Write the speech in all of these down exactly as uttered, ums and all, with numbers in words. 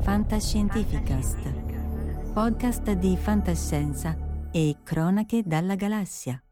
Fantascientificast, podcast di fantascienza e cronache dalla galassia.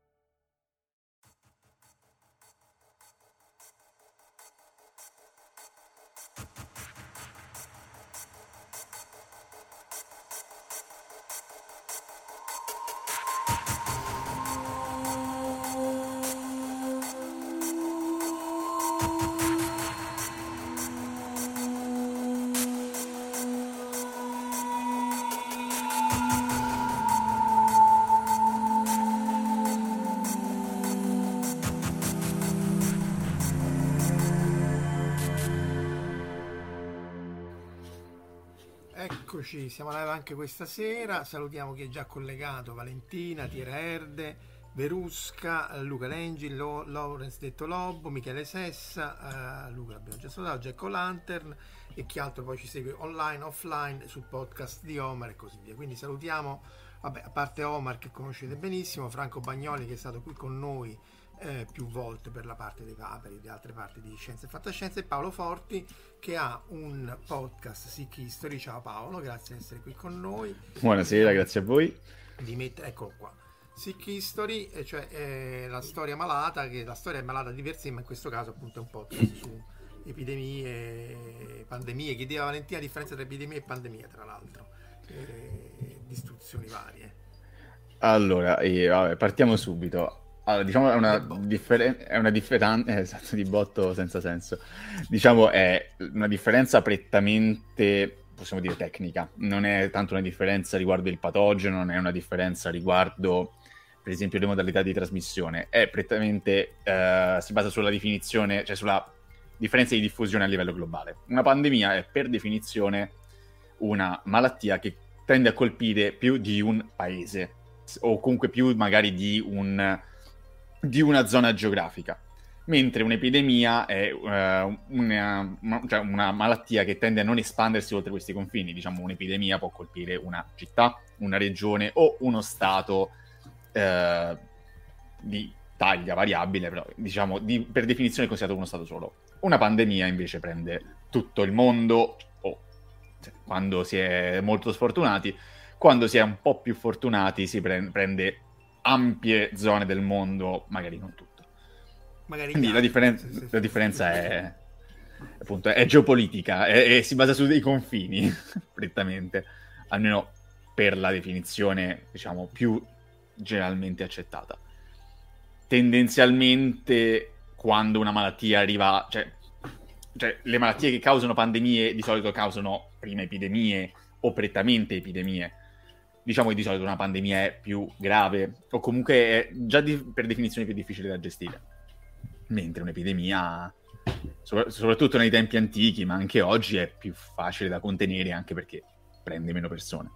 Eccoci, siamo live anche questa sera. Salutiamo chi è già collegato: Valentina, Tiera Erde, Verusca, Luca Lengi, Lo, Lawrence detto Lobo, Michele Sessa, uh, Luca l'abbiamo già salutato, Jack O'Lantern e chi altro poi ci segue online, offline, sul podcast di Omar e così via. Quindi salutiamo, vabbè, a parte Omar che conoscete benissimo, Franco Bagnoli che è stato qui con noi Eh, più volte per la parte dei paperi, di altre parti di Scienza e Fantascienza, e Paolo Forti che ha un podcast, Sick History. Ciao Paolo, grazie di essere qui con noi. Buonasera, grazie a voi. Di mettere, eccolo qua, Sick History, cioè eh, la storia malata, che la storia è malata di per sé, ma in questo caso appunto è un podcast su epidemie, pandemie. Chiedeva Valentina la differenza tra epidemie e pandemie, tra l'altro, eh, distruzioni varie. Allora, eh, vabbè, partiamo subito. Allora, diciamo è una differenza, è una differenza, eh, esatto, di botto senza senso. Diciamo è una differenza prettamente, possiamo dire, tecnica. Non è tanto una differenza riguardo il patogeno, non è una differenza riguardo, per esempio, le modalità di trasmissione. È prettamente, eh, si basa sulla definizione, cioè sulla differenza di diffusione a livello globale. Una pandemia è per definizione una malattia che tende a colpire più di un paese, o comunque più magari di un... di una zona geografica, mentre un'epidemia è uh, una, cioè una malattia che tende a non espandersi oltre questi confini. Diciamo, un'epidemia può colpire una città, una regione o uno stato uh, di taglia variabile, però diciamo di, per definizione è considerato uno stato solo. Una pandemia invece prende tutto il mondo, o cioè, quando si è molto sfortunati, quando si è un po' più fortunati si pre- prende ampie zone del mondo, magari non tutto. Magari Quindi la, differen- sì, sì, la differenza sì, sì, è appunto è geopolitica e si basa su dei confini prettamente, almeno per la definizione, diciamo, più generalmente accettata. Tendenzialmente quando una malattia arriva, cioè, cioè le malattie che causano pandemie di solito causano prima epidemie o prettamente epidemie. Diciamo che di solito una pandemia è più grave o comunque è già di, per definizione più difficile da gestire, mentre un'epidemia, so- soprattutto nei tempi antichi, ma anche oggi, è più facile da contenere, anche perché prende meno persone.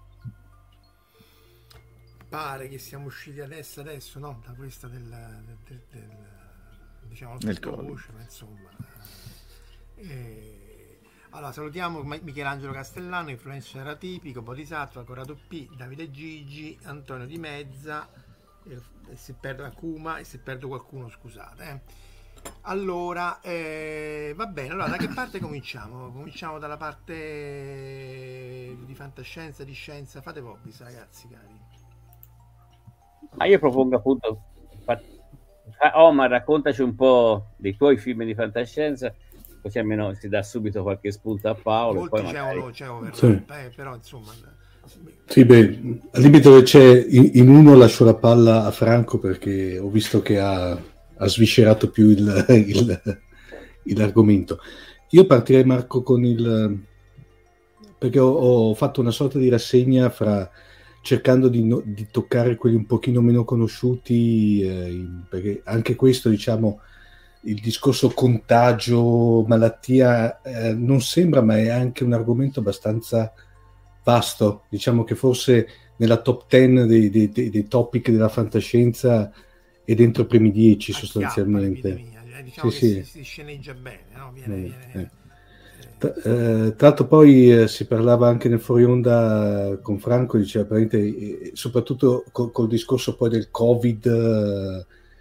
Pare che siamo usciti adesso, adesso no, da questa del, del, del, del diciamo del voce, ma insomma. Eh, Allora, salutiamo Michelangelo Castellano, influencer atipico, Bodhisattva, Corrado P, Davide Gigi, Antonio Di Mezza, e se perdo Akuma, e se perdo qualcuno scusate. Eh. Allora, eh, va bene, allora da che parte cominciamo? Cominciamo dalla parte di fantascienza, di scienza, fate voi, ragazzi cari. Ma io propongo appunto, Omar, raccontaci un po' dei tuoi film di fantascienza, così almeno si dà subito qualche spunto a Paolo. Molti poi c'è, magari... uno, c'è overlap, sì. eh, però insomma... Sì, beh, al limite dove c'è in, in uno lascio la palla a Franco perché ho visto che ha, ha sviscerato più il, il, il, l'argomento. Io partirei, Marco, con il... perché ho, ho fatto una sorta di rassegna fra... cercando di, no, di toccare quelli un pochino meno conosciuti, eh, perché anche questo, diciamo... il discorso contagio, malattia eh, non sembra, ma è anche un argomento abbastanza vasto. Diciamo che forse nella top ten dei, dei, dei, dei topic della fantascienza è dentro i primi dieci sostanzialmente. Eh, diciamo sì, che sì. Si, si sceneggia bene, no? Viene, eh, viene, eh. Tra, eh, tra l'altro poi eh, si parlava anche nel fuori onda con Franco, diceva, eh, soprattutto col, col discorso poi del Covid, eh,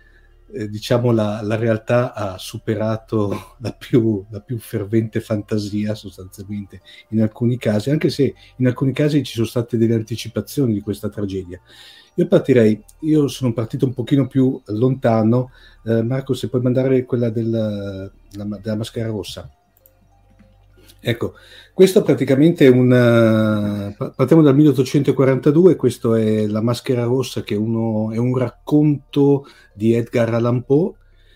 eh, diciamo la, la realtà ha superato la più, la più fervente fantasia sostanzialmente in alcuni casi, anche se in alcuni casi ci sono state delle anticipazioni di questa tragedia. Io partirei, io sono partito un pochino più lontano. eh, Marco, se puoi mandare quella della, della Maschera Rossa. Ecco, questo praticamente è un... partiamo dal milleottocentoquarantadue, questo è La Maschera Rossa, che è, uno, è un racconto di Edgar Allan Poe.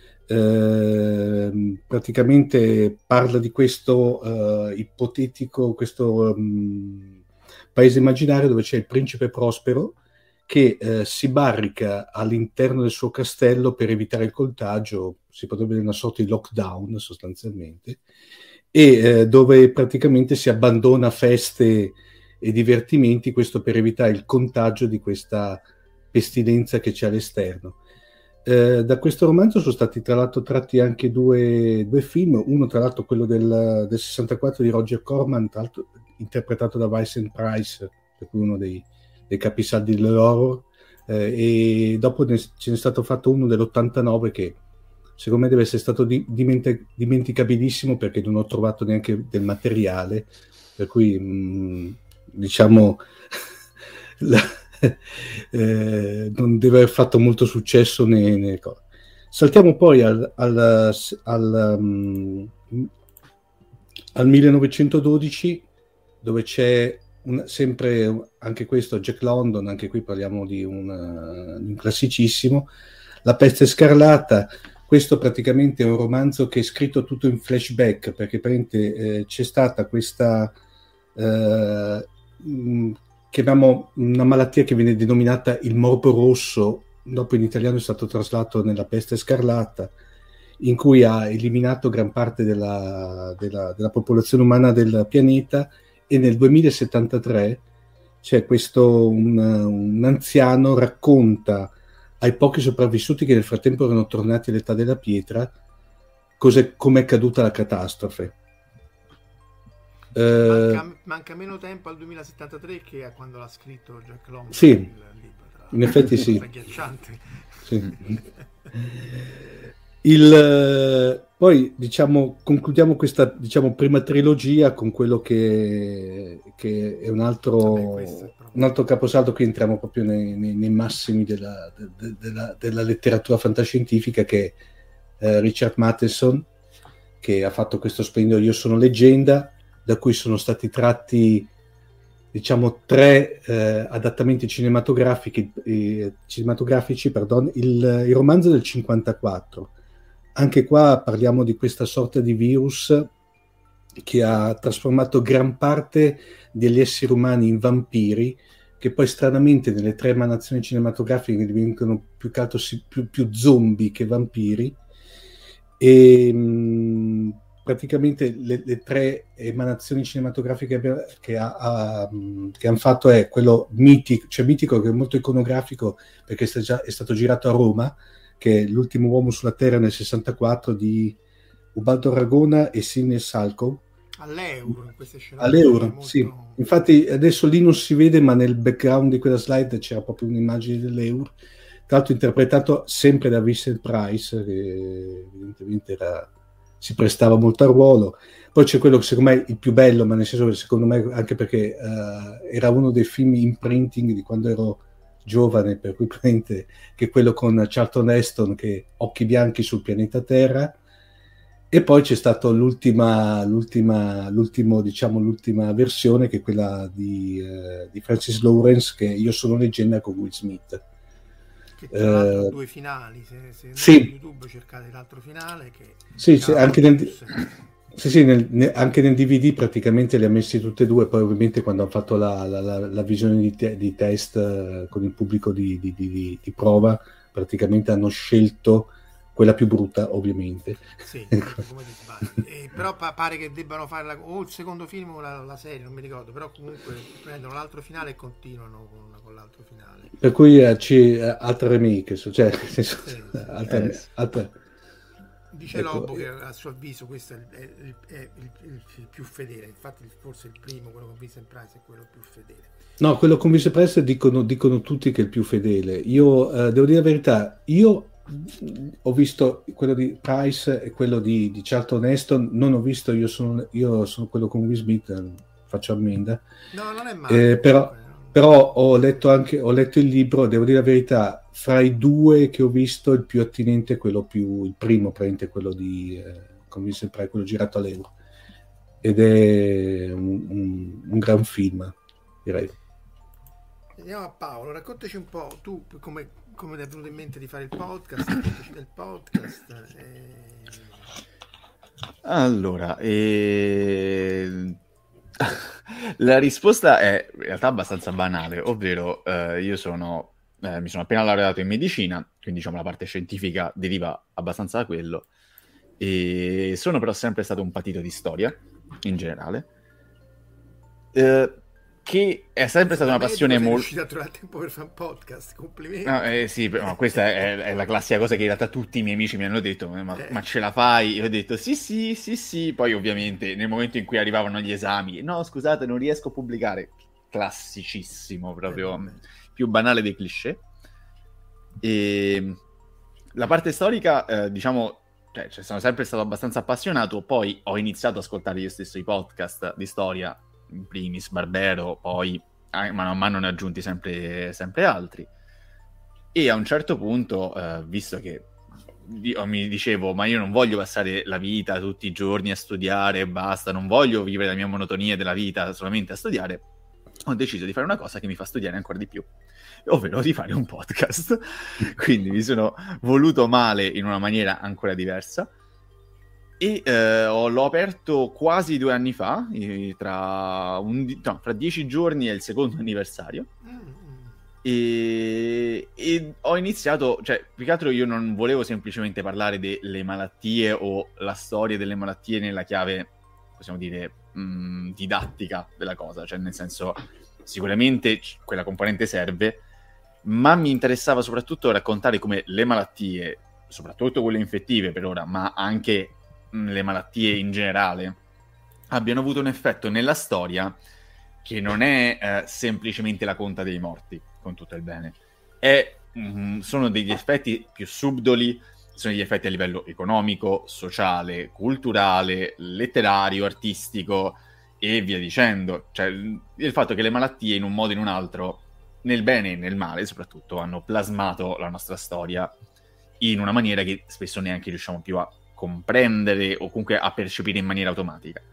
Eh, praticamente parla di questo eh, ipotetico, questo um, paese immaginario dove c'è il principe Prospero che eh, si barrica all'interno del suo castello per evitare il contagio, si potrebbe dire una sorta di lockdown sostanzialmente, e eh, dove praticamente si abbandona feste e divertimenti, questo per evitare il contagio di questa pestilenza che c'è all'esterno. Eh, da questo romanzo sono stati tra l'altro tratti anche due, due film, uno tra l'altro quello del, del sessantaquattro di Roger Corman, tra l'altro interpretato da Vincent Price, per cui uno dei, dei capisaldi dell'horror, eh, e dopo ne, ce n'è stato fatto uno dell'ottantanove che secondo me deve essere stato di, dimenti- dimenticabilissimo perché non ho trovato neanche del materiale, per cui mh, diciamo la, eh, non deve aver fatto molto successo né, né cosa. Saltiamo poi al, al, al, um, al millenovecentododici, dove c'è un, sempre anche questo Jack London, anche qui parliamo di un, uh, un classicissimo, La peste scarlata. Questo praticamente è un romanzo che è scritto tutto in flashback, perché praticamente eh, c'è stata questa eh, mh, chiamiamo una malattia che viene denominata il morbo rosso, dopo in italiano è stato traslato nella peste scarlata, in cui ha eliminato gran parte della, della, della popolazione umana del pianeta, e nel duemilasettantatré c'è questo un, un anziano racconta ai pochi sopravvissuti che nel frattempo erano tornati all'età della pietra come è caduta la catastrofe. Manca, uh, manca meno tempo al duemilasettantatré che a quando l'ha scritto Jack London. Sì, il libro, tra in effetti sì. Agghiacciante. Sì. Il, poi diciamo concludiamo questa diciamo prima trilogia con quello che, che è un altro, Vabbè, è un altro caposaldo. Qui entriamo proprio nei, nei, nei massimi della, de, della, della letteratura fantascientifica, che è eh, Richard Matheson, che ha fatto questo splendido Io sono leggenda, da cui sono stati tratti diciamo tre eh, adattamenti cinematografici, eh, cinematografici pardon, il, il romanzo del cinquantaquattro. Anche qua parliamo di questa sorta di virus che ha trasformato gran parte degli esseri umani in vampiri, che poi stranamente nelle tre emanazioni cinematografiche diventano più che altro più, più zombie che vampiri. E mh, praticamente le, le tre emanazioni cinematografiche che, ha, ha, che hanno fatto è quello mitico, cioè mitico, che è molto iconografico perché è, già, è stato girato a Roma, che è L'ultimo uomo sulla terra nel sessantaquattro di Ubaldo Ragona e Sidney Salkow. All'Euro, in queste scene. All'Euro, molto... sì. Infatti adesso lì non si vede, ma nel background di quella slide c'era proprio un'immagine dell'Euro, tra l'altro interpretato sempre da Vincent Price, che evidentemente era, si prestava molto al ruolo. Poi c'è quello che secondo me è il più bello, ma nel senso che secondo me anche perché uh, era uno dei film imprinting di quando ero giovane, per cui prende che è quello con Charlton Heston, che Occhi bianchi sul pianeta Terra. E poi c'è stato l'ultima, l'ultima, l'ultimo, diciamo, l'ultima versione, che è quella di, eh, di Francis Lawrence, che Io sono leggenda, con Will Smith. Che tra l'altro uh, due finali, se, se sì. su YouTube cercate l'altro finale. Che sì, sì, anche nel, sì, sì, nel, ne, anche nel D V D praticamente li ha messi tutte e due. Poi ovviamente quando hanno fatto la, la, la, la visione di, te, di test uh, con il pubblico di, di, di, di prova, praticamente hanno scelto quella più brutta, ovviamente. Sì, come ti eh, però pa- pare che debbano fare la, o il secondo film o la, la serie, non mi ricordo, però comunque prendono l'altro finale e continuano con, con l'altro finale. Per cui eh, c'è altre remake, cioè nel senso, sì, sì. altre, eh, altre... Dice ecco, Lobo che a suo avviso questo è il, è il- è il- il- il più fedele, infatti forse il primo, quello con Vincent Price, è quello più fedele. no, quello con Vice Price dicono, dicono tutti che è il più fedele. Io eh, devo dire la verità, io mh, ho visto quello di Price e quello di, di Charlton Heston, non ho visto, io sono, io sono quello con Will Smith, eh, faccio ammenda. No, non è male. Eh, però, comunque, no? però ho letto anche ho letto il libro, devo dire la verità, fra i due che ho visto il più attinente è quello più, il primo, praticamente quello di eh, con Vincent Price, quello girato all'euro. Ed è un, un, un gran film, direi. Andiamo a Paolo, raccontaci un po' tu come, come ti è venuto in mente di fare il podcast, raccontaci del podcast. E... Allora, eh, la risposta è in realtà abbastanza banale, ovvero eh, io sono, eh, mi sono appena laureato in medicina, quindi diciamo la parte scientifica deriva abbastanza da quello, e sono però sempre stato un patito di storia, in generale, eh, che è sempre stata una passione molto... molto... riuscito a trovare tempo per fare un podcast, complimenti. No, eh, sì, no, questa è, è la classica cosa che in realtà tutti i miei amici mi hanno detto, ma, Eh. ma ce la fai? Io ho detto sì, sì, sì, sì. Poi ovviamente nel momento in cui arrivavano gli esami, no, scusate, non riesco a pubblicare. Classicissimo, proprio Eh, vabbè. più banale dei cliché. E la parte storica, eh, diciamo, cioè, cioè, sono sempre stato abbastanza appassionato, poi ho iniziato ad ascoltare io stesso i podcast di storia, in primis Barbero, poi a mano a mano ne ho aggiunti sempre, sempre altri. E a un certo punto, eh, visto che io mi dicevo, ma io non voglio passare la vita tutti i giorni a studiare e basta, non voglio vivere la mia monotonia della vita solamente a studiare, ho deciso di fare una cosa che mi fa studiare ancora di più, ovvero di fare un podcast. Quindi mi sono voluto male in una maniera ancora diversa e eh, ho- l'ho aperto quasi due anni fa, eh, tra, un, no, fra dieci giorni è il secondo anniversario. Mm, mm. E, e ho iniziato, cioè, più che altro io non volevo semplicemente parlare delle malattie o la storia delle malattie nella chiave, possiamo dire, mh, didattica della cosa, cioè nel senso, sicuramente c- quella componente serve, ma mi interessava soprattutto raccontare come le malattie, soprattutto quelle infettive per ora, ma anche mh, le malattie in generale, abbiano avuto un effetto nella storia che non è eh, semplicemente la conta dei morti, con tutto il bene. È, mm, sono degli effetti più subdoli, sono degli effetti a livello economico, sociale, culturale, letterario, artistico e via dicendo. Cioè, il il fatto che le malattie in un modo o in un altro, nel bene e nel male soprattutto, hanno plasmato la nostra storia in una maniera che spesso neanche riusciamo più a comprendere o comunque a percepire in maniera automatica.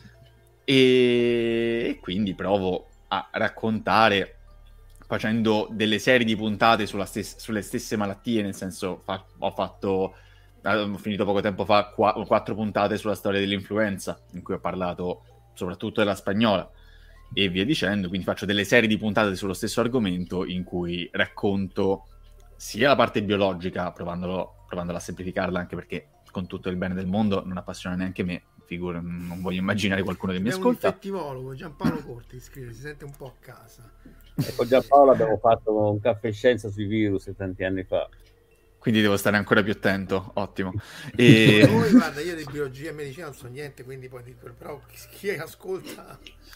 E, e quindi provo a raccontare facendo delle serie di puntate sulla stes- sulle stesse malattie, nel senso fa- ho fatto eh, ho finito poco tempo fa qua- quattro puntate sulla storia dell'influenza, in cui ho parlato soprattutto della spagnola e via dicendo, quindi faccio delle serie di puntate sullo stesso argomento in cui racconto sia la parte biologica, provandolo, provandola a semplificarla, anche perché con tutto il bene del mondo non appassiona neanche me, figura, non voglio immaginare qualcuno che mi Abbiamo un ascolta. infettivologo, Giampaolo Corti, scrive, si sente un po' a casa. E con Giampaolo abbiamo fatto un caffè scienza sui virus tanti anni fa. Quindi devo stare ancora più attento, ottimo. E... Poi guarda, io di biologia e medicina non so niente, quindi poi dico, però chi ascolta...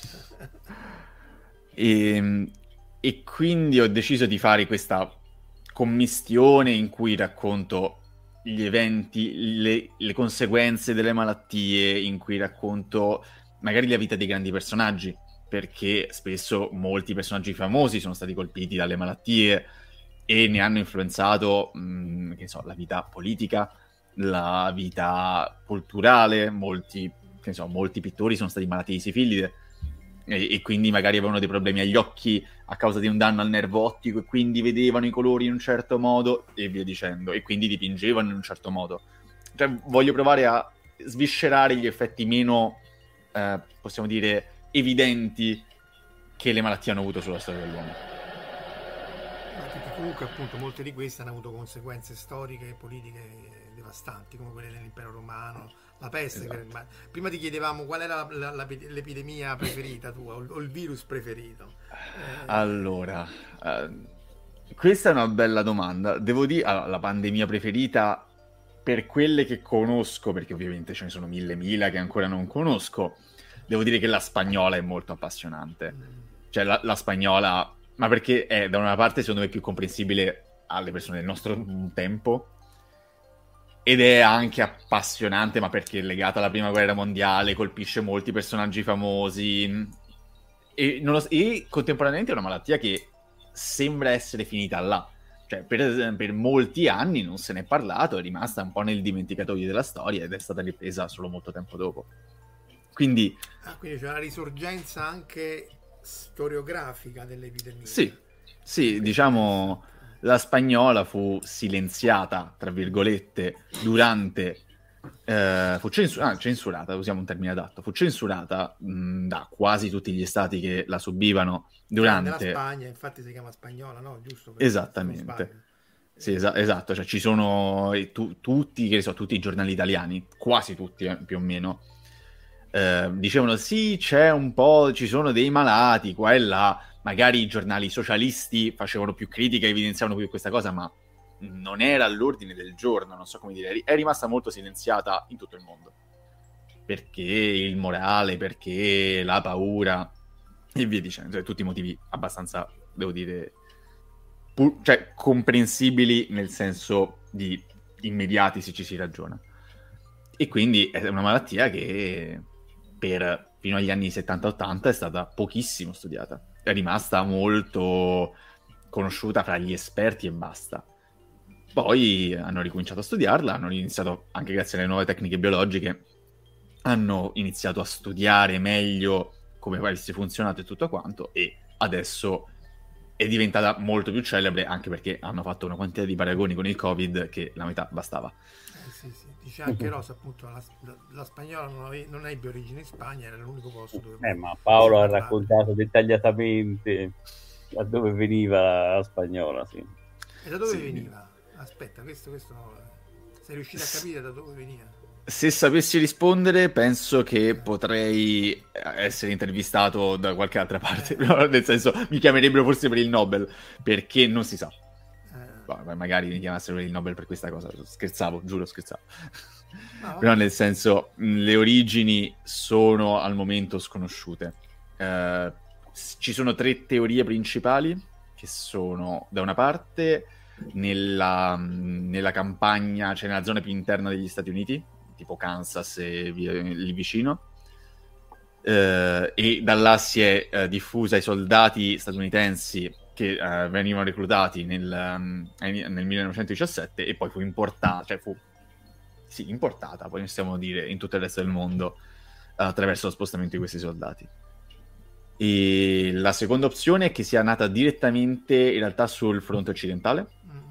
E, e quindi ho deciso di fare questa commistione in cui racconto gli eventi, le, le conseguenze delle malattie, in cui racconto magari la vita dei grandi personaggi, perché spesso molti personaggi famosi sono stati colpiti dalle malattie e ne hanno influenzato, mh, che so, la vita politica, la vita culturale, molti, che so, molti pittori sono stati malati di sifilide e, e quindi magari avevano dei problemi agli occhi a causa di un danno al nervo ottico e quindi vedevano i colori in un certo modo e via dicendo, e quindi dipingevano in un certo modo. Cioè, voglio provare a sviscerare gli effetti meno, eh, possiamo dire, evidenti che le malattie hanno avuto sulla storia dell'uomo. Ma perché comunque appunto molte di queste hanno avuto conseguenze storiche e politiche devastanti, come quelle dell'impero romano, la peste. Esatto. Per- ma prima ti chiedevamo qual era la- la- l'epidemia preferita tua o, o il virus preferito. Eh, Allora, eh, questa è una bella domanda. Devo dire, allora, la pandemia preferita per quelle che conosco, perché ovviamente ce ne sono mille mila che ancora non conosco, devo dire che la spagnola è molto appassionante. Cioè la, la spagnola, ma perché è da una parte secondo me più comprensibile alle persone del nostro tempo, ed è anche appassionante, ma perché è legata alla prima guerra mondiale, colpisce molti personaggi famosi, e, non lo, e contemporaneamente è una malattia che sembra essere finita là. Cioè, per, per molti anni non se n'è parlato, è rimasta un po' nel dimenticatoio della storia ed è stata ripresa solo molto tempo dopo. Quindi, ah, quindi c'è una risorgenza anche storiografica dell'epidemia. Sì, sì, diciamo, la spagnola fu silenziata, tra virgolette, durante... Eh, fu censu- ah, censurata, usiamo un termine adatto, fu censurata mh, da quasi tutti gli stati che la subivano durante... Nella Spagna, infatti si chiama spagnola, no? Giusto? Esattamente. Sì, es- esatto, cioè ci sono tu- tutti, che ne so, tutti i giornali italiani, quasi tutti eh, più o meno, eh, dicevano sì, c'è un po', ci sono dei malati qua e là, magari i giornali socialisti facevano più critica, evidenziavano più questa cosa, ma non era all'ordine del giorno, non so come dire, è rimasta molto silenziata in tutto il mondo, perché il morale, perché la paura e via dicendo, cioè, tutti i motivi abbastanza, devo dire, pur, cioè comprensibili nel senso di immediati se ci si ragiona. E quindi è una malattia che per fino agli anni settanta ottanta è stata pochissimo studiata, è rimasta molto conosciuta fra gli esperti e basta. Poi hanno ricominciato a studiarla, hanno iniziato, anche grazie alle nuove tecniche biologiche, hanno iniziato a studiare meglio come avesse funzionato e tutto quanto, e adesso è diventata molto più celebre, anche perché hanno fatto una quantità di paragoni con il Covid che la metà bastava. Eh, sì, sì. Dice anche Rosa, appunto, la, la, la spagnola non, ave, non ebbe origine in Spagna, era l'unico posto dove... Eh, ma Paolo ha raccontato dettagliatamente da dove veniva la spagnola, sì. E da dove sì. veniva? Aspetta, questo, questo no. Sei riuscito a capire da dove veniva? Se sapessi rispondere, penso che potrei essere intervistato da qualche altra parte, no, nel senso, mi chiamerebbero forse per il Nobel, perché non si sa. Eh. Magari mi chiamassero per il Nobel per questa cosa, scherzavo, giuro, scherzavo. No. Però nel senso, le origini sono al momento sconosciute. Eh, ci sono tre teorie principali, che sono, da una parte... Nella, nella campagna, cioè nella zona più interna degli Stati Uniti, tipo Kansas e via, lì vicino, eh, e da là si è eh, diffusa ai soldati statunitensi che eh, venivano reclutati nel, um, nel millenovecentodiciassette, e poi fu importata, cioè fu sì, importata, poi possiamo dire, in tutto il resto del mondo attraverso lo spostamento di questi soldati. E la seconda opzione è che sia nata direttamente in realtà sul fronte occidentale,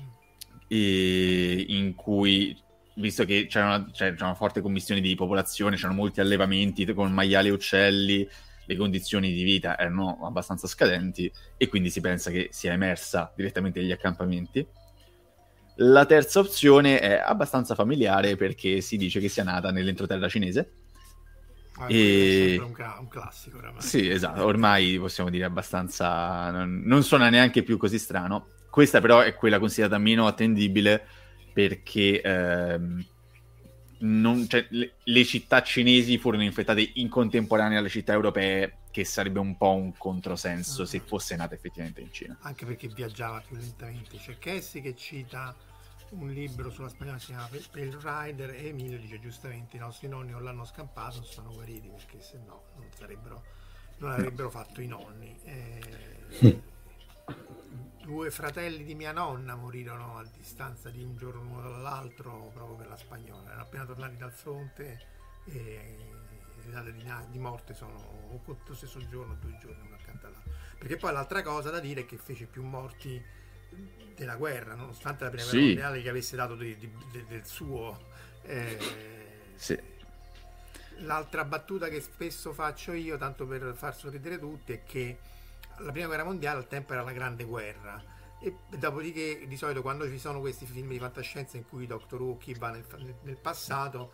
e in cui, visto che c'era una, c'era una forte commistione di popolazione, c'erano molti allevamenti con maiali e uccelli, le condizioni di vita erano abbastanza scadenti, e quindi si pensa che sia emersa direttamente dagli accampamenti. La terza opzione è abbastanza familiare, perché si dice che sia nata nell'entroterra cinese. Ah, e... è un, un classico oramai. Sì, esatto, ormai possiamo dire abbastanza, non, non suona neanche più così strano. Questa però è quella considerata meno attendibile, perché ehm, non, cioè, le, le città cinesi furono infettate in contemporanea alle città europee, che sarebbe un po' un controsenso ah. se fosse nata effettivamente in Cina. Anche perché viaggiava più lentamente. C'è Cassie che cita un libro sulla spagnola, si chiama Pale Rider, e Emilio dice giustamente: i nostri nonni non l'hanno scampato, non sono guariti, perché se no non sarebbero, non avrebbero fatto i nonni. Eh, due fratelli di mia nonna morirono a distanza di un giorno uno dall'altro proprio per la spagnola, erano appena tornati dal fronte, e le date di, di morte sono o lo stesso giorno o due giorni uno accanto all'altro. Perché poi l'altra cosa da dire è che fece più morti della guerra, nonostante la prima guerra sì. mondiale che avesse dato di, di, di, del suo. Eh, sì. L'altra battuta che spesso faccio io, tanto per far sorridere tutti, è che la prima guerra mondiale al tempo era la grande guerra, e dopodiché di solito quando ci sono questi film di fantascienza in cui Doctor Who chi va nel, nel passato,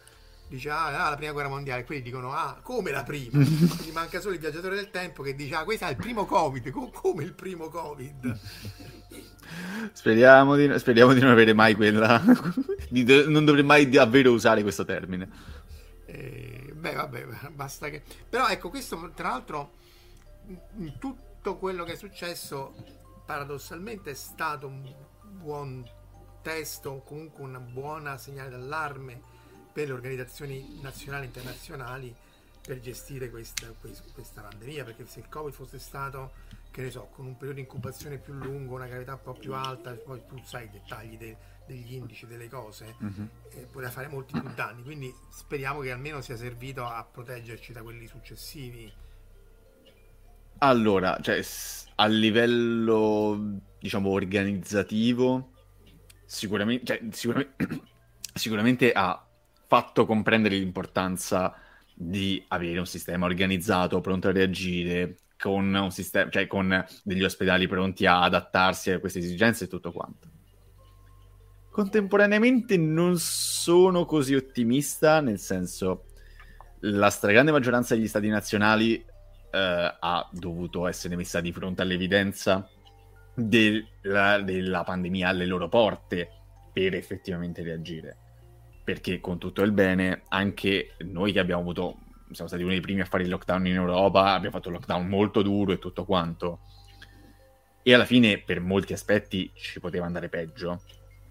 dice ah, ah la prima guerra mondiale, quelli dicono ah come la prima, gli manca solo il viaggiatore del tempo che dice ah questo è il primo Covid, come il primo Covid. Speriamo di, speriamo di non avere mai quella di, non dovrei mai davvero usare questo termine. Eh, beh vabbè, basta che però ecco, questo tra l'altro in tutto quello che è successo paradossalmente è stato un buon testo, o comunque una buona segnale d'allarme per le organizzazioni nazionali e internazionali per gestire questa, questa pandemia, perché se il Covid fosse stato, che ne so, con un periodo di incubazione più lungo, una gravità un po' più alta, poi tu sai i dettagli de, degli indici, delle cose, mm-hmm. eh, poteva fare molti più danni, quindi speriamo che almeno sia servito a proteggerci da quelli successivi. Allora, cioè, a livello, diciamo, organizzativo, sicuramente, cioè, sicuramente, sicuramente ha fatto comprendere l'importanza di avere un sistema organizzato, pronto a reagire, con un sistema, cioè con degli ospedali pronti a adattarsi a queste esigenze e tutto quanto. Contemporaneamente non sono così ottimista, nel senso, la stragrande maggioranza degli stati nazionali eh, ha dovuto essere messa di fronte all'evidenza della, della pandemia alle loro porte per effettivamente reagire. Perché con tutto il bene, anche noi che abbiamo avuto, siamo stati uno dei primi a fare il lockdown in Europa, abbiamo fatto un lockdown molto duro e tutto quanto, e alla fine per molti aspetti ci poteva andare peggio.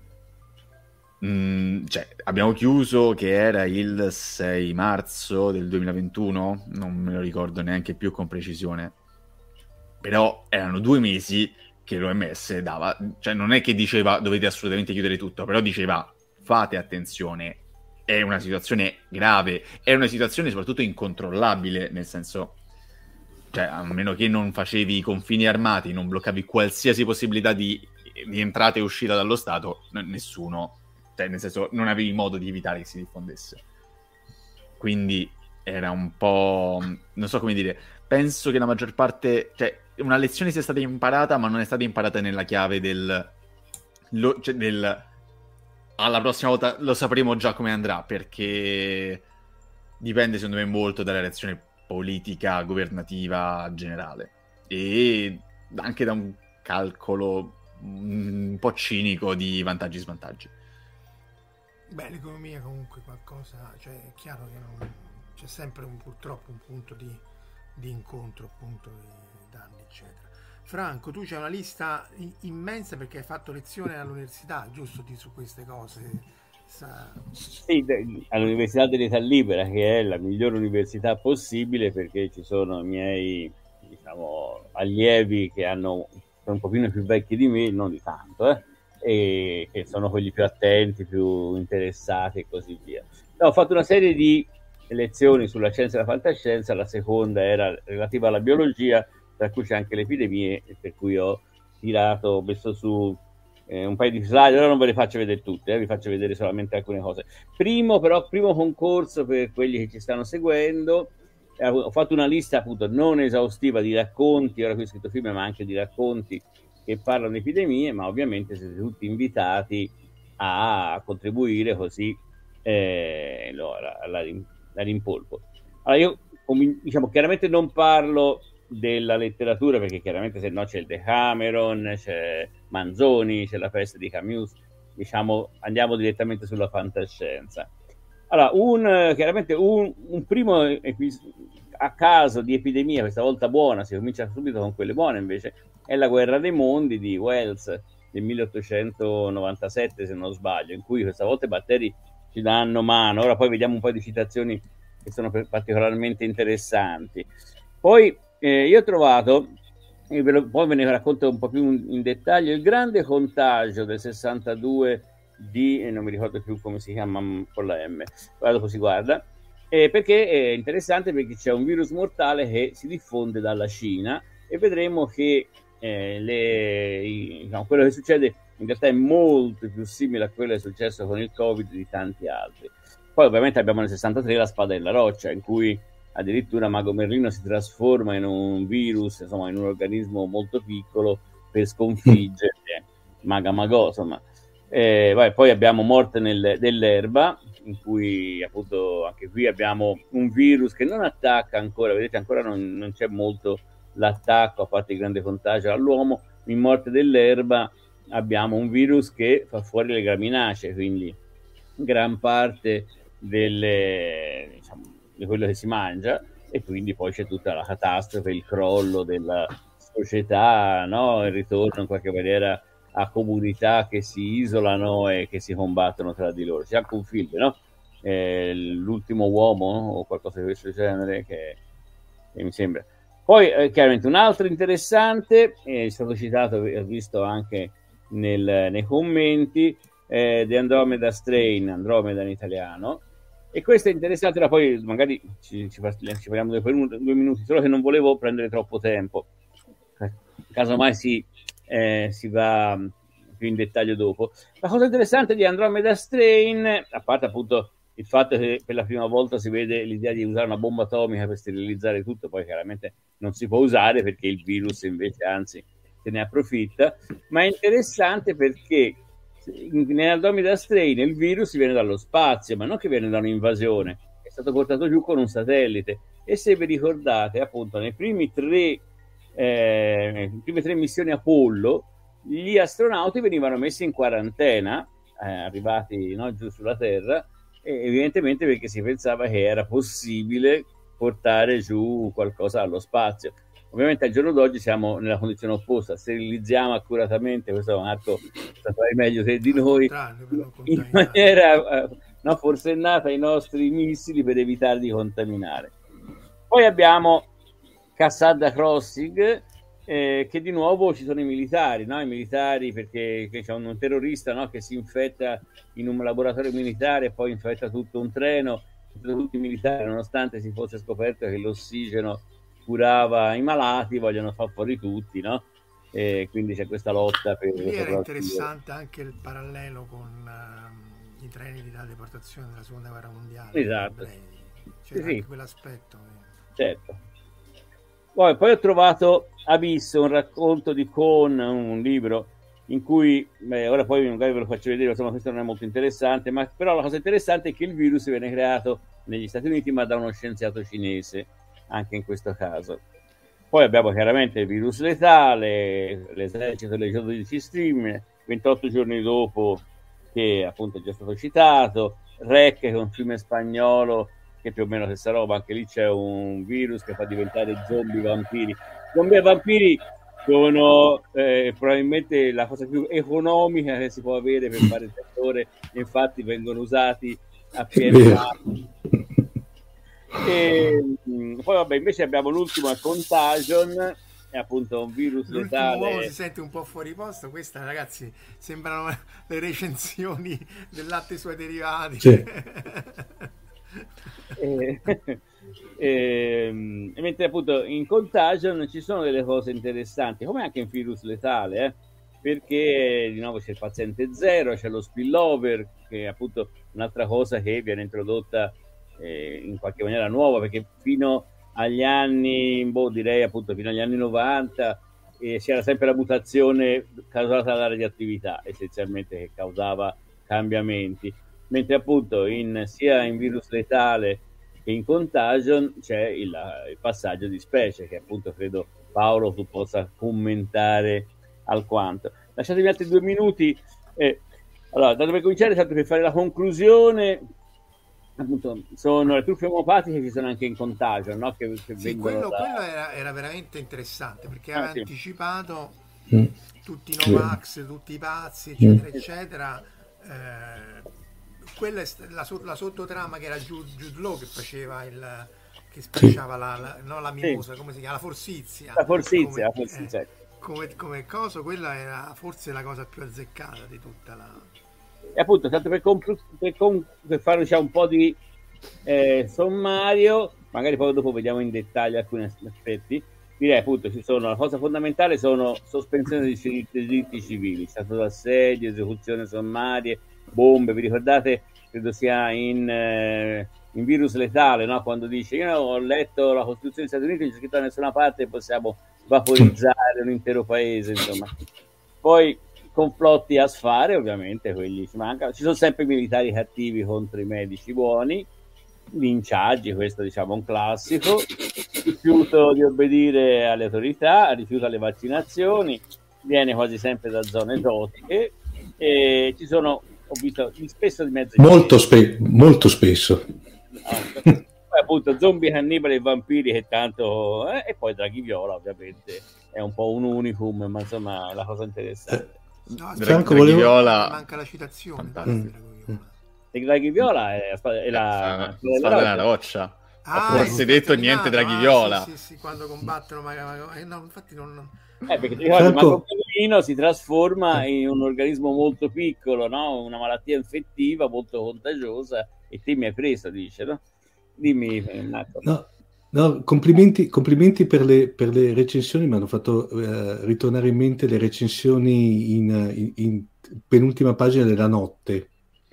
Mm, cioè, abbiamo chiuso che era il sei marzo del duemilaventuno, non me lo ricordo neanche più con precisione, però erano due mesi che l'O M S dava, cioè non è che diceva dovete assolutamente chiudere tutto, però diceva fate attenzione, è una situazione grave, è una situazione soprattutto incontrollabile, nel senso, cioè a meno che non facevi i confini armati, non bloccavi qualsiasi possibilità di, di entrata e uscita dallo Stato, n- nessuno, cioè nel senso non avevi modo di evitare che si diffondesse. Quindi era un po', non so come dire, penso che la maggior parte, cioè una lezione sia stata imparata, ma non è stata imparata nella chiave del, lo, cioè del alla prossima volta lo sapremo già come andrà, perché dipende secondo me molto dalla reazione politica governativa generale e anche da un calcolo un po' cinico di vantaggi e svantaggi. Beh, l'economia comunque qualcosa, cioè è chiaro che non, c'è sempre un, purtroppo un punto di, di incontro, appunto, di danni eccetera. Franco, tu c'hai una lista immensa perché hai fatto lezione all'università, giusto, di, su queste cose? Sa... Sì, all'Università dell'Età Libera, che è la migliore università possibile perché ci sono i miei, diciamo, allievi che hanno, sono un pochino più vecchi di me, non di tanto, eh, e che sono quelli più attenti, più interessati e così via. No, ho fatto una serie di lezioni sulla scienza e la fantascienza, la seconda era relativa alla biologia, tra cui c'è anche le epidemie, per cui ho tirato, ho messo su eh, un paio di slide, ora non ve le faccio vedere tutte, eh, vi faccio vedere solamente alcune cose. Primo, però, primo concorso per quelli che ci stanno seguendo, eh, ho fatto una lista appunto non esaustiva di racconti, ora qui ho scritto film, ma anche di racconti che parlano di epidemie, ma ovviamente siete tutti invitati a contribuire così eh, la, la, la rimpolpo. Allora io, diciamo, chiaramente non parlo della letteratura perché chiaramente se no c'è il Decameron, c'è Manzoni, c'è la peste di Camus, diciamo andiamo direttamente sulla fantascienza. Allora un chiaramente un, un primo epis- a caso di epidemia, questa volta buona, si comincia subito con quelle buone invece, è La guerra dei mondi di Wells del milleottocentonovantasette se non sbaglio, in cui questa volta i batteri ci danno mano. Ora poi vediamo un po' di citazioni che sono particolarmente interessanti. Poi Eh, io ho trovato, e ve lo, poi ve ne racconto un po' più in dettaglio, il grande contagio del sessantadue di, eh, non mi ricordo più come si chiama con la M, poi dopo si guarda, eh, perché è interessante perché c'è un virus mortale che si diffonde dalla Cina e vedremo che eh, le, i, diciamo, quello che succede in realtà è molto più simile a quello che è successo con il Covid di tanti altri. Poi ovviamente abbiamo nel sessantatré la spada della roccia, in cui addirittura Mago Merlino si trasforma in un virus, insomma in un organismo molto piccolo per sconfiggere Maga Magò, insomma. Eh, vai, poi abbiamo Morte nel, dell'erba, in cui appunto anche qui abbiamo un virus che non attacca ancora, vedete ancora non, non c'è molto l'attacco, a parte il grande contagio all'uomo. In morte dell'erba abbiamo un virus che fa fuori le graminacee, quindi gran parte delle, diciamo, di quello che si mangia, e quindi poi c'è tutta la catastrofe, il crollo della società, no? Il ritorno in qualche maniera a comunità che si isolano e che si combattono tra di loro. C'è anche un film, no? Eh, l'ultimo uomo o qualcosa di questo genere che, che mi sembra. Poi eh, chiaramente un altro interessante, è stato citato, ho visto anche nel, nei commenti, eh, The Andromeda Strain, Andromeda in italiano, e questo è interessante, ma poi magari ci, ci, ci parliamo due, per un, due minuti, solo che non volevo prendere troppo tempo, casomai si, eh, si va più in dettaglio dopo. La cosa interessante di Andromeda Strain, a parte appunto il fatto che per la prima volta si vede l'idea di usare una bomba atomica per sterilizzare tutto, poi chiaramente non si può usare perché il virus invece anzi se ne approfitta, ma è interessante perché nell'Andromeda Strain il virus viene dallo spazio, ma non che viene da un'invasione, è stato portato giù con un satellite, e se vi ricordate appunto nei primi tre eh, nelle prime tre missioni Apollo gli astronauti venivano messi in quarantena eh, arrivati no, giù sulla Terra, e evidentemente perché si pensava che era possibile portare giù qualcosa allo spazio. Ovviamente al giorno d'oggi siamo nella condizione opposta, sterilizziamo accuratamente, questo Marco saprai meglio che di noi, in maniera no, forsennata i nostri missili per evitare di contaminare. Poi abbiamo Cassadda Crossing, eh, che di nuovo ci sono i militari, no? I militari perché c'è un terrorista no? che si infetta in un laboratorio militare e poi infetta tutto un treno, tutti i militari, nonostante si fosse scoperto che l'ossigeno curava i malati, vogliono far fuori tutti, no? E quindi c'è questa lotta per... Lì era interessante anche il parallelo con uh, i treni da deportazione della seconda guerra mondiale. Esatto. C'era sì, anche quell'aspetto. Eh. Certo. Poi, poi ho trovato Abisso, un racconto di Cohn, un libro in cui, beh, ora poi magari ve lo faccio vedere, insomma questo non è molto interessante, ma però la cosa interessante è che il virus viene creato negli Stati Uniti ma da uno scienziato cinese, anche in questo caso. Poi abbiamo chiaramente il virus letale, l'esercito delle dodici stime, ventotto giorni dopo che appunto è già stato citato, Rec, che è un film spagnolo che più o meno stessa roba, anche lì c'è un virus che fa diventare zombie vampiri. Zombie e vampiri sono eh, probabilmente la cosa più economica che si può avere per fare il settore, infatti vengono usati a pieno. E poi vabbè, invece abbiamo l'ultimo, è Contagion, è appunto un virus l'ultimo letale. Uomo si sente un po' fuori posto, questa ragazzi sembrano le recensioni del latte e suoi derivati. Sì. e, e, mentre appunto in Contagion ci sono delle cose interessanti, come anche in virus letale, eh? Perché di nuovo c'è il paziente zero, c'è lo spillover, che è appunto un'altra cosa che viene introdotta eh, in qualche maniera nuova, perché fino agli anni, boh, direi appunto fino agli anni novanta eh, c'era sempre la mutazione causata dalla radioattività, essenzialmente, che causava cambiamenti, mentre appunto in, sia in virus letale che in Contagion c'è il, il passaggio di specie, che appunto credo Paolo tu possa commentare alquanto. Lasciatemi altri due minuti. Eh, allora, da dove cominciare, tanto per fare la conclusione, appunto, sono le truffe omopatiche che ci sono anche in Contagion, no? Che, che sì, quello, da... quello era, era veramente interessante, perché ah, aveva sì. anticipato mm. tutti i Novax, tutti i pazzi, eccetera, mm. eccetera. Eh, quella è la, la sottotrama che era Jude, Jude Law che faceva il che spacciava la, la, no, la mimosa, sì. come si chiama? La forsizia. La forsizia, come, la forsizia. Eh, come, come cosa, quella era forse la cosa più azzeccata di tutta la... E appunto, tanto per, compl- per, com- per fare diciamo, un po' di eh, sommario, magari poi dopo vediamo in dettaglio alcuni aspetti, direi appunto ci sono, la cosa fondamentale sono sospensione dei diritti civili, stato d'assedio, esecuzione sommarie, bombe, vi ricordate, credo sia in, eh, in virus letale, no? Quando dice io ho letto la Costituzione degli Stati Uniti, non c'è scritto da nessuna parte, possiamo vaporizzare un intero paese, insomma. Poi complotti a sfare, ovviamente quelli ci mancano, ci sono sempre i militari cattivi contro i medici buoni, linciaggi, questo diciamo è un classico, rifiuto di obbedire alle autorità, rifiuto alle vaccinazioni, viene quasi sempre da zone esotiche, e ci sono, ho visto spesso di mezzo molto, spe- molto spesso poi appunto zombie, cannibali e vampiri che tanto eh, e poi Draghi Viola ovviamente è un po' un unicum, ma insomma è la cosa interessante. No, Franco, Draghi volevo... Viola manca la citazione. Mm. E Draghi Viola è, è la eh, spada della roccia. Ah, forse detto niente Draghi ah, Viola. sì, sì, sì, quando combattono magari, eh, no, infatti non... Eh, perché ti ricordi, Marco Pellino si trasforma in un organismo molto piccolo, no? Una malattia infettiva molto contagiosa, e te mi hai preso, dice, no? Dimmi, Marco. No, no, complimenti, complimenti per le, per le recensioni, mi hanno fatto eh, ritornare in mente le recensioni in, in, in penultima pagina della notte,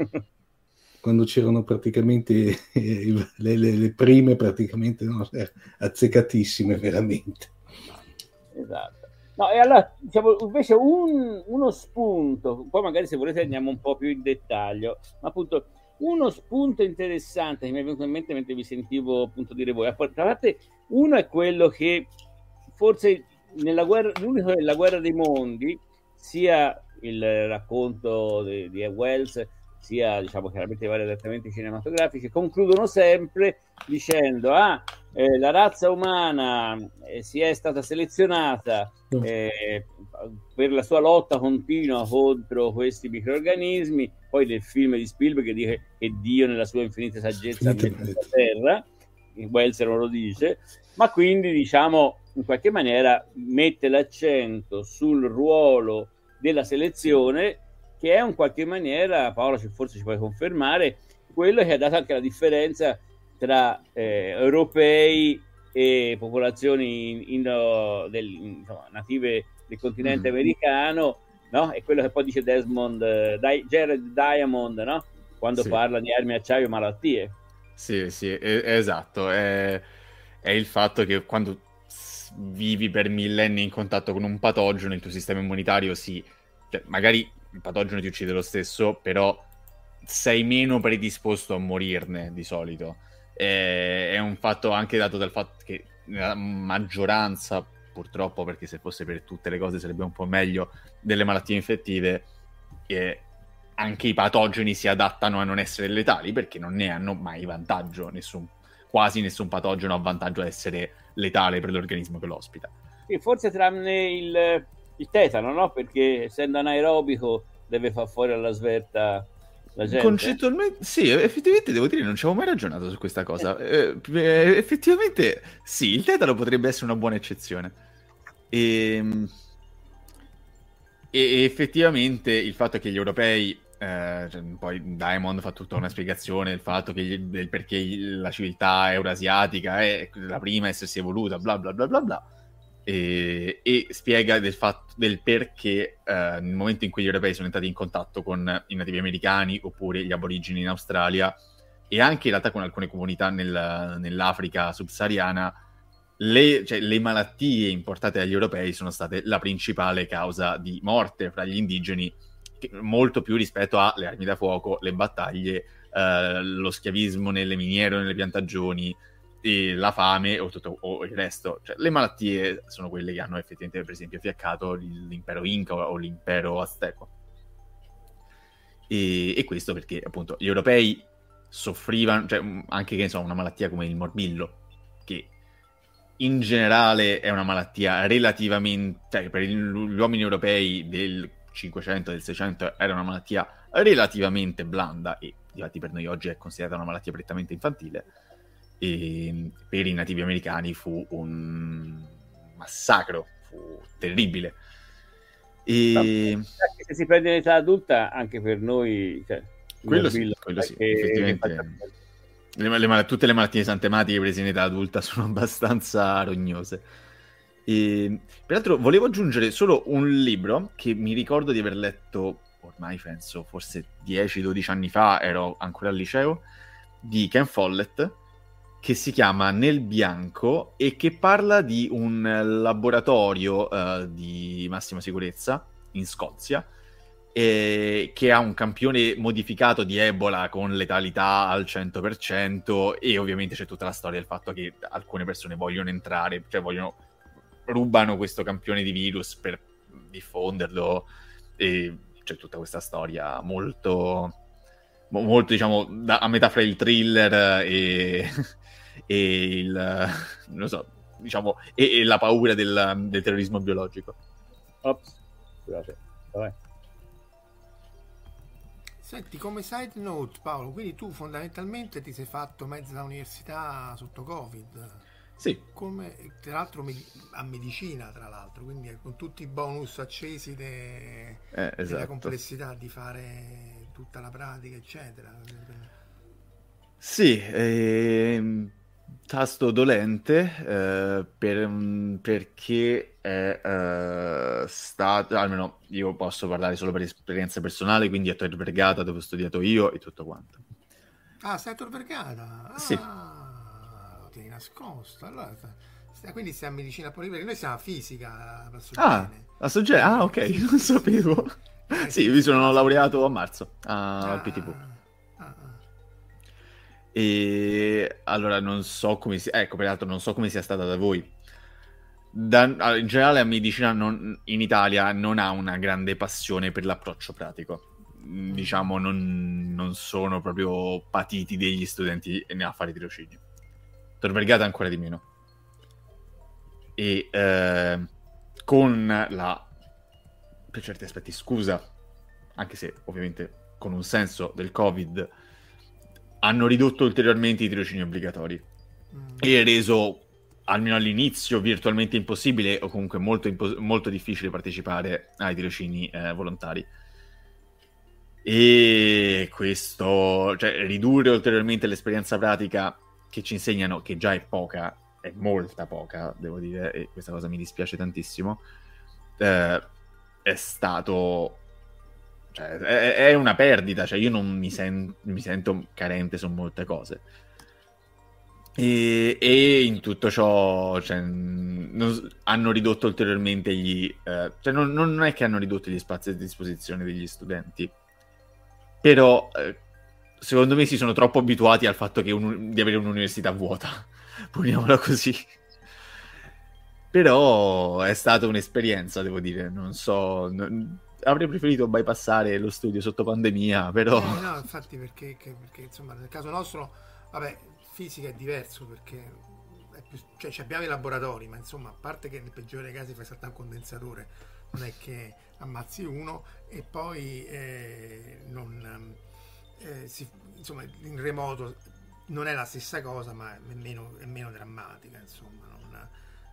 quando c'erano praticamente eh, le, le, le prime, praticamente no, azzeccatissime, veramente. Esatto. No, e allora diciamo invece un, uno spunto, poi magari se volete andiamo un po' più in dettaglio, ma appunto uno spunto interessante che mi è venuto in mente mentre vi sentivo appunto dire voi, tra l'altro uno è quello che forse nella guerra, l'unico della guerra dei mondi, sia il racconto di, di Wells, sia diciamo chiaramente i vari adattamenti cinematografici, concludono sempre dicendo ah eh, la razza umana eh, si è stata selezionata eh, per la sua lotta continua contro questi microrganismi. Poi nel film di Spielberg dice che Dio nella sua infinita saggezza ha messo la terra, Wells non lo dice, ma quindi diciamo in qualche maniera mette l'accento sul ruolo della selezione, che è in qualche maniera, Paolo forse ci puoi confermare, quello che ha dato anche la differenza tra eh, europei e popolazioni in, in, del, insomma, native del continente mm. americano, no? E quello che poi dice Desmond, uh, Di- Jared Diamond, no? Quando sì. parla di armi, acciaio e malattie. Sì, sì, è, è esatto, è, è il fatto che quando vivi per millenni in contatto con un patogeno, il tuo sistema immunitario si... Cioè, magari il patogeno ti uccide lo stesso, però sei meno predisposto a morirne di solito. È, è un fatto anche dato dal fatto che la maggioranza, purtroppo, perché se fosse per tutte le cose sarebbe un po' meglio, delle malattie infettive, e anche i patogeni si adattano a non essere letali perché non ne hanno mai vantaggio, nessun, quasi nessun patogeno ha vantaggio a essere letale per l'organismo che lo ospita. E forse tranne il, il tetano, no? Perché essendo anaerobico deve far fuori alla svelta la gente. Concettualmente sì, effettivamente devo dire non ci avevo mai ragionato su questa cosa. Eh, eh, effettivamente sì, il tetano potrebbe essere una buona eccezione. E, e effettivamente il fatto che gli europei eh, cioè, poi Diamond fa tutta una spiegazione del fatto che gli, del perché la civiltà eurasiatica è la prima a essersi evoluta, bla bla bla bla bla. E, e spiega del fatto del perché eh, nel momento in cui gli europei sono entrati in contatto con i nativi americani oppure gli aborigeni in Australia, e anche in realtà con alcune comunità nel, nell'Africa subsahariana, le, cioè, le malattie importate dagli europei sono state la principale causa di morte fra gli indigeni, che, molto più rispetto alle armi da fuoco, le battaglie, eh, lo schiavismo nelle miniere o nelle piantagioni, e la fame o, tutto, o il resto. Cioè, le malattie sono quelle che hanno effettivamente, per esempio, fiaccato l'impero Inca o l'impero Azteco. E, e questo perché appunto gli europei soffrivano, cioè anche che insomma una malattia come il morbillo, che in generale è una malattia relativamente, cioè per gli uomini europei del cinquecento, del seicento era una malattia relativamente blanda, e infatti per noi oggi è considerata una malattia prettamente infantile. E per i nativi americani fu un massacro, fu terribile. E se si prende l'età adulta, anche per noi, cioè, quello sì, quello sì, effettivamente le, le, tutte le malattie santematiche prese in età adulta sono abbastanza rognose. E peraltro volevo aggiungere solo un libro che mi ricordo di aver letto ormai penso forse dieci dodici anni fa, ero ancora al liceo, di Ken Follett, che si chiama Nel bianco e che parla di un laboratorio uh, di massima sicurezza in Scozia eh, che ha un campione modificato di Ebola con letalità al cento per cento, e ovviamente c'è tutta la storia del fatto che alcune persone vogliono entrare, cioè vogliono rubano questo campione di virus per diffonderlo, e c'è tutta questa storia molto molto diciamo da, a metà fra il thriller e, e il non so diciamo e, e la paura del, del terrorismo biologico. Ops, scusate. Vabbè. Senti, come side note, Paolo, quindi tu fondamentalmente ti sei fatto mezza università sotto Covid. Sì. Come, tra l'altro a medicina, tra l'altro, quindi con tutti i bonus accesi de, eh, esatto. della complessità di fare tutta la pratica, eccetera. Sì, ehm, tasto dolente eh, per, perché è eh, stato, almeno io posso parlare solo per esperienza personale, quindi a Tor Vergata, dove ho studiato io e tutto quanto. Ah, sei a Tor Vergata? Ah, sì. Lo tieni nascosto. Allora, quindi sei a medicina polimerale, noi siamo a fisica a Ah, a Soggene? Ah, ok, sì, non sapevo. Eh, sì, mi sono laureato a marzo al ah, P T V. Ah, ah. E allora non so come sia, ecco, peraltro non so come sia stata da voi. Da, in generale la medicina non, in Italia non ha una grande passione per l'approccio pratico. Diciamo, non, non sono proprio patiti degli studenti a fare tirocinio. Tor Vergata ancora di meno. E eh, con la, per certi aspetti, scusa, anche se ovviamente con un senso del Covid, hanno ridotto ulteriormente i tirocini obbligatori mm. e reso, almeno all'inizio, virtualmente impossibile o comunque molto, impo- molto difficile partecipare ai tirocini eh, volontari. E questo, cioè ridurre ulteriormente l'esperienza pratica che ci insegnano, che già è poca, è molta poca, devo dire, e questa cosa mi dispiace tantissimo, eh, è stato... Cioè, è, è una perdita, cioè io non mi, sen- mi sento carente su molte cose. E, e in tutto ciò cioè, non, hanno ridotto ulteriormente gli... Eh, cioè non, non è che hanno ridotto gli spazi a disposizione degli studenti, però eh, secondo me si sono troppo abituati al fatto che un, di avere un'università vuota, poniamola così. Però è stata un'esperienza, devo dire, non so... Non, avrei preferito bypassare lo studio sotto pandemia, però... Eh, no, infatti perché, che, perché insomma nel caso nostro, vabbè, fisica è diverso perché è più, cioè abbiamo i laboratori, ma insomma a parte che nel peggiore dei casi fai saltare un condensatore, non è che ammazzi uno, e poi eh, non eh, si, insomma in remoto non è la stessa cosa, ma è meno, è meno drammatica, insomma non,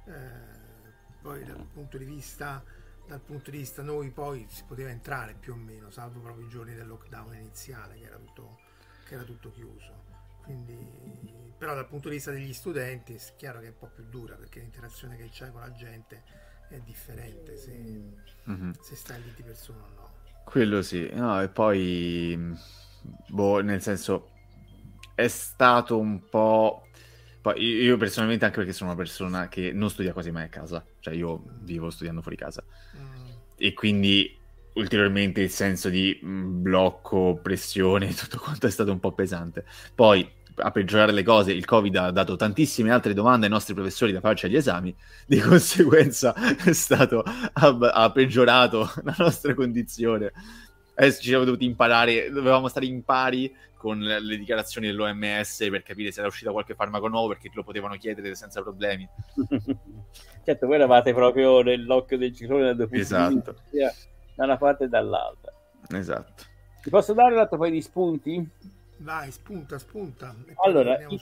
eh, poi dal punto di vista dal punto di vista noi poi si poteva entrare più o meno, salvo proprio i giorni del lockdown iniziale che era tutto, che era tutto chiuso, quindi però dal punto di vista degli studenti è chiaro che è un po' più dura perché l'interazione che c'hai con la gente è differente se, mm-hmm. se stai lì di persona o no. Quello sì, no, e poi boh, nel senso è stato un po'... Poi io personalmente, anche perché sono una persona che non studia quasi mai a casa, cioè io vivo studiando fuori casa, mm. e quindi ulteriormente il senso di blocco, pressione, tutto quanto è stato un po' pesante. Poi, a peggiorare le cose, il Covid ha dato tantissime altre domande ai nostri professori da farci agli esami, di conseguenza è stato, ha, ha peggiorato la nostra condizione. Adesso ci siamo dovuti imparare, dovevamo stare in pari con le dichiarazioni dell'O M S per capire se era uscito qualche farmaco nuovo, perché lo potevano chiedere senza problemi. Certo, voi eravate proprio nell'occhio del ciclone da, esatto. sia da una parte e dall'altra. Esatto. Ti posso dare un altro paio di spunti? Vai, spunta, spunta. Allora, il,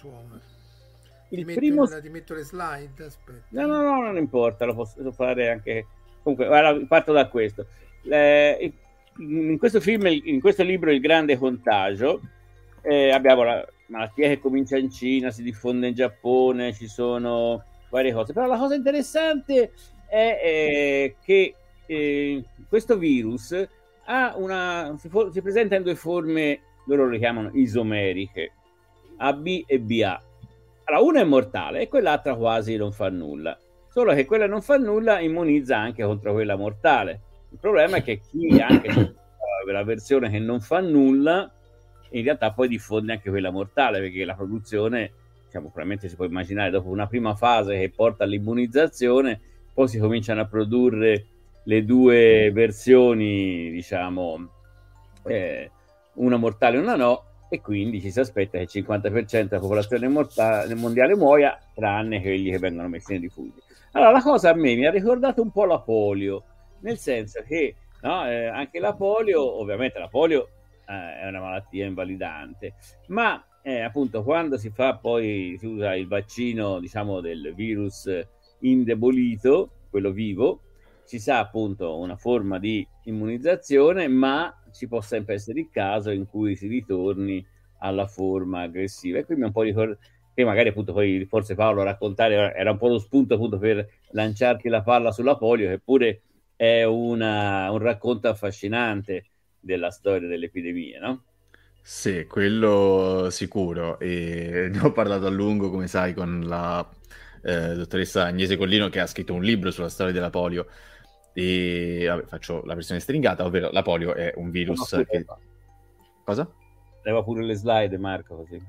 il ti, primo... metto, ti metto le slide, aspetta. No, no, no, non importa, lo posso fare anche... Comunque, guarda, parto da questo. Le... In questo film, in questo libro Il grande contagio, eh, abbiamo la malattia che comincia in Cina, si diffonde in Giappone, ci sono varie cose, però la cosa interessante è eh, che eh, questo virus ha una, si, for- si presenta in due forme, loro le chiamano isomeriche, A B e B A. Allora, una è mortale e quell'altra quasi non fa nulla, solo che quella non fa nulla immunizza anche contro quella mortale. Il problema è che chi anche la versione che non fa nulla, in realtà poi diffonde anche quella mortale, perché la produzione, diciamo, probabilmente si può immaginare dopo una prima fase che porta all'immunizzazione, poi si cominciano a produrre le due versioni, diciamo, eh, una mortale e una no, e quindi ci si aspetta che il cinquanta per cento della popolazione mortale, mondiale muoia, tranne quelli che vengono messi nei rifugi. Allora, la cosa a me mi ha ricordato un po' la polio, nel senso che no, eh, anche la polio, ovviamente la polio eh, è una malattia invalidante, ma eh, appunto quando si fa poi, si usa il vaccino, diciamo, del virus indebolito, quello vivo, si sa appunto una forma di immunizzazione, ma ci può sempre essere il caso in cui si ritorni alla forma aggressiva. E qui mi è un po' ricordato, che magari appunto poi forse Paolo raccontare era un po' lo spunto appunto per lanciarti la palla sulla polio, che pure è una, un racconto affascinante della storia delle epidemie, no? Sì, quello sicuro, e ne ho parlato a lungo, come sai, con la eh, dottoressa Agnese Collino, che ha scritto un libro sulla storia della polio, e vabbè, faccio la versione stringata, ovvero la polio è un virus no, che... Cosa? Leva pure le slide, Marco, così.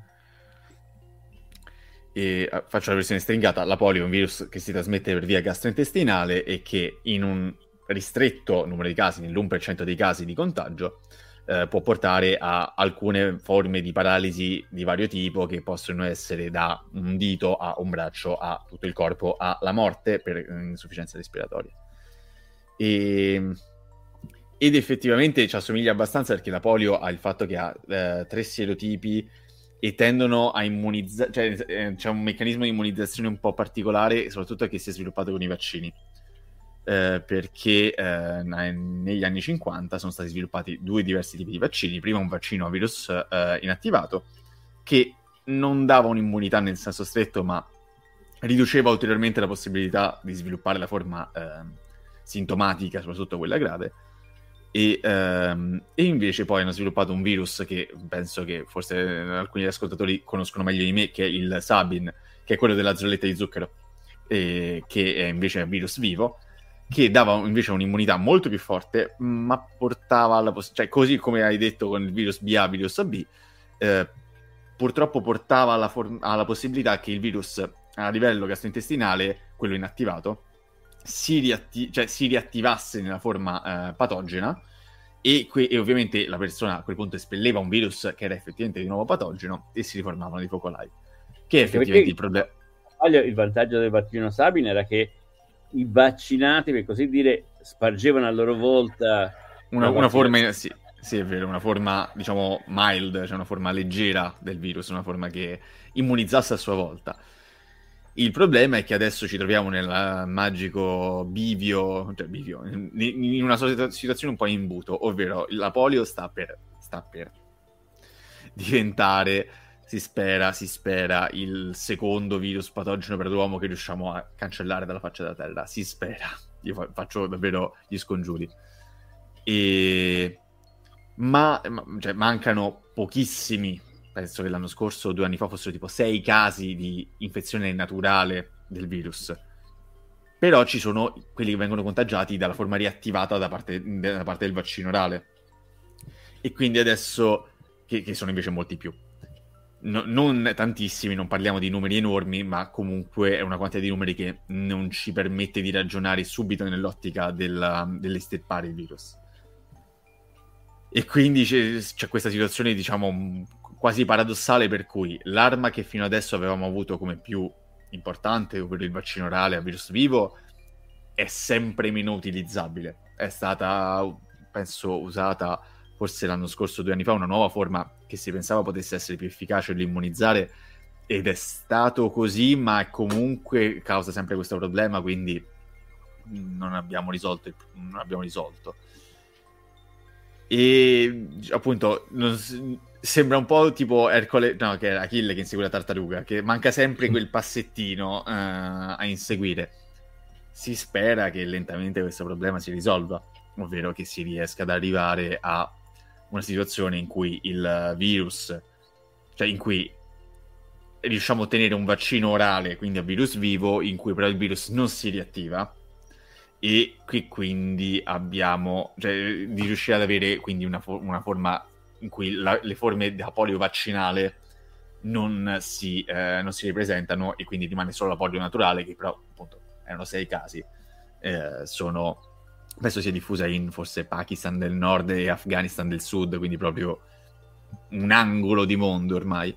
E uh, faccio la versione stringata. La polio è un virus che si trasmette per via gastrointestinale e che in un ristretto numero di casi, nell'uno per cento dei casi di contagio, eh, può portare a alcune forme di paralisi di vario tipo, che possono essere da un dito a un braccio a tutto il corpo, alla morte per insufficienza respiratoria. E... ed effettivamente ci assomiglia abbastanza, perché la polio ha il fatto che ha eh, tre sierotipi e tendono a immunizzare, cioè eh, c'è un meccanismo di immunizzazione un po' particolare, soprattutto che si è sviluppato con i vaccini, eh, perché eh, negli anni cinquanta sono stati sviluppati due diversi tipi di vaccini. Prima un vaccino a virus eh, inattivato, che non dava un'immunità nel senso stretto, ma riduceva ulteriormente la possibilità di sviluppare la forma eh, sintomatica, soprattutto quella grave. E, ehm, e invece poi hanno sviluppato un virus che penso che forse alcuni ascoltatori conoscono meglio di me, che è il Sabin, che è quello della zolletta di zucchero, e che è invece un virus vivo, che dava invece un'immunità molto più forte, ma portava alla poss- cioè così come hai detto con il virus B A, virus A B, eh, purtroppo portava alla, for- alla possibilità che il virus a livello gastrointestinale, quello inattivato, Si, riatti- cioè, si riattivasse nella forma eh, patogena, e, que- e ovviamente la persona a quel punto espelleva un virus che era effettivamente di nuovo patogeno, e si riformavano dei focolai, che è effettivamente il problema. Il vantaggio del vaccino Sabin era che i vaccinati, per così dire, spargevano a loro volta una, una forma, sì, sì è vero, una forma diciamo mild, cioè una forma leggera del virus, una forma che immunizzasse a sua volta. Il problema è che adesso ci troviamo nel magico bivio, cioè bivio, in una situazione un po' in imbuto, ovvero la polio sta per, sta per diventare, si spera, si spera, il secondo virus patogeno per l'uomo che riusciamo a cancellare dalla faccia della terra. Si spera, io faccio davvero gli scongiuri. E... ma, ma cioè, mancano pochissimi. Penso che l'anno scorso, due anni fa, fossero tipo sei casi di infezione naturale del virus. Però ci sono quelli che vengono contagiati dalla forma riattivata da parte, da parte del vaccino orale. E quindi adesso, che, che sono invece molti più. No, non tantissimi, non parliamo di numeri enormi, ma comunque è una quantità di numeri che non ci permette di ragionare subito nell'ottica della, dell'estirpare il virus. E quindi c'è, c'è questa situazione, diciamo, quasi paradossale, per cui l'arma che fino adesso avevamo avuto come più importante, ovvero il vaccino orale a virus vivo, è sempre meno utilizzabile. È stata, penso, usata forse l'anno scorso, due anni fa, una nuova forma che si pensava potesse essere più efficace nell'immunizzare, ed è stato così, ma comunque causa sempre questo problema, quindi non abbiamo risolto, non abbiamo risolto. E appunto non, sembra un po' tipo Ercole, no, che è Achille che insegue la tartaruga, che manca sempre quel passettino uh, a inseguire. Si spera che lentamente questo problema si risolva, ovvero che si riesca ad arrivare a una situazione in cui il virus, cioè in cui riusciamo a ottenere un vaccino orale, quindi a virus vivo, in cui però il virus non si riattiva, e qui quindi abbiamo, cioè, di riuscire ad avere quindi una, for- una forma in cui la- le forme da polio vaccinale non si, eh, non si ripresentano e quindi rimane solo la polio naturale, che però appunto erano sei casi, eh, sono, penso sia diffusa in forse Pakistan del nord e Afghanistan del sud, quindi proprio un angolo di mondo ormai.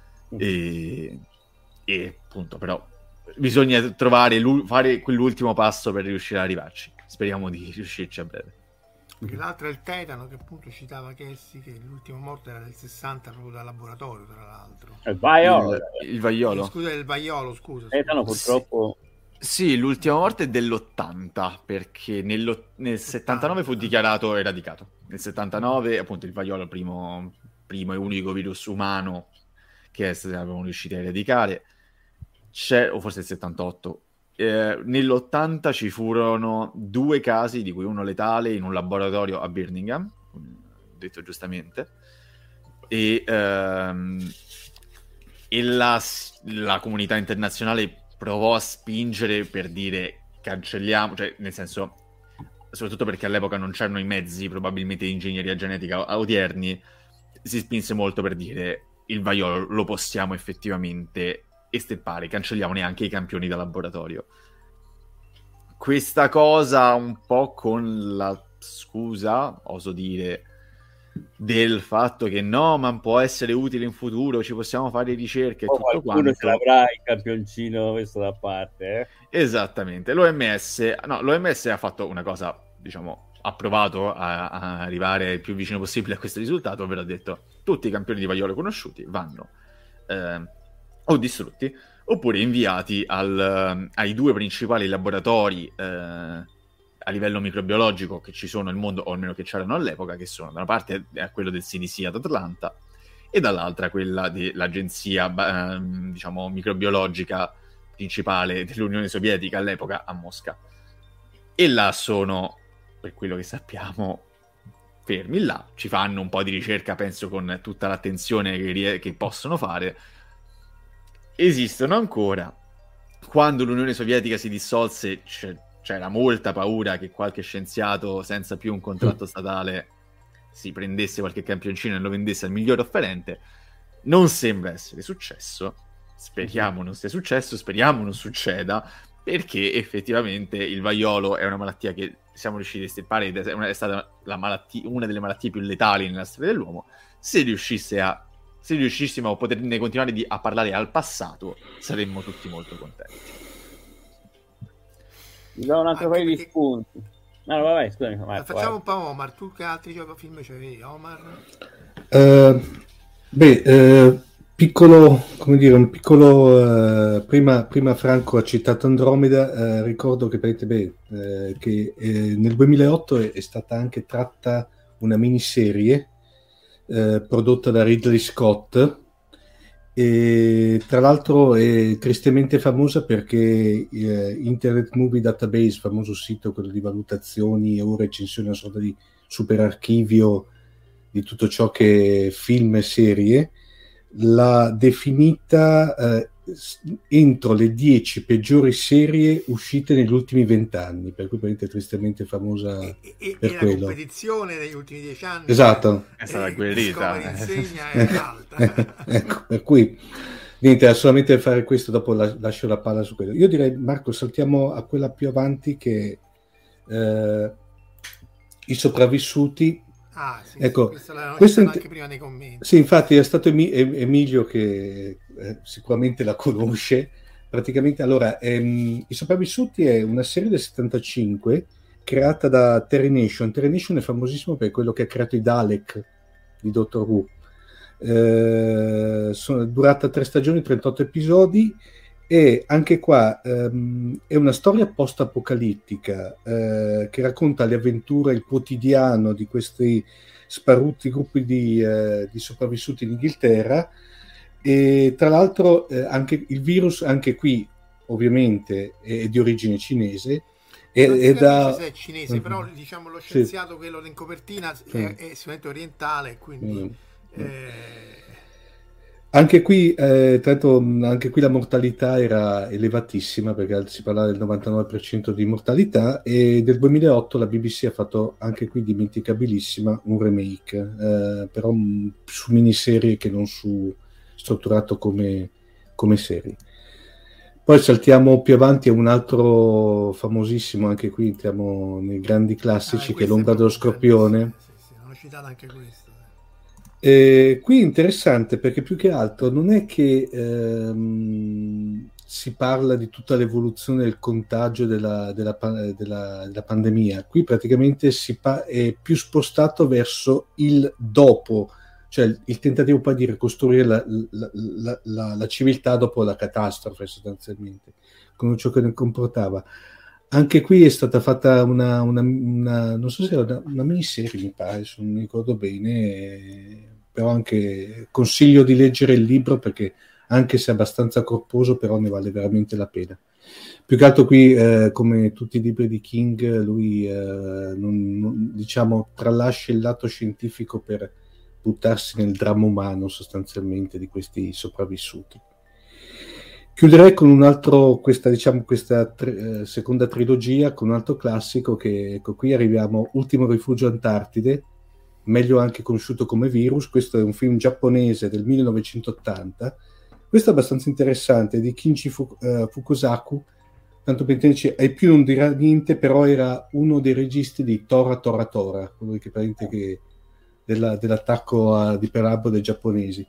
E, e appunto però bisogna trovare fare quell'ultimo passo per riuscire ad arrivarci. Speriamo di riuscirci a breve. Perché l'altro è il tetano, che appunto citava Chessi, che l'ultima morte era del sessanta proprio dal laboratorio, tra l'altro. Il vaiolo. Il, il vaiolo. Scusa, il vaiolo, scusa. Il tetano purtroppo... Sì, l'ultima morte è dell'ottanta, perché nello, nel settantanove fu dichiarato eradicato. Nel settantanove, appunto, il vaiolo, primo, primo e unico virus umano che avevano riuscito a eradicare. C'è, o forse il settantotto. Eh, nell'ottanta ci furono due casi, di cui uno letale in un laboratorio a Birmingham, detto giustamente, e, ehm, e la, la comunità internazionale provò a spingere per dire cancelliamo, cioè nel senso, soprattutto perché all'epoca non c'erano i mezzi probabilmente di ingegneria genetica odierni, si spinse molto per dire il vaiolo lo possiamo effettivamente estirpare, cancelliamo neanche i campioni da laboratorio. Questa cosa un po' con la scusa, oso dire, del fatto che no, ma può essere utile in futuro, ci possiamo fare ricerche e oh, tutto qualcuno quanto. ce l'avrà il campioncino messo da parte, eh? Esattamente. L'O M S, no, l'O M S ha fatto una cosa, diciamo, ha provato a, a arrivare il più vicino possibile a questo risultato, ovvero ha detto tutti i campioni di vaiolo conosciuti vanno eh, o distrutti oppure inviati al, ai due principali laboratori eh, a livello microbiologico che ci sono nel mondo, o almeno che c'erano all'epoca, che sono da una parte quello del C D C ad Atlanta e dall'altra quella dell'agenzia eh, diciamo microbiologica principale dell'Unione Sovietica all'epoca a Mosca. E là sono, per quello che sappiamo, fermi là, ci fanno un po' di ricerca, penso con tutta l'attenzione che, rie- che possono fare. Esistono ancora. Quando l'Unione Sovietica si dissolse c- c'era molta paura che qualche scienziato senza più un contratto statale si prendesse qualche campioncino e lo vendesse al miglior offerente. Non sembra essere successo, speriamo non sia successo, speriamo non succeda, perché effettivamente il vaiolo è una malattia che siamo riusciti a estirpare ed è, una, è stata la malattia, una delle malattie più letali nella storia dell'uomo. Se riuscisse a se riuscissimo a poterne continuare di, a parlare al passato, saremmo tutti molto contenti. Mi do un altro paio di spunti. No, vabbè, scusami. Marco, facciamo un po' Omar, tu che altri film c'avevi, Omar? Uh, beh, uh, piccolo, come dire, un piccolo uh, prima, prima Franco ha citato Andromeda, uh, ricordo che, beh, uh, che eh, nel duemilaotto è, è stata anche tratta una miniserie uh, prodotta da Ridley Scott, e tra l'altro è tristemente famosa perché eh, Internet Movie Database, famoso sito quello di valutazioni o recensioni, una sorta di super archivio di tutto ciò che è film e serie, l'ha definita eh, entro le dieci peggiori serie uscite negli ultimi vent'anni, per cui è tristemente famosa e, e, per e quello. La competizione degli ultimi dieci anni, esatto, è stata agguerrita, insegna è alta. Ecco, per cui niente, solamente fare questo, dopo la, lascio la palla su quello. Io direi, Marco, saltiamo a quella più avanti, che eh, i sopravvissuti. Ah, sì, ecco, questo l'hanno questo citato int- anche prima nei commenti. Sì, infatti è stato Emi- Emilio che eh, sicuramente la conosce. Praticamente, allora, ehm, I sopravvissuti è una serie del settantacinque creata da Terry Nation. Terry Nation è famosissimo per quello che ha creato i Dalek di Doctor Who. Eh, sono durata tre stagioni, trentotto episodi, e anche qua ehm, è una storia post-apocalittica eh, che racconta le avventure, il quotidiano di questi sparuti gruppi di, eh, di sopravvissuti in Inghilterra. E tra l'altro eh, anche il virus, anche qui ovviamente è, è di origine cinese. E, non è da... se è cinese, uh-huh. Però diciamo lo scienziato, sì, quello in copertina, è, sì, è sicuramente orientale, quindi mm. eh... Anche qui, eh, tra l'altro, anche qui la mortalità era elevatissima, perché si parlava del novantanove per cento di mortalità, e del duemilaotto la B B C ha fatto, anche qui dimenticabilissima, un remake, eh, però mh, su miniserie che non su strutturato come, come serie. Poi saltiamo più avanti a un altro famosissimo, anche qui entriamo nei grandi classici, Ah, che è questo L'ombra è dello proprio Scorpione. Sì, sì, non ho citato anche questo. Eh, qui è interessante perché più che altro non è che ehm, si parla di tutta l'evoluzione del contagio della, della, pa- della, della pandemia. Qui praticamente si pa- è più spostato verso il dopo, cioè il tentativo poi di ricostruire la, la, la, la, la civiltà dopo la catastrofe, sostanzialmente, con ciò che ne comportava. Anche qui è stata fatta una, una, una non so se era una, una miniserie, mi pare, se non mi ricordo bene, eh, però anche consiglio di leggere il libro, perché anche se è abbastanza corposo, però ne vale veramente la pena. Più che altro qui, eh, come tutti i libri di King, lui eh, non, non, diciamo tralascia il lato scientifico per buttarsi nel dramma umano, sostanzialmente, di questi sopravvissuti. Chiuderei con un altro, questa, diciamo, questa tre, eh, seconda trilogia, con un altro classico, che ecco, qui arriviamo, Ultimo rifugio Antartide, meglio anche conosciuto come Virus. Questo è un film giapponese del millenovecentottanta. Questo è abbastanza interessante, di Kinji Fukusaku, tanto per intenderci, ai più non dirà niente, però era uno dei registi di Tora Tora Tora, quello che, che della, dell'attacco a, di Pearl Harbor dei giapponesi.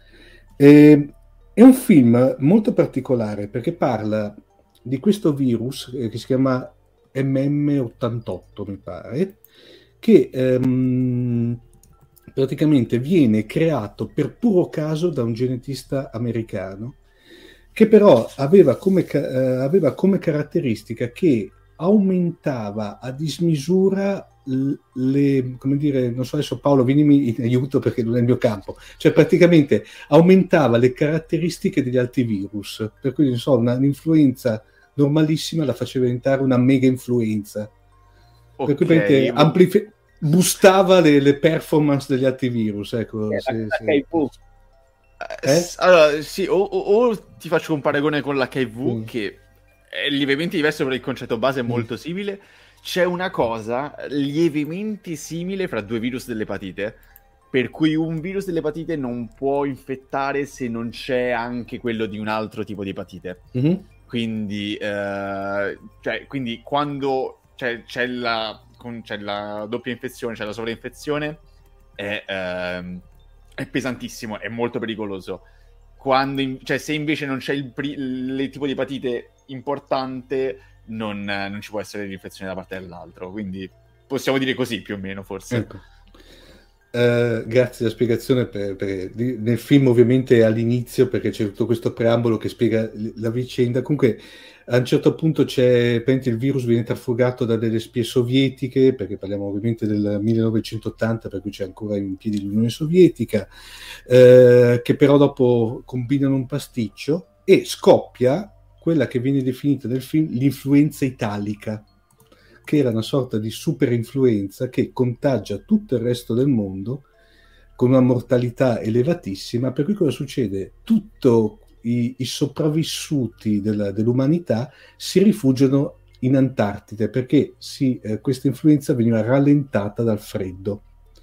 E, è un film molto particolare perché parla di questo virus eh, che si chiama M M ottantotto, mi pare, che ehm, praticamente viene creato per puro caso da un genetista americano, che però aveva come, eh, aveva come caratteristica che aumentava a dismisura le, come dire, non so, adesso Paolo vienimi in aiuto perché non è il mio campo, cioè praticamente aumentava le caratteristiche degli altri virus, per cui non so, una, un'influenza normalissima la faceva diventare una mega influenza, okay, per cui praticamente amplif- boostava le, le performance degli altri virus, ecco. Eh, se, l'H I V. Se... Eh? Allora, sì, o, o, o ti faccio un paragone con l'H I V, mm. che è lievemente diverso, però il concetto base è molto mm. simile. C'è una cosa lievemente simile fra due virus dell'epatite, per cui un virus dell'epatite non può infettare se non c'è anche quello di un altro tipo di epatite. Mm-hmm. Quindi, eh, cioè, quindi quando c'è, c'è, la, con, c'è la doppia infezione, c'è la sovrainfezione, è, ehm, è pesantissimo, è molto pericoloso. Quando in, cioè, se invece non c'è il, pri- il tipo di epatite importante, non, non ci può essere l'infezione da parte dell'altro, quindi possiamo dire così più o meno, forse. Ecco. Uh, grazie della spiegazione. Per, per, nel film ovviamente all'inizio, perché c'è tutto questo preambolo che spiega la vicenda. Comunque a un certo punto c'è, il virus viene trafugato da delle spie sovietiche, perché parliamo ovviamente del millenovecentottanta, per cui c'è ancora in piedi l'Unione Sovietica, uh, che però dopo combinano un pasticcio e scoppia quella che viene definita nel film l'influenza italica, che era una sorta di super influenza che contagia tutto il resto del mondo con una mortalità elevatissima, per cui cosa succede? Tutti i, i sopravvissuti della, dell'umanità si rifugiano in Antartide, perché si, eh, questa influenza veniva rallentata dal freddo.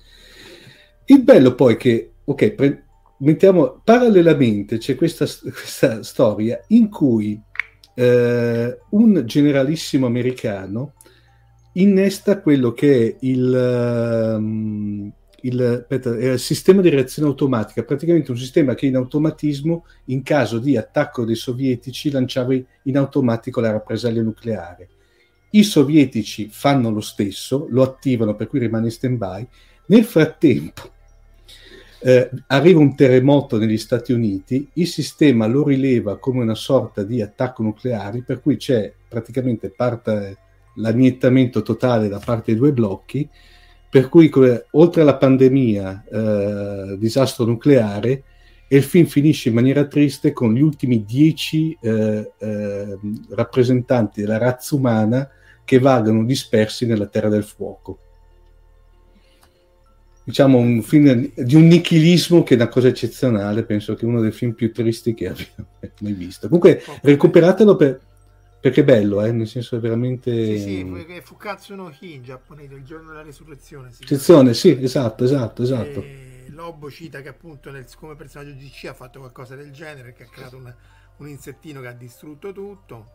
Il bello poi che, ok, pre- mettiamo parallelamente, c'è questa, questa storia in cui eh, un generalissimo americano innesta quello che è il, um, il, aspetta, il sistema di reazione automatica, praticamente un sistema che in automatismo, in caso di attacco dei sovietici, lanciava in automatico la rappresaglia nucleare. I sovietici fanno lo stesso, lo attivano, per cui rimane in stand-by. Nel frattempo eh, arriva un terremoto negli Stati Uniti, il sistema lo rileva come una sorta di attacco nucleare, per cui c'è praticamente parte l'annientamento totale da parte dei due blocchi, per cui oltre alla pandemia, eh, disastro nucleare, e il film finisce in maniera triste con gli ultimi dieci eh, eh, rappresentanti della razza umana che vagano dispersi nella Terra del Fuoco. diciamo un film di un nichilismo che è una cosa eccezionale, penso che è uno dei film più tristi che abbia mai visto. Comunque recuperatelo per, perché è bello, eh? Nel senso è veramente... Sì, sì, Fukatsu no Hi in giapponese, il giorno della resurrezione. Resurrezione, sì, esatto, esatto, esatto. E Lobo cita che appunto nel, come personaggio D C ha fatto qualcosa del genere, che ha creato una, un insettino che ha distrutto tutto.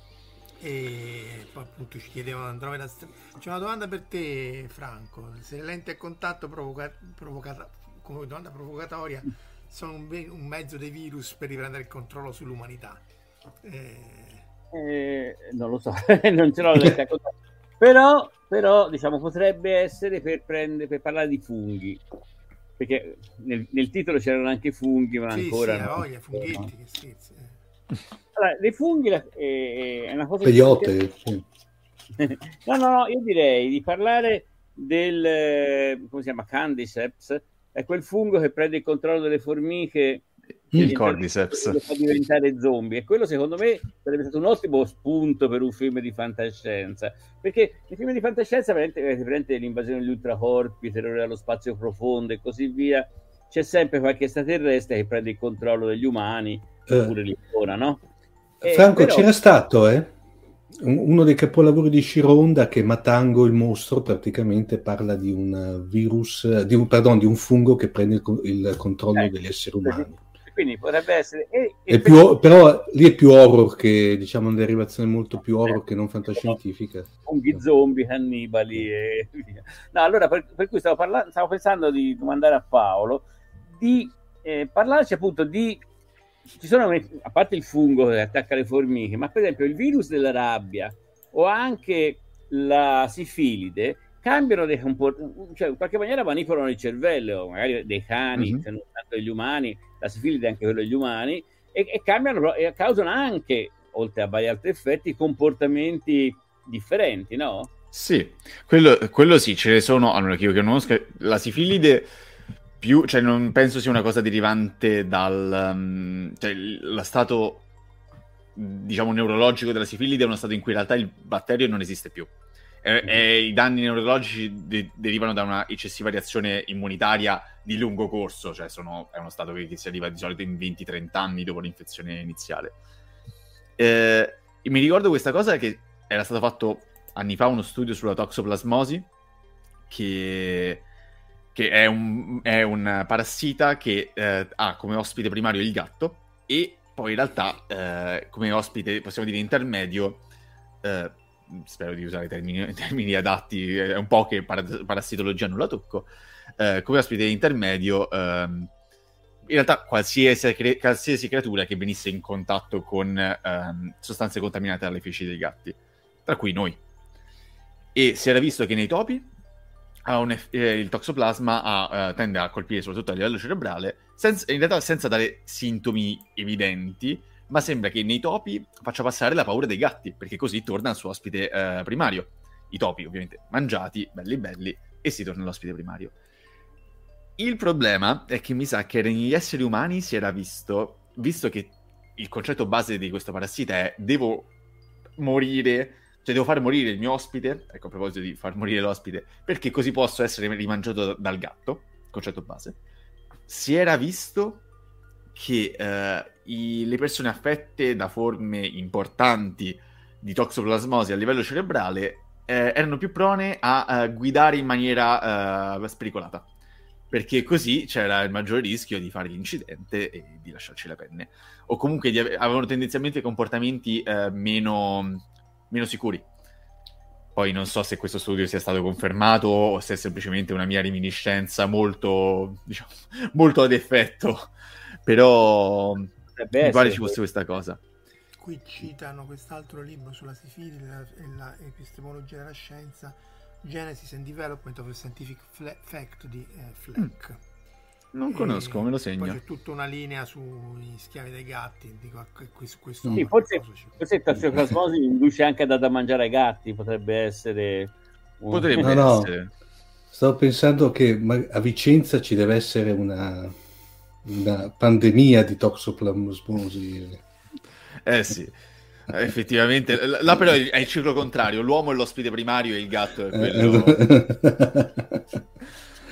E poi appunto ci chiedevano Andromeda. C'è una domanda per te, Franco: se le lenti a contatto provoca- provocata come domanda provocatoria sono un, be- un mezzo dei virus per riprendere il controllo sull'umanità? Eh... Eh, non lo so, non ce l'ho lenti a contatto, però, però diciamo potrebbe essere per, prendere, per parlare di funghi, perché nel, nel titolo c'erano anche funghi, ma sì, ancora sì, no. voglia, funghetti, no. Che scherzi. Allora, dei funghi è una cosa peyote, sì. no no no io direi di parlare del, come si chiama, Candiceps, è quel fungo che prende il controllo delle formiche, il Cordyceps, che fa diventare zombie, e quello secondo me sarebbe stato un ottimo spunto per un film di fantascienza, perché nei film di fantascienza veramente l'invasione degli ultracorpi, terrore dallo spazio profondo e così via, c'è sempre qualche extraterrestre che prende il controllo degli umani, oppure uh, l'icona, no? Franco, eh, però... c'era stato eh, uno dei capolavori di Shironda, che Matango il mostro praticamente parla di un virus, di un, pardon, di un fungo che prende il, il controllo eh, degli esseri umani. Quindi potrebbe essere... E, e più, per... Però lì è più horror, che diciamo una derivazione molto più horror eh, che non fantascientifica. Funghi, zombie, cannibali e via. No, allora per, per cui stavo, parlando, stavo pensando di domandare a Paolo di eh, parlarci appunto di... Ci sono, a parte il fungo che attacca le formiche, ma per esempio il virus della rabbia o anche la sifilide cambiano dei comportamenti, cioè in qualche maniera manipolano il cervello, magari dei cani, mm-hmm. se non tanto degli umani, la sifilide è anche quello degli umani, e, e cambiano e causano anche, oltre a vari altri effetti, comportamenti differenti, no? Sì, quello, quello sì, ce ne sono. Allora, che io che conosco, la sifilide più, cioè non penso sia una cosa derivante dal um, cioè lo stato, diciamo, neurologico della sifilide è uno stato in cui in realtà il batterio non esiste più e, mm-hmm. e i danni neurologici de- derivano da una eccessiva reazione immunitaria di lungo corso, cioè sono, è uno stato che, che si arriva di solito in venti trenta anni dopo l'infezione iniziale. Eh, e mi ricordo questa cosa che era stato fatto anni fa, uno studio sulla toxoplasmosi, che che è un, è un parassita che eh, ha come ospite primario il gatto, e poi in realtà eh, come ospite, possiamo dire intermedio, eh, spero di usare termini, termini adatti, è un po' che par- parassitologia non la tocco, eh, come ospite intermedio ehm, in realtà qualsiasi, cre- qualsiasi creatura che venisse in contatto con ehm, sostanze contaminate dalle feci dei gatti, tra cui noi. E si era visto che nei topi ha un, eh, il toxoplasma ha, eh, tende a colpire soprattutto a livello cerebrale, senza, in realtà senza dare sintomi evidenti, ma sembra che nei topi faccia passare la paura dei gatti, perché così torna al suo ospite eh, primario. I topi ovviamente mangiati, belli belli, e si torna all'ospite primario. Il problema è che mi sa che negli esseri umani si era visto, visto che il concetto base di questo parassita è devo morire... Cioè devo far morire il mio ospite, ecco, a proposito di far morire l'ospite, perché così posso essere rimangiato dal gatto, concetto base. Si era visto che eh, i, le persone affette da forme importanti di toxoplasmosi a livello cerebrale eh, erano più prone a uh, guidare in maniera uh, spericolata, perché così c'era il maggiore rischio di fare l'incidente e di lasciarci le penne, o comunque di, avevano tendenzialmente comportamenti uh, meno... meno sicuri. Poi non so se questo studio sia stato confermato o se è semplicemente una mia reminiscenza molto, diciamo, molto ad effetto, però mi pare ci fosse questa cosa. Qui citano quest'altro libro sulla sifilide e la epistemologia della scienza, Genesis and Development of a Scientific Fact di eh, Fleck. Mm. Non conosco, me lo segno. Poi c'è tutta una linea sui schiavi dei gatti, dico, su questo. Sì, forse, forse il toxoplasmosi induce anche a dare da mangiare ai gatti, potrebbe essere. Un... Potrebbe no, essere. No. Stavo pensando che a Vicenza ci deve essere una, una pandemia di toxoplasmosi. Eh sì, effettivamente. Là però è il ciclo contrario, l'uomo è l'ospite primario e il gatto è quello...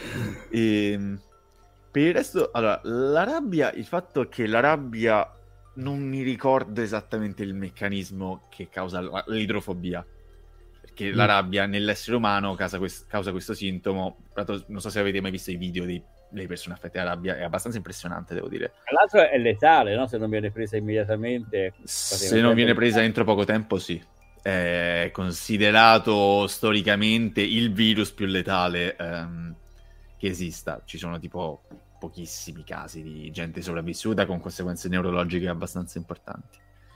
E, per il resto, allora, la rabbia, il fatto che la rabbia non mi ricordo esattamente il meccanismo che causa l'idrofobia, perché mm. la rabbia nell'essere umano causa, quest- causa questo sintomo. Non so se avete mai visto i video dei, delle persone affette da rabbia, è abbastanza impressionante, devo dire. Tra l'altro è letale, no? Se non viene presa immediatamente. Se non viene presa entro poco tempo, sì. È considerato storicamente il virus più letale ehm, che esista. Ci sono tipo pochissimi casi di gente sopravvissuta con conseguenze neurologiche abbastanza importanti.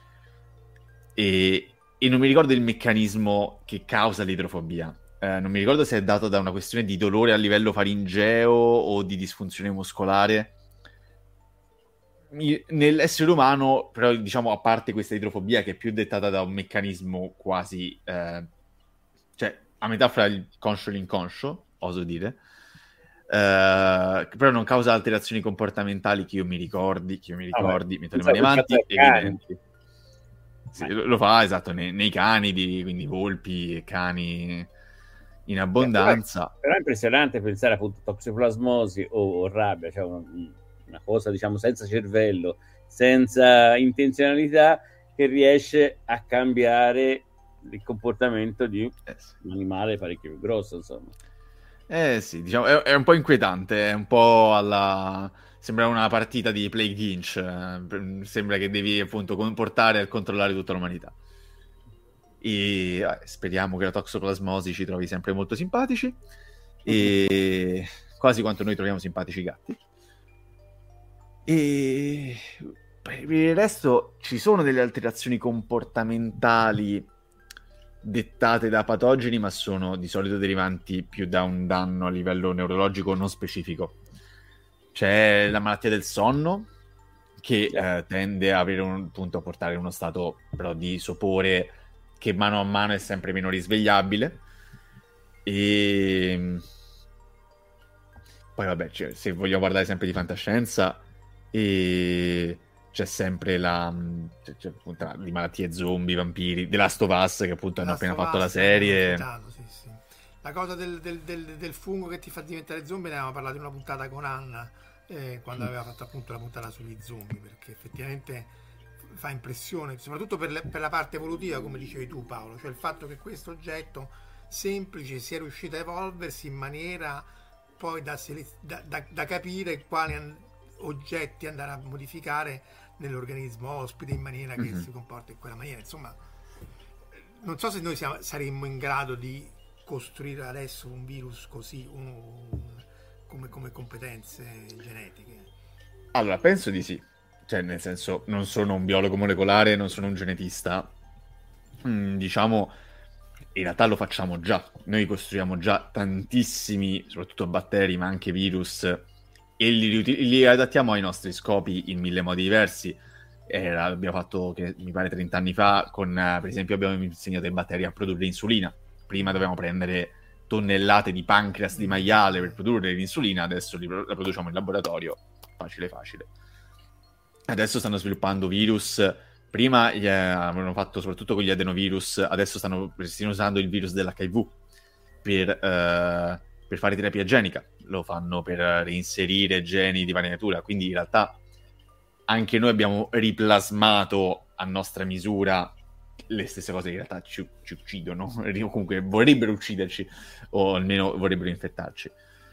E, e non mi ricordo il meccanismo che causa l'idrofobia. Eh, non mi ricordo se è dato da una questione di dolore a livello faringeo o di disfunzione muscolare. Nell'essere umano, però, diciamo, a parte questa idrofobia che è più dettata da un meccanismo quasi eh, cioè a metà fra il conscio e l'inconscio, oso dire, eh, però non causa alterazioni comportamentali che io mi ricordi, che io mi ricordi, ah, metto le mani avanti, evidenti. Sì, lo, lo fa, esatto, nei, nei canidi, quindi volpi e cani in abbondanza. Però è, però è impressionante pensare appunto a toxoplasmosi o, o rabbia, cioè un una cosa diciamo senza cervello, senza intenzionalità, che riesce a cambiare il comportamento di eh sì. un animale parecchio più grosso, insomma. Eh sì, diciamo, è, è un po' inquietante, è un po' alla... sembra una partita di Plague Inch, eh, sembra che devi appunto comportare e controllare tutta l'umanità. E eh, speriamo che la toxoplasmosi ci trovi sempre molto simpatici, e quasi quanto noi troviamo simpatici i gatti. E per il resto ci sono delle alterazioni comportamentali dettate da patogeni, ma sono di solito derivanti più da un danno a livello neurologico non specifico. C'è la malattia del sonno, che eh, tende a avere un punto a portare uno stato però di sopore che mano a mano è sempre meno risvegliabile. E poi vabbè, cioè, se vogliamo guardare sempre di fantascienza, e c'è sempre la c'è, c'è appunto di malattie zombie, vampiri, The Last of Us, che appunto hanno appena fatto la serie. Citato, sì, sì. La cosa del, del, del, del fungo che ti fa diventare zombie ne avevamo parlato in una puntata con Anna, eh, quando mm. aveva fatto appunto la puntata sugli zombie, perché effettivamente fa impressione, soprattutto per, le, per la parte evolutiva, come dicevi tu Paolo, cioè il fatto che questo oggetto semplice sia riuscito a evolversi in maniera poi da, da, da, da capire quali oggetti andare a modificare nell'organismo ospite in maniera che mm-hmm. si comporta in quella maniera. Insomma, non so se noi siamo, saremmo in grado di costruire adesso un virus così un, un, come, come competenze genetiche. Allora, penso di sì. Cioè, nel senso, non sono un biologo molecolare, non sono un genetista. Mm, diciamo, in realtà lo facciamo già. Noi costruiamo già tantissimi, soprattutto batteri, ma anche virus, e li, li adattiamo ai nostri scopi in mille modi diversi. Era, abbiamo fatto, che mi pare trenta anni fa, con uh, per esempio abbiamo insegnato ai batteri a produrre insulina. Prima dovevamo prendere tonnellate di pancreas di maiale per produrre l'insulina, adesso li, la produciamo in laboratorio, facile facile. Adesso stanno sviluppando virus, prima eh, avevano fatto soprattutto con gli adenovirus, adesso stanno persino usando il virus dell'H I V per, uh, per fare terapia genica. Lo fanno per reinserire geni di varia natura, quindi in realtà anche noi abbiamo riplasmato a nostra misura le stesse cose che in realtà ci, ci uccidono, o comunque vorrebbero ucciderci, o almeno vorrebbero infettarci.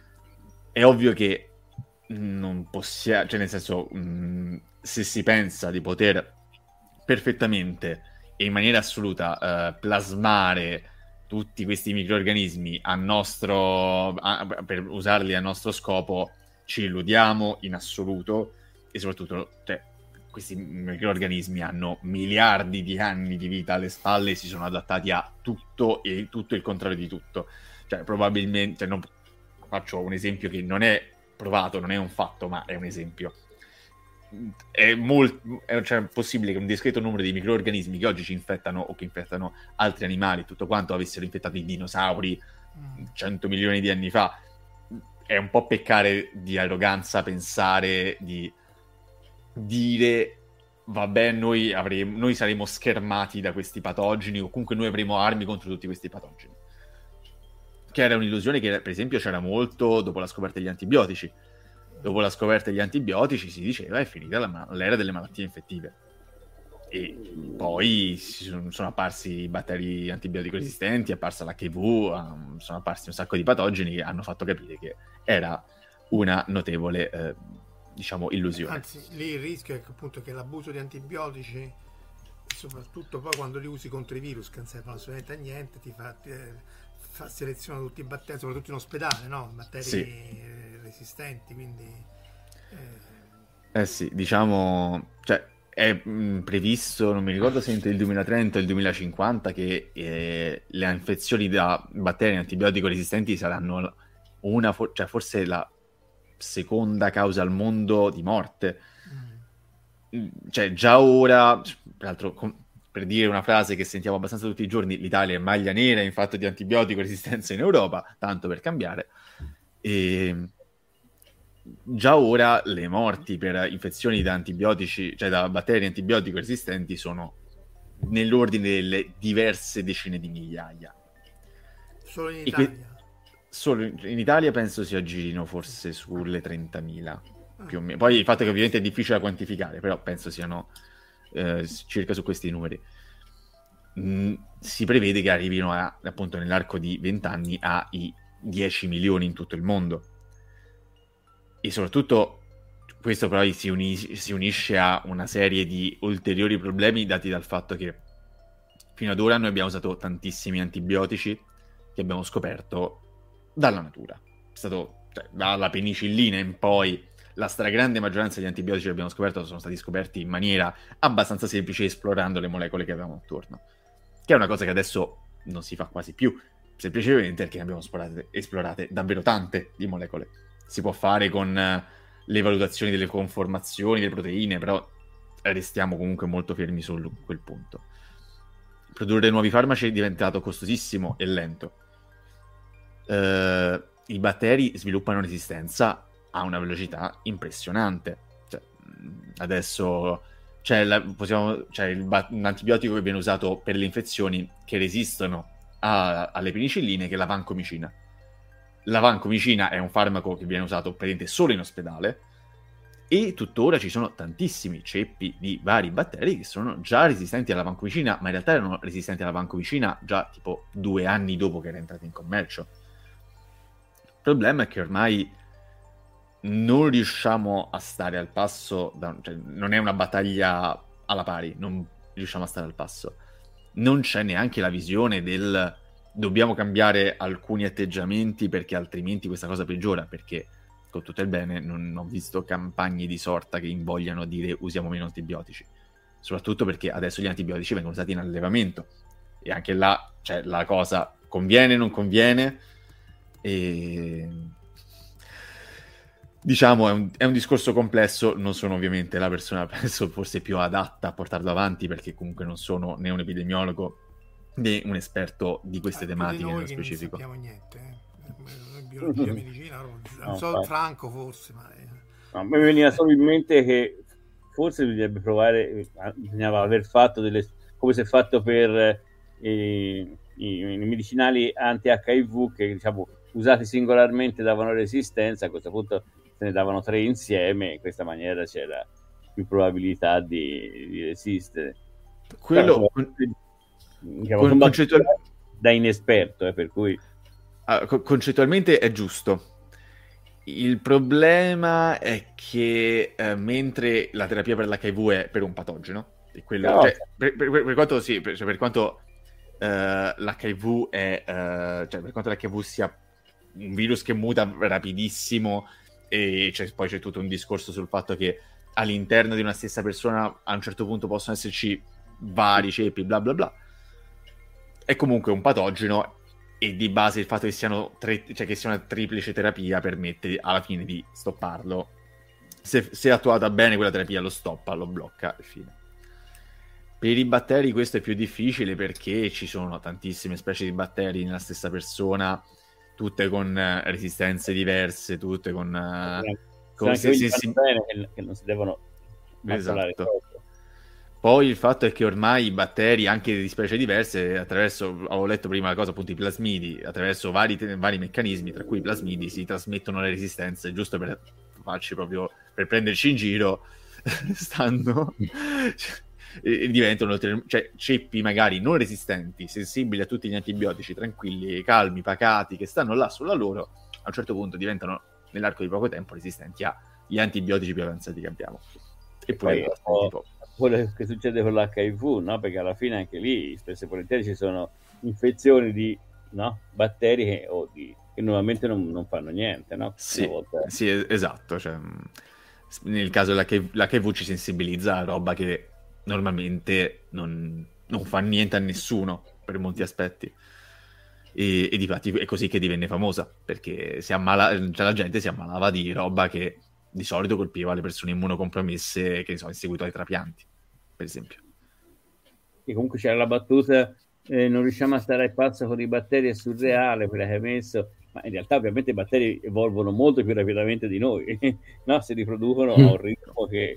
È ovvio che non possiamo, cioè nel senso, mh, se si pensa di poter perfettamente e in maniera assoluta uh, plasmare tutti questi microrganismi a nostro, a, per usarli a nostro scopo, ci illudiamo in assoluto. E soprattutto, cioè, questi microrganismi hanno miliardi di anni di vita alle spalle e si sono adattati a tutto e tutto il contrario di tutto. Cioè, probabilmente, cioè, non, faccio un esempio che non è provato, non è un fatto, ma è un esempio. È, molto, è cioè, possibile che un discreto numero di microrganismi che oggi ci infettano o che infettano altri animali, tutto quanto, avessero infettato i dinosauri cento milioni di anni fa. È un po' peccare di arroganza pensare di dire vabbè, noi, avremo, noi saremo schermati da questi patogeni, o comunque noi avremo armi contro tutti questi patogeni. che era un'illusione che per esempio c'era molto dopo la scoperta degli antibiotici. Dopo la scoperta degli antibiotici si diceva è finita la, l'era delle malattie infettive. E poi sono, sono apparsi i batteri antibiotico resistenti, è apparsa l'H I V, um, sono apparsi un sacco di patogeni che hanno fatto capire che era una notevole, eh, diciamo, illusione. Anzi, lì il rischio è che, appunto, che l'abuso di antibiotici, soprattutto poi quando li usi contro i virus che non servono assolutamente a niente, ti fa, ti, fa seleziona tutti i batteri, soprattutto in ospedale, no? Batteri sì. resistenti, quindi... Eh... eh sì, diciamo... cioè è mh, previsto, non mi ricordo se entro il duemilatrenta o il duemilacinquanta, che eh, le infezioni da batteri antibiotico resistenti saranno una, for- cioè forse la seconda causa al mondo di morte. Mm. Cioè già ora, peraltro com- per dire una frase che sentiamo abbastanza tutti i giorni, l'Italia è maglia nera in fatto di antibiotico resistenza in Europa, tanto per cambiare. E... già ora le morti per infezioni da antibiotici, cioè da batteri antibiotico resistenti, sono nell'ordine delle diverse decine di migliaia. Solo in Italia? Que- solo in, in Italia penso si aggirino forse sulle trentamila, ah. più o meno. Poi il fatto è che ovviamente è difficile da quantificare, però penso siano eh, circa su questi numeri. Mm, si prevede che arrivino a, appunto nell'arco di vent'anni ai dieci milioni in tutto il mondo. E soprattutto questo però si, unis- si unisce a una serie di ulteriori problemi dati dal fatto che fino ad ora noi abbiamo usato tantissimi antibiotici che abbiamo scoperto dalla natura. È stato, cioè, dalla penicillina in poi, la stragrande maggioranza degli antibiotici che abbiamo scoperto sono stati scoperti in maniera abbastanza semplice, esplorando le molecole che avevamo attorno. Che è una cosa che adesso non si fa quasi più, semplicemente perché ne abbiamo esplorate, esplorate davvero tante di molecole. Si può fare con uh, le valutazioni delle conformazioni delle proteine, però restiamo comunque molto fermi su quel punto. Produrre nuovi farmaci è diventato costosissimo e lento. Uh, I batteri sviluppano resistenza a una velocità impressionante. Cioè, adesso c'è, la, possiamo, c'è il bat- un antibiotico che viene usato per le infezioni che resistono a, alle penicilline, che è la vancomicina. La vancomicina è un farmaco che viene usato praticamente solo in ospedale e tuttora ci sono tantissimi ceppi di vari batteri che sono già resistenti alla vancomicina, ma in realtà erano resistenti alla vancomicina già tipo due anni dopo che era entrata in commercio. Il problema è che ormai non riusciamo a stare al passo, da, cioè non è una battaglia alla pari, non riusciamo a stare al passo. Non c'è neanche la visione del... dobbiamo cambiare alcuni atteggiamenti perché altrimenti questa cosa peggiora, perché con tutto il bene non ho visto campagne di sorta che invogliano a dire usiamo meno antibiotici, soprattutto perché adesso gli antibiotici vengono usati in allevamento e anche là, cioè, la cosa conviene, non conviene, e diciamo è un, è un discorso complesso. Non sono ovviamente la persona penso forse più adatta a portarlo avanti, perché comunque non sono né un epidemiologo né un esperto di queste ah, tematiche nello specifico. Non sappiamo niente, eh. Biologia, medicina, non no, so, infatti. Franco forse, ma... No, mi veniva solo in mente che forse bisognerebbe provare, bisognava aver fatto delle, come si è fatto per eh, i, i medicinali anti-H I V, che diciamo usati singolarmente davano resistenza, a questo punto se ne davano tre insieme, in questa maniera c'era più probabilità di, di resistere. Quello... Però, diciamo, con, concettual... da inesperto, eh, per cui ah, co- concettualmente è giusto. Il problema è che eh, mentre la terapia per l'H I V è per un patogeno, e quello, no. cioè, per, per, per quanto sì, per, cioè, per quanto eh, l'H I V è eh, cioè per quanto l'H I V sia un virus che muta rapidissimo, e c'è, poi c'è tutto un discorso sul fatto che all'interno di una stessa persona a un certo punto possono esserci vari ceppi, bla bla bla. È comunque un patogeno, e di base il fatto che siano tre, cioè che sia una triplice terapia permette alla fine di stopparlo. Se, se attuata bene quella terapia lo stoppa, lo blocca e fine. Per i batteri questo è più difficile perché ci sono tantissime specie di batteri nella stessa persona, tutte con uh, resistenze diverse, tutte con... Uh, con se, se, se, bene che, che non si devono esatto. Poi il fatto è che ormai i batteri, anche di specie diverse, attraverso, avevo letto prima la cosa, appunto i plasmidi, attraverso vari, vari meccanismi, tra cui i plasmidi, si trasmettono le resistenze, giusto per farci proprio, per prenderci in giro, stanno... e diventano, cioè, ceppi magari non resistenti, sensibili a tutti gli antibiotici, tranquilli, calmi, pacati, che stanno là sulla loro, a un certo punto diventano, nell'arco di poco tempo, resistenti agli antibiotici più avanzati che abbiamo. E poi tipo quello che succede con l'H I V, no? Perché alla fine anche lì spesso e volentieri ci sono infezioni di, no? batteri che, o di, che normalmente non, non fanno niente, no? Sì, sì, esatto, cioè, nel caso dell'H I V ci sensibilizza a roba che normalmente non, non fa niente a nessuno per molti aspetti, e, e difatti è così che divenne famosa, perché si ammala, cioè la gente si ammalava di roba che di solito colpiva le persone immunocompromesse, che ne so, in seguito ai trapianti, per esempio. E comunque c'era la battuta eh, non riusciamo a stare al passo con i batteri, è surreale quella che hai messo, ma in realtà ovviamente i batteri evolvono molto più rapidamente di noi, no? Si riproducono a un ritmo che...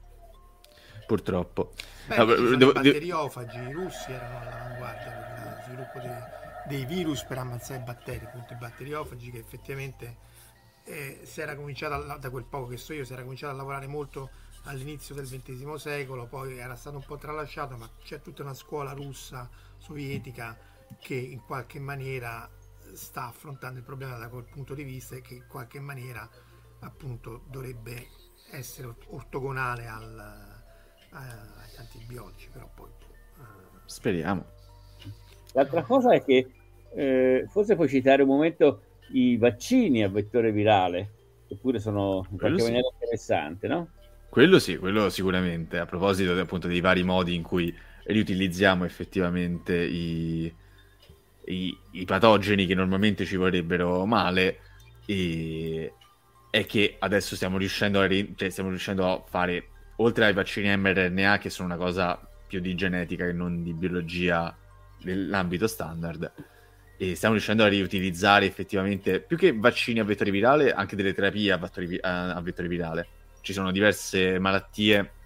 Purtroppo. Beh, no, devo, i batteriofagi, i russi erano all'avanguardia per lo sviluppo dei, dei virus per ammazzare i batteri, appunto i batteriofagi, che effettivamente eh, si era cominciato a, da quel poco che so io, si era cominciato a lavorare molto all'inizio del ventesimo secolo, poi era stato un po' tralasciato, ma c'è tutta una scuola russa, sovietica, che in qualche maniera sta affrontando il problema da quel punto di vista, e che in qualche maniera appunto dovrebbe essere ortogonale al agli antibiotici, però poi uh... speriamo. L'altra cosa è che eh, forse puoi citare un momento i vaccini a vettore virale, che pure sono in qualche maniera sì. interessanti, no? Quello sì, quello sicuramente, a proposito appunto dei vari modi in cui riutilizziamo effettivamente i, i, i patogeni che normalmente ci vorrebbero male, e è che adesso stiamo riuscendo a, ri... cioè, stiamo riuscendo a fare, oltre ai vaccini mRNA, che sono una cosa più di genetica che non di biologia nell'ambito standard, e stiamo riuscendo a riutilizzare effettivamente, più che vaccini a vettore virale, anche delle terapie a vettore, a vettore virale. Ci sono diverse malattie, uh,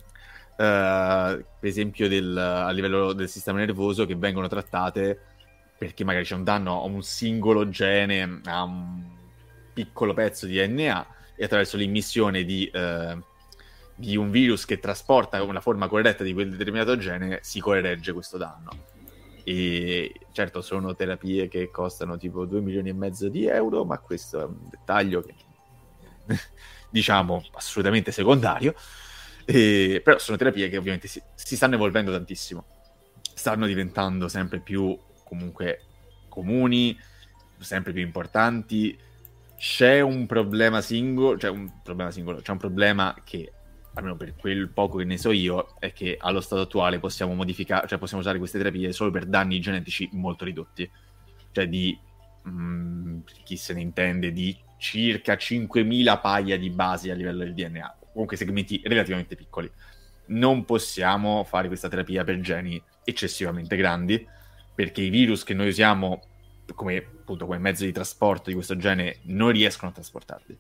per esempio del, a livello del sistema nervoso, che vengono trattate perché magari c'è un danno a un singolo gene, a un piccolo pezzo di D N A, e attraverso l'immissione di... Uh, di un virus che trasporta una forma corretta di quel determinato gene, si corregge questo danno. E certo sono terapie che costano tipo due milioni e mezzo di euro, ma questo è un dettaglio che diciamo assolutamente secondario, e, però sono terapie che ovviamente si, si stanno evolvendo tantissimo, stanno diventando sempre più comunque comuni, sempre più importanti. C'è un problema singolo, cioè un problema singolo, c'è un problema che, almeno per quel poco che ne so io, è che allo stato attuale possiamo modificare, cioè possiamo usare queste terapie solo per danni genetici molto ridotti, cioè di mh, chi se ne intende, di circa cinquemila paia di basi a livello del D N A, comunque segmenti relativamente piccoli. Non possiamo fare questa terapia per geni eccessivamente grandi, perché i virus che noi usiamo come appunto come mezzo di trasporto di questo gene non riescono a trasportarli.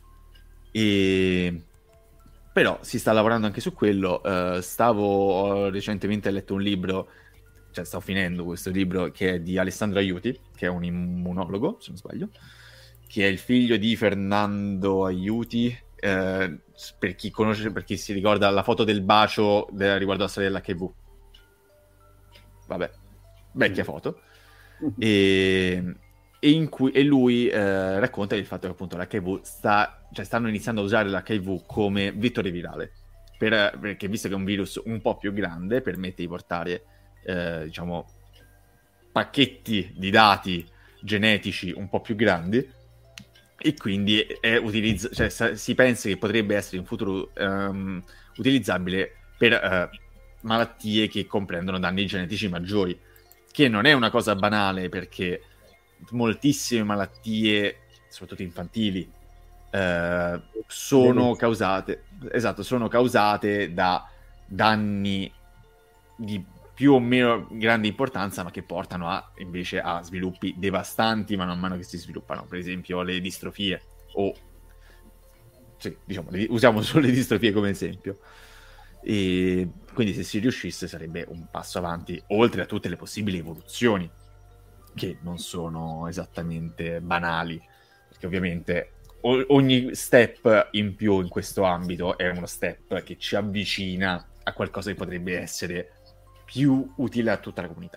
E però si sta lavorando anche su quello. Uh, stavo ho recentemente letto un libro, cioè stavo finendo questo libro, che è di Alessandro Aiuti, che è un immunologo, se non sbaglio, che è il figlio di Fernando Aiuti, uh, per chi conosce, per chi si ricorda la foto del bacio de- riguardo alla storia dell'H I V. Vabbè, vecchia mm. foto. E... E, in cui, e lui eh, racconta il fatto che appunto l'H I V sta, cioè stanno iniziando a usare l'H I V come vettore virale, per, perché visto che è un virus un po' più grande, permette di portare eh, diciamo pacchetti di dati genetici un po' più grandi, e quindi è utilizz- cioè, sa- si pensa che potrebbe essere in futuro um, utilizzabile per uh, malattie che comprendono danni genetici maggiori, che non è una cosa banale, perché moltissime malattie, soprattutto infantili, eh, sono causate esatto, sono causate da danni di più o meno grande importanza, ma che portano a invece a sviluppi devastanti man mano che si sviluppano. Per esempio le distrofie, o sì, diciamo, usiamo solo le distrofie come esempio. E quindi se si riuscisse sarebbe un passo avanti, oltre a tutte le possibili evoluzioni, che non sono esattamente banali, perché ovviamente ogni step in più in questo ambito è uno step che ci avvicina a qualcosa che potrebbe essere più utile a tutta la comunità.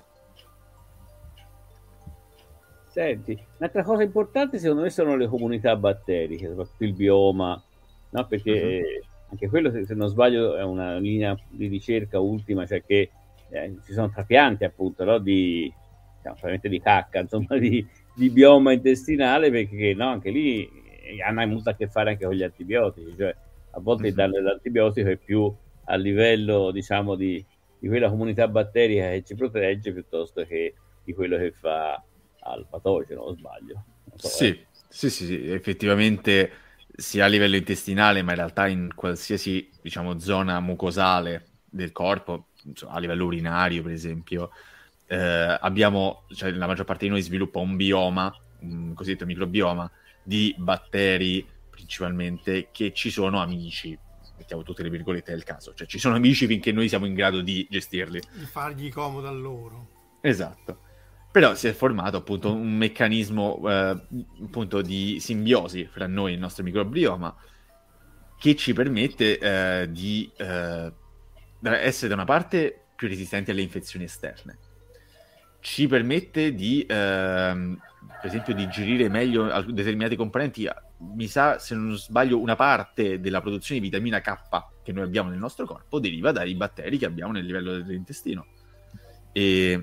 Senti, un'altra cosa importante secondo me sono le comunità batteriche, soprattutto il bioma, no? Perché uh-huh. anche quello, se, se non sbaglio, è una linea di ricerca ultima, cioè che eh, ci sono trapianti appunto, no? di, diciamo, solamente di cacca, insomma, di, di bioma intestinale, perché no, anche lì hanno molto a che fare anche con gli antibiotici, cioè a volte uh-huh. il danno dell'antibiotico è più a livello, diciamo, di, di quella comunità batterica che ci protegge piuttosto che di quello che fa al patogeno, o sbaglio? So, sì, eh. sì, sì, sì, effettivamente sia a livello intestinale, ma in realtà in qualsiasi, diciamo, zona mucosale del corpo, insomma, a livello urinario, per esempio, eh, abbiamo, cioè la maggior parte di noi sviluppa un bioma, un cosiddetto microbioma, di batteri principalmente che ci sono amici, mettiamo tutte le virgolette del caso, cioè ci sono amici finché noi siamo in grado di gestirli. Di fargli comodo a loro. Esatto. Però si è formato appunto un meccanismo eh, appunto di simbiosi fra noi e il nostro microbioma che ci permette eh, di eh, essere da una parte più resistenti alle infezioni esterne. Ci permette di, eh, per esempio, digerire meglio determinati componenti. Mi sa, se non sbaglio, una parte della produzione di vitamina K che noi abbiamo nel nostro corpo deriva dai batteri che abbiamo nel livello dell'intestino. E...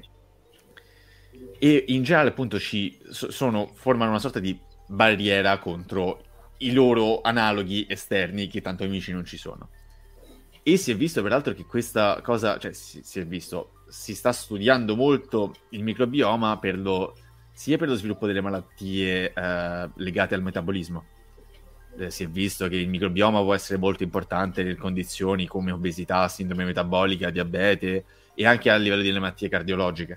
e in generale appunto ci sono, formano una sorta di barriera contro i loro analoghi esterni che tanto amici non ci sono. E si è visto peraltro che questa cosa, cioè si, si è visto, si sta studiando molto il microbioma per lo, sia per lo sviluppo delle malattie eh, legate al metabolismo. Eh, si è visto che il microbioma può essere molto importante nelle condizioni come obesità, sindrome metabolica, diabete e anche a livello delle malattie cardiologiche.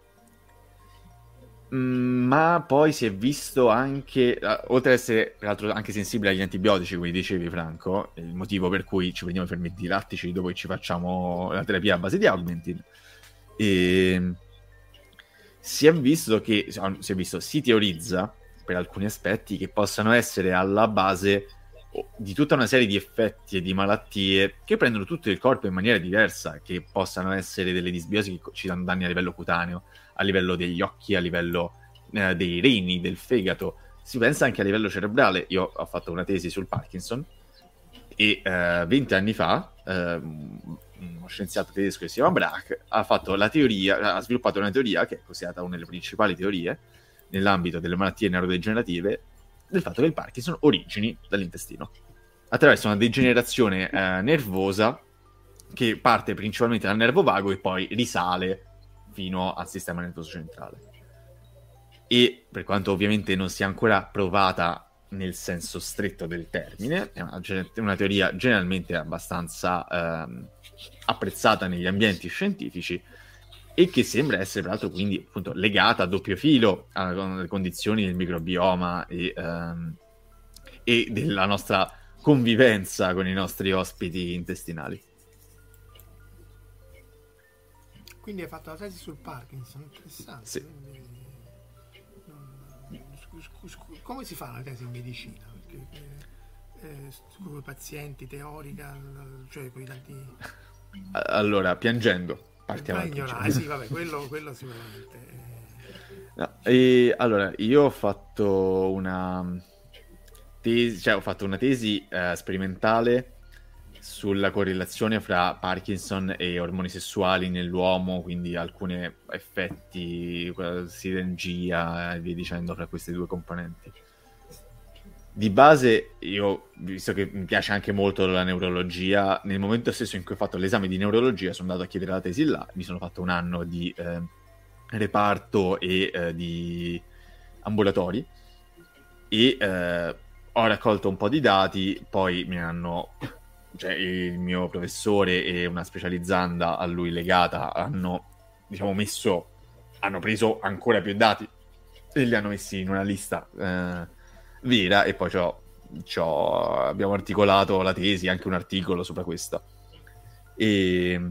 Ma poi si è visto anche, oltre ad essere peraltro anche sensibile agli antibiotici, come dicevi Franco, il motivo per cui ci prendiamo i fermenti lattici dopo che ci facciamo la terapia a base di Augmentin, e si è visto che si è visto, si teorizza per alcuni aspetti che possano essere alla base di tutta una serie di effetti e di malattie che prendono tutto il corpo in maniera diversa, che possano essere delle disbiosi che ci danno danni a livello cutaneo, a livello degli occhi, a livello eh, dei reni, del fegato. Si pensa anche a livello cerebrale. Io ho fatto una tesi sul Parkinson e eh, venti anni fa eh, uno scienziato tedesco che si chiama Brach ha fatto la teoria, ha sviluppato una teoria che è considerata una delle principali teorie nell'ambito delle malattie neurodegenerative, del fatto che il Parkinson origini dall'intestino attraverso una degenerazione eh, nervosa che parte principalmente dal nervo vago e poi risale fino al sistema nervoso centrale. E per quanto ovviamente non sia ancora provata nel senso stretto del termine, è una, una teoria generalmente abbastanza ehm, apprezzata negli ambienti scientifici e che sembra essere peraltro quindi appunto legata a doppio filo alle condizioni del microbioma e, ehm, e della nostra convivenza con i nostri ospiti intestinali. Quindi hai fatto la tesi sul Parkinson, interessante. Sì. Quindi, non, scu, scu, scu, come si fa una tesi in medicina? Perché, eh, con i pazienti, teorica, cioè con i tanti... Allora, piangendo. Partiamo ah, ignorare, sì, vabbè, quello, quello sicuramente. No, e, allora, io ho fatto una tesi, cioè ho fatto una tesi eh, sperimentale sulla correlazione fra Parkinson e ormoni sessuali nell'uomo, quindi alcuni effetti, sinergia e via dicendo fra queste due componenti. Di base, io, visto che mi piace anche molto la neurologia, nel momento stesso in cui ho fatto l'esame di neurologia sono andato a chiedere la tesi là, mi sono fatto un anno di eh, reparto e eh, di ambulatori e eh, ho raccolto un po' di dati, poi mi hanno, cioè il mio professore e una specializzanda a lui legata hanno, diciamo, messo, hanno preso ancora più dati e li hanno messi in una lista eh, vera, e poi c'ho, c'ho, abbiamo articolato la tesi, anche un articolo sopra questa. e,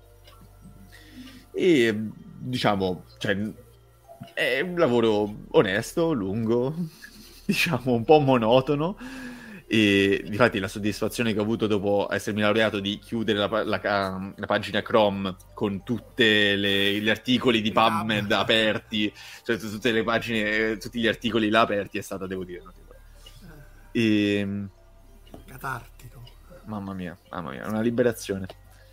e diciamo, cioè, è un lavoro onesto, lungo, diciamo un po' monotono, e difatti la soddisfazione che ho avuto dopo essermi laureato di chiudere la, la, la pagina Chrome con tutti gli articoli di PubMed aperti, cioè tutte le pagine, tutti gli articoli là aperti, è stata, devo dire, e... catartico. Mamma mia, mamma mia, una liberazione.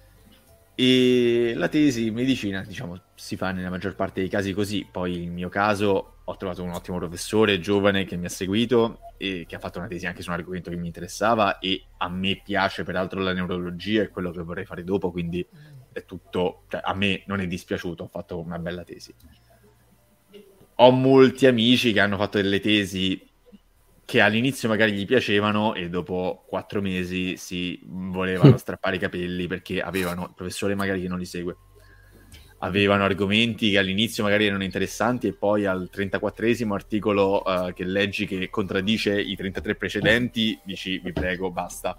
E la tesi in medicina, diciamo, si fa nella maggior parte dei casi così. Poi nel mio caso ho trovato un ottimo professore giovane che mi ha seguito e che ha fatto una tesi anche su un argomento che mi interessava, e a me piace peraltro la neurologia, è quello che vorrei fare dopo, quindi è tutto, cioè, a me non è dispiaciuto, ho fatto una bella tesi. Ho molti amici che hanno fatto delle tesi che all'inizio magari gli piacevano e dopo quattro mesi si volevano strappare i capelli perché avevano il professore magari che non li segue, avevano argomenti che all'inizio magari erano interessanti e poi al trentaquattresimo articolo uh, che leggi che contraddice i trentatré precedenti dici vi prego basta.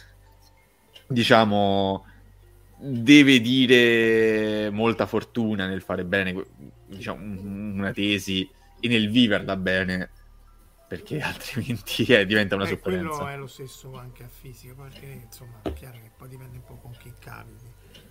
Diciamo deve dire molta fortuna nel fare bene, diciamo, una tesi e nel viverla bene, perché altrimenti eh, diventa una eh, sofferenza. Quello è lo stesso anche a fisica, perché insomma è chiaro che poi dipende un po' con chi capiti.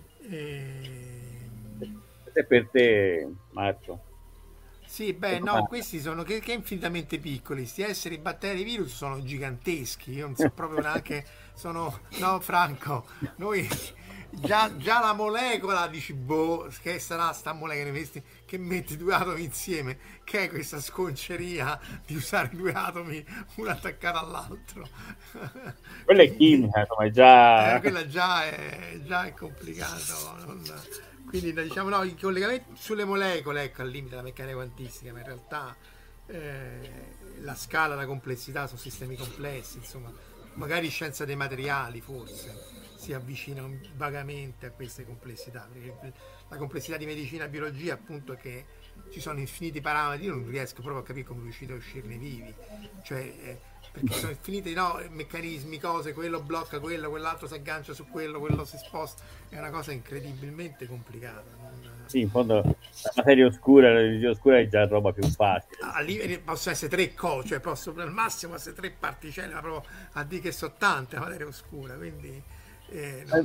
E... E per te, Marco? Sì, beh, no, questi sono che, che infinitamente piccoli. Sti esseri batteri virus sono giganteschi. Io non so proprio neanche. Sono. No, Franco, noi. Già, già la molecola dici, boh, che sarà sta molecola che, che metti due atomi insieme, che è questa sconceria di usare due atomi uno attaccato all'altro. Quella è chimica, insomma, è già... Eh, quella già è, già è complicato. Non... Quindi diciamo no, i collegamenti sulle molecole, ecco, al limite la meccanica quantistica, ma in realtà eh, la scala, la complessità sono sistemi complessi, insomma, magari scienza dei materiali forse si avvicinano vagamente a queste complessità, perché la complessità di medicina e biologia appunto è che ci sono infiniti parametri, io non riesco proprio a capire come riuscite a uscirne vivi, cioè eh, perché sono infiniti no, meccanismi, cose, quello blocca quello, quell'altro si aggancia su quello, quello si sposta, è una cosa incredibilmente complicata. Non... Sì, in fondo la materia oscura, l'energia oscura è già roba più facile. Ah, lì possono essere tre cose, cioè posso al massimo essere tre particelle, ma proprio a dire che sono tante la materia oscura, quindi Eh, non...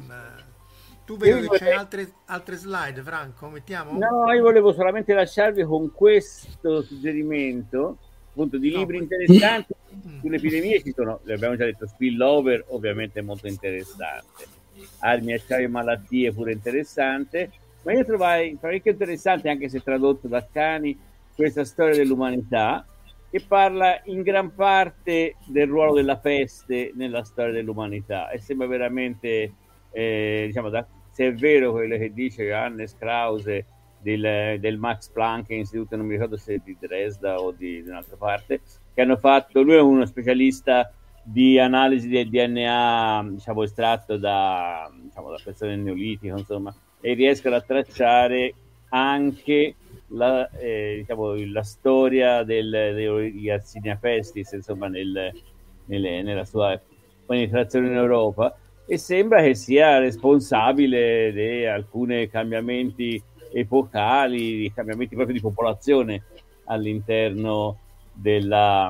Tu vedo che c'è altre, altre slide, Franco, mettiamo? No, io volevo solamente lasciarvi con questo suggerimento appunto di libri no, interessanti mm. sulle epidemie. Ci sono, abbiamo già detto, Spillover ovviamente molto interessante, Armi, acciaio e malattie pure interessante, ma io trovai parecchio interessante, anche se tradotto da Cani, questa storia dell'umanità, che parla in gran parte del ruolo della peste nella storia dell'umanità, e sembra veramente, eh, diciamo, da, se è vero quello che dice Johannes Krause del, del Max Planck Institute, non mi ricordo se di Dresda o di, di un'altra parte, che hanno fatto, lui è uno specialista di analisi del D N A, diciamo, estratto da, diciamo, da persone neolitiche, insomma, e riescono a tracciare anche La, eh, diciamo, la storia del, dei Yersinia pestis, insomma, nel, nelle, nella sua penetrazione in Europa, e sembra che sia responsabile di alcuni cambiamenti epocali, di cambiamenti proprio di popolazione all'interno della,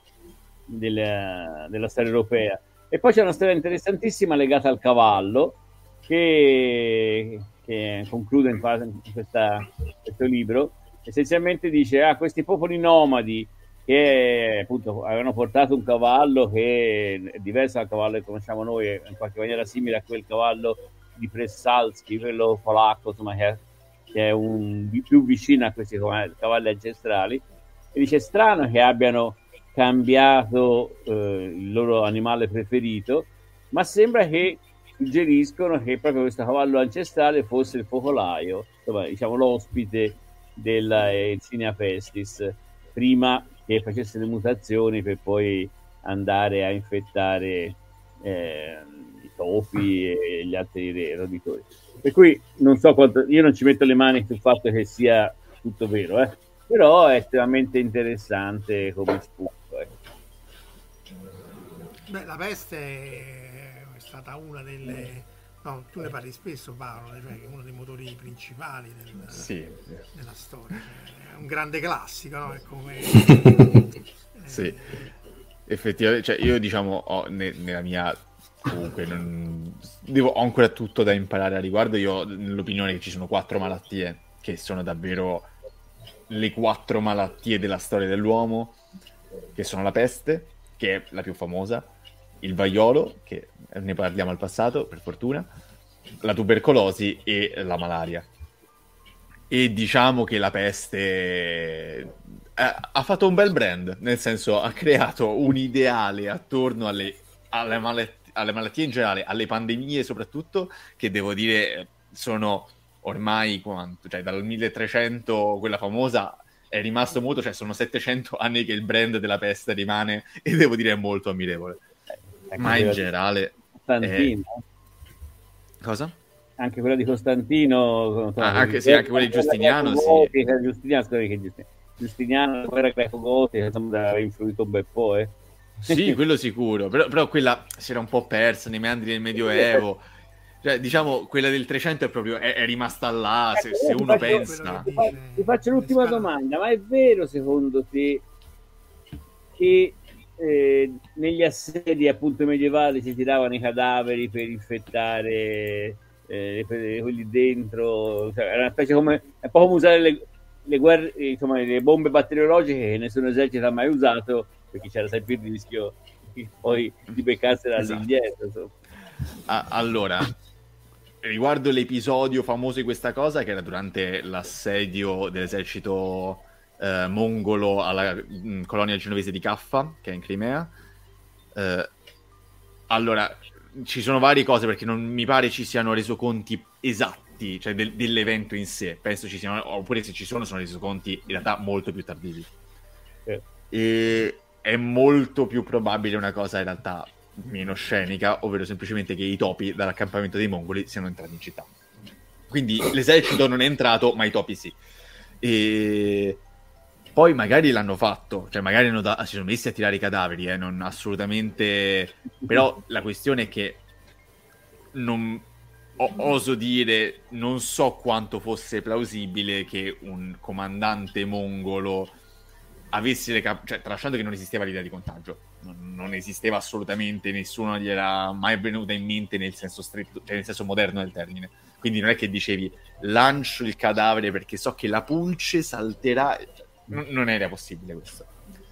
della, della storia europea. E poi c'è una storia interessantissima legata al cavallo che che conclude in, in questa, questo libro. Essenzialmente dice ah, questi popoli nomadi che appunto avevano portato un cavallo che è diverso dal cavallo che conosciamo noi, è in qualche maniera simile a quel cavallo di Presalski, quello polacco, insomma, che è, che è un, più vicino a questi cavalli ancestrali, e dice strano che abbiano cambiato eh, il loro animale preferito, ma sembra che suggeriscono che proprio questo cavallo ancestrale fosse il focolaio, insomma, diciamo l'ospite della Yersinia pestis, prima che facesse le mutazioni per poi andare a infettare eh, i topi e gli altri roditori. Per cui non so quanto, io non ci metto le mani sul fatto che sia tutto vero, eh, però è estremamente interessante come spunto. Eh. Beh, la peste è stata una delle No, tu ne parli spesso, Paolo, cioè che è uno dei motori principali del, sì. della storia. È un grande classico, no? È come... eh, sì, effettivamente, cioè io diciamo ho ne, nella mia comunque non, devo, ho ancora tutto da imparare a riguardo. Io ho l'opinione che ci sono quattro malattie che sono davvero le quattro malattie della storia dell'uomo, che sono la peste, che è la più famosa, il vaiolo, che ne parliamo al passato per fortuna, la tubercolosi e la malaria. E diciamo che la peste eh, ha fatto un bel brand, nel senso ha creato un ideale attorno alle, alle, malattie, alle malattie in generale, alle pandemie soprattutto, che devo dire sono ormai quanto, cioè dal milletrecento, quella famosa, è rimasto molto, cioè sono settecento anni che il brand della peste rimane, e devo dire è molto ammirevole. Eh, ma in generale Costantino. Eh... cosa? Anche quella di Costantino, ah, anche, sì, anche quella di Giustiniano, sì. Giustiniano, scusate, che Giustiniano, Giustiniano, la guerra greco-gotica, insomma, ha influito un bel po', eh. Sì, quello sicuro, però, però quella si era un po' persa nei meandri del Medioevo. Cioè, diciamo, quella del trecento è proprio è, è rimasta là, se, se uno faccio, pensa. Ti faccio, ti faccio l'ultima domanda, ma è vero secondo te che eh, negli assedi appunto medievali si tiravano i cadaveri per infettare eh, per quelli dentro, cioè, era una specie come è un po' come usare le, le guerre, insomma, le bombe batteriologiche che nessun esercito ha mai usato, perché c'era sempre il rischio di, poi di beccarsela esatto. all'indietro. Ah, allora, riguardo l'episodio famoso di questa cosa, che era durante l'assedio dell'esercito eh, mongolo alla mh, colonia genovese di Caffa, che è in Crimea, eh, allora ci sono varie cose, perché non mi pare ci siano resoconti esatti, cioè del, dell'evento in sé, penso ci siano, oppure se ci sono sono resoconti in realtà molto più tardivi. Eh. E è molto più probabile una cosa in realtà meno scenica, ovvero semplicemente che i topi dall'accampamento dei mongoli siano entrati in città. Quindi l'esercito non è entrato, ma i topi sì. E poi magari l'hanno fatto, cioè magari hanno da- si sono messi a tirare i cadaveri, eh, non assolutamente. Però la questione è che non o- oso dire, non so quanto fosse plausibile che un comandante mongolo avesse le cap- cioè tralasciando che non esisteva l'idea di contagio, non, non esisteva assolutamente, nessuno gli era mai venuta in mente nel senso stretto, cioè nel senso moderno del termine. Quindi non è che dicevi lancio il cadavere perché so che la pulce salterà, N- non era possibile questo.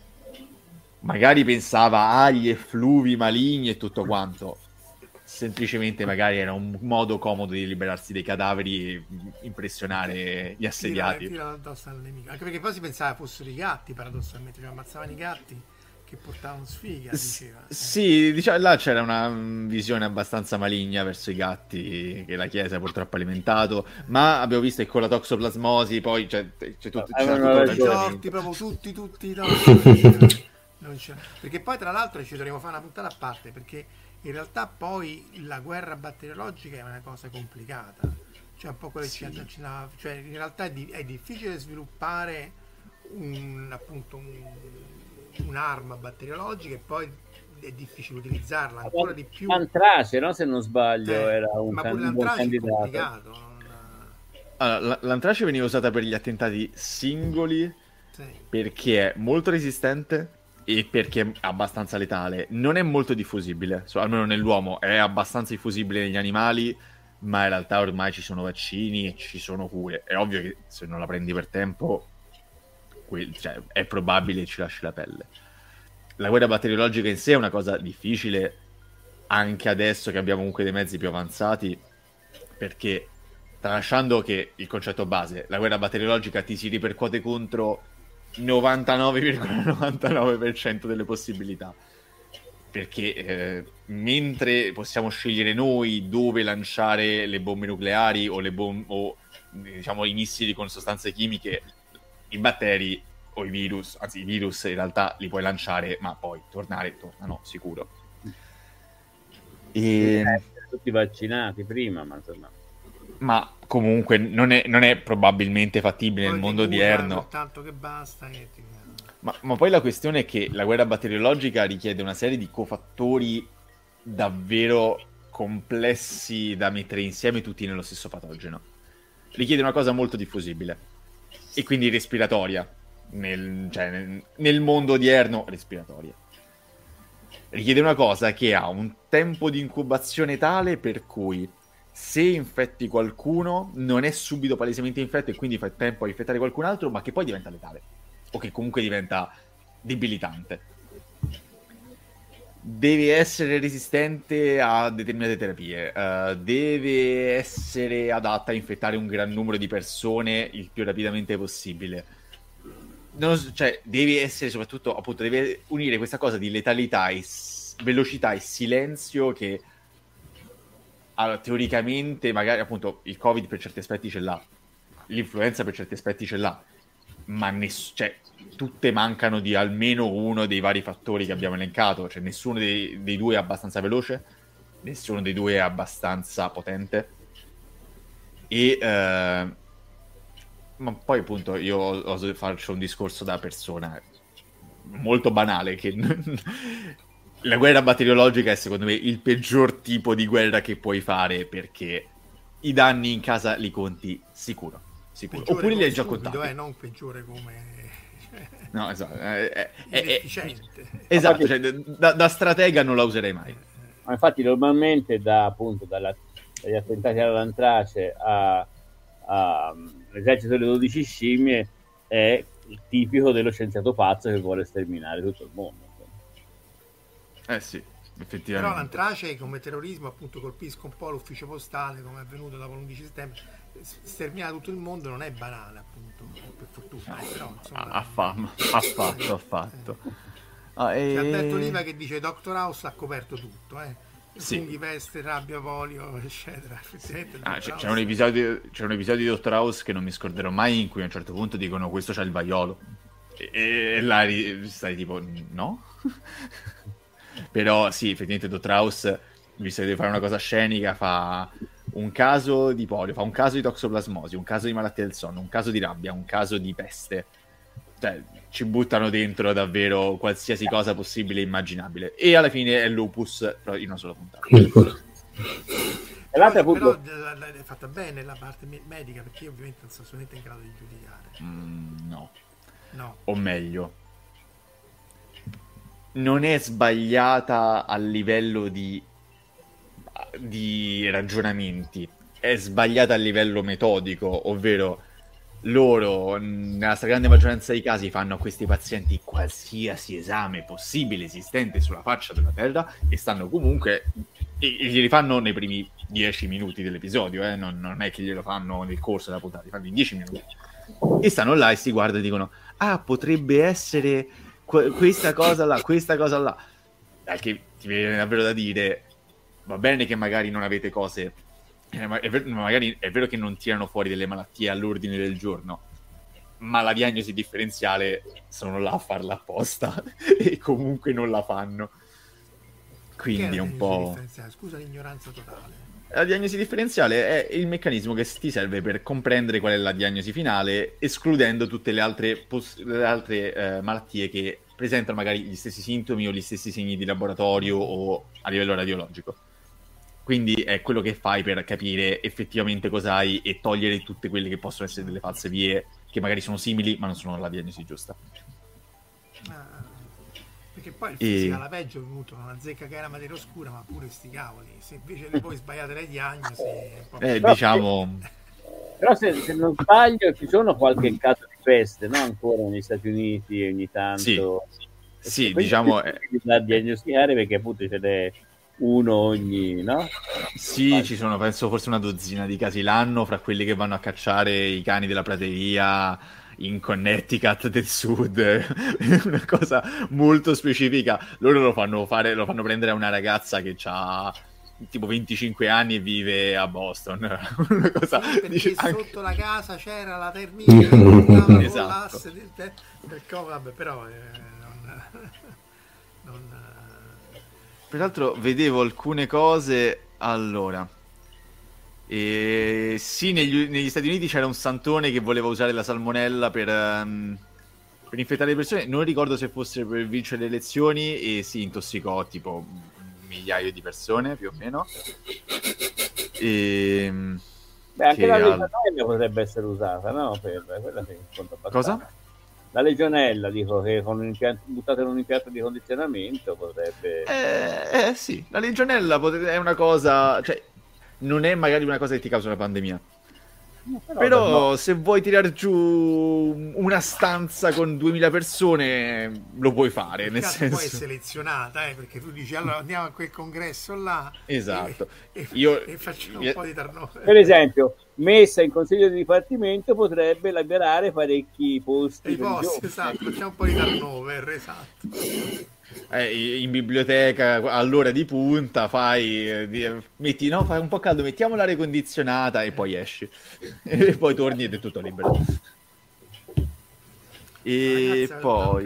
Magari pensava agli effluvi maligni e tutto quanto, semplicemente magari era un modo comodo di liberarsi dei cadaveri e impressionare gli assediati. Tira, tira addosso al nemico. Anche perché poi si pensava fossero i gatti, paradossalmente, cioè ammazzavano i gatti che portavano sfiga, diceva. S- sì, diciamo, là c'era una visione abbastanza maligna verso i gatti che la Chiesa purtroppo ha alimentato, ma abbiamo visto che con la toxoplasmosi poi c'è, c'è tutto, c'è tutto un ragionamento. Proprio tutti, tutti, no, non c'è. Perché poi tra l'altro ci dovremo fare una puntata a parte, perché in realtà poi la guerra batteriologica è una cosa complicata, cioè un po' quello che sì. ci accennava, cioè in realtà è, di, è difficile sviluppare un, appunto un, un'arma batteriologica, e poi è difficile utilizzarla ancora di più. L'antrace, no? Se non sbaglio, eh, era un, ma can- pure un buon l'antrace è candidato. complicato. Non... Allora, l'antrace veniva usata per gli attentati singoli, sì. perché è molto resistente e perché è abbastanza letale. Non è molto diffusibile, so, almeno nell'uomo è abbastanza diffusibile negli animali, ma in realtà ormai ci sono vaccini e ci sono cure. È ovvio che se non la prendi per tempo, quel, cioè, è probabile che ci lasci la pelle. La guerra batteriologica in sé è una cosa difficile, anche adesso che abbiamo comunque dei mezzi più avanzati, perché tralasciando che il concetto base, la guerra batteriologica ti si ripercuote contro novantanove virgola novantanove per cento delle possibilità, perché eh, mentre possiamo scegliere noi dove lanciare le bombe nucleari o le bom- o diciamo i missili con sostanze chimiche, i batteri o i virus, anzi i virus in realtà li puoi lanciare ma poi tornare tornano sicuro. E... tutti vaccinati prima, ma insomma, ma comunque non è, non è probabilmente fattibile poi nel mondo odierno. Tanto che basta, che ti... ma, ma poi la questione è che la guerra batteriologica richiede una serie di cofattori davvero complessi da mettere insieme tutti nello stesso patogeno. Richiede una cosa molto diffusibile e quindi respiratoria, nel, cioè nel, nel mondo odierno respiratoria. Richiede una cosa che ha un tempo di incubazione tale per cui se infetti qualcuno non è subito palesemente infetto e quindi fai tempo a infettare qualcun altro, ma che poi diventa letale o che comunque diventa debilitante. Deve essere resistente a determinate terapie, uh, deve essere adatta a infettare un gran numero di persone il più rapidamente possibile. Non, cioè, deve essere soprattutto, appunto, deve unire questa cosa di letalità e s- velocità e silenzio che allora, teoricamente magari appunto il Covid per certi aspetti ce l'ha, l'influenza per certi aspetti ce l'ha, ma ness- cioè, tutte mancano di almeno uno dei vari fattori che abbiamo elencato, cioè nessuno dei, dei due è abbastanza veloce, nessuno dei due è abbastanza potente e eh, ma poi appunto io oso faccio un discorso da persona molto banale che la guerra batteriologica è secondo me il peggior tipo di guerra che puoi fare perché i danni in casa li conti sicuro, sicuro. Oppure li hai già contati, eh, non peggiore come no, esatto, è, è, è, efficiente. Esatto, cioè, da, da stratega non la userei mai. Ma infatti normalmente da appunto dalla, dagli attentati all'antrace a, a l'esercito delle dodici scimmie è il tipico dello scienziato pazzo che vuole sterminare tutto il mondo. Eh sì, effettivamente. Però l'antrace come terrorismo appunto colpisca un po' l'ufficio postale come è avvenuto dopo l'undici settembre, sterminare tutto il mondo non è banale appunto, per fortuna. Eh, però, insomma, ha, fa- ha fatto, ha fatto. Ah, e... C'è Alberto Oliva che dice Doctor House ha coperto tutto, eh. Sì. Funghi, peste, rabbia, polio, eccetera. Ah, c'è, c'è, un episodio, c'è un episodio di Doctor House che non mi scorderò mai in cui a un certo punto dicono questo c'ha il vaiolo e, e là stai tipo no? Però sì, effettivamente Doctor House, visto che deve fare una cosa scenica, fa un caso di polio, fa un caso di toxoplasmosi, un caso di malattia del sonno, un caso di rabbia, un caso di peste. Cioè, ci buttano dentro davvero qualsiasi cosa possibile e immaginabile. E alla fine è lupus, però in una sola puntata. E l'altra però appunto... è fatta bene la parte medica, perché io ovviamente non sono assolutamente in grado di giudicare. Mm, no. No. O meglio, non è sbagliata a livello di, di ragionamenti, è sbagliata a livello metodico, ovvero loro nella stragrande maggioranza dei casi fanno a questi pazienti qualsiasi esame possibile esistente sulla faccia della terra e stanno comunque e, e glieli fanno nei primi dieci minuti dell'episodio, eh? non, non è che glielo fanno nel corso della puntata, li fanno in dieci minuti e stanno là e si guardano e dicono ah, potrebbe essere questa cosa là, questa cosa là, che ti viene davvero da dire va bene che magari non avete cose, eh, è ver- magari è vero che non tirano fuori delle malattie all'ordine del giorno, ma la diagnosi differenziale sono là a farla apposta e comunque non la fanno, quindi è un po'... Scusa l'ignoranza totale. La diagnosi differenziale è il meccanismo che ti serve per comprendere qual è la diagnosi finale, escludendo tutte le altre, poss- le altre eh, malattie che presentano magari gli stessi sintomi o gli stessi segni di laboratorio o a livello radiologico. Quindi è quello che fai per capire effettivamente cosa hai e togliere tutte quelle che possono essere delle false vie che magari sono simili ma non sono la diagnosi giusta. Ah. Perché poi il E... fisica alla peggio è venuto una zecca che era materia oscura, ma pure sti cavoli, se invece le poi sbagliate le diagnosi è un po' eh, diciamo però se, se non sbaglio ci sono qualche caso di peste, no? Ancora negli Stati Uniti ogni tanto sì, sì quindi diciamo è... da diagnosticare perché appunto ce n'è uno ogni, no? Sì, Vai. Ci sono penso forse una dozzina di casi l'anno fra quelli che vanno a cacciare i cani della prateria in Connecticut del Sud, una cosa molto specifica. Loro lo fanno fare, lo fanno prendere a una ragazza che ha tipo venticinque anni e vive a Boston. Una cosa, sì, perché dice, sotto anche... la casa c'era la termite, esatto. del, del, del vabbè, però eh, non, non... Peraltro vedevo alcune cose. Allora, e sì, negli, negli Stati Uniti c'era un santone che voleva usare la salmonella per, um, per infettare le persone. Non ricordo se fosse per vincere le elezioni e si intossicò tipo migliaia di persone più o meno. E beh, anche la al... legionella potrebbe essere usata, no? Per quella che conta abbastanza. Cosa? La legionella, dico, che con un impianto, buttata in un impianto di condizionamento potrebbe... Eh, eh sì, la legionella pot- è una cosa, cioè, non è magari una cosa che ti causa una pandemia. No, però, Però no. se vuoi tirare giù una stanza con duemila persone lo puoi fare, nel senso... poi è selezionata, eh, perché tu dici allora andiamo a quel congresso là, esatto, e, e, io e facciamo io... un po' di turnover. Per esempio, messa in consiglio di dipartimento potrebbe liberare parecchi posti. I posti, esatto, facciamo un po' di turnover, esatto. Eh, in biblioteca all'ora di punta fai, eh, di, metti, no, fai un po' caldo, mettiamo l'aria condizionata e poi esci e poi torni ed è tutto libero. E poi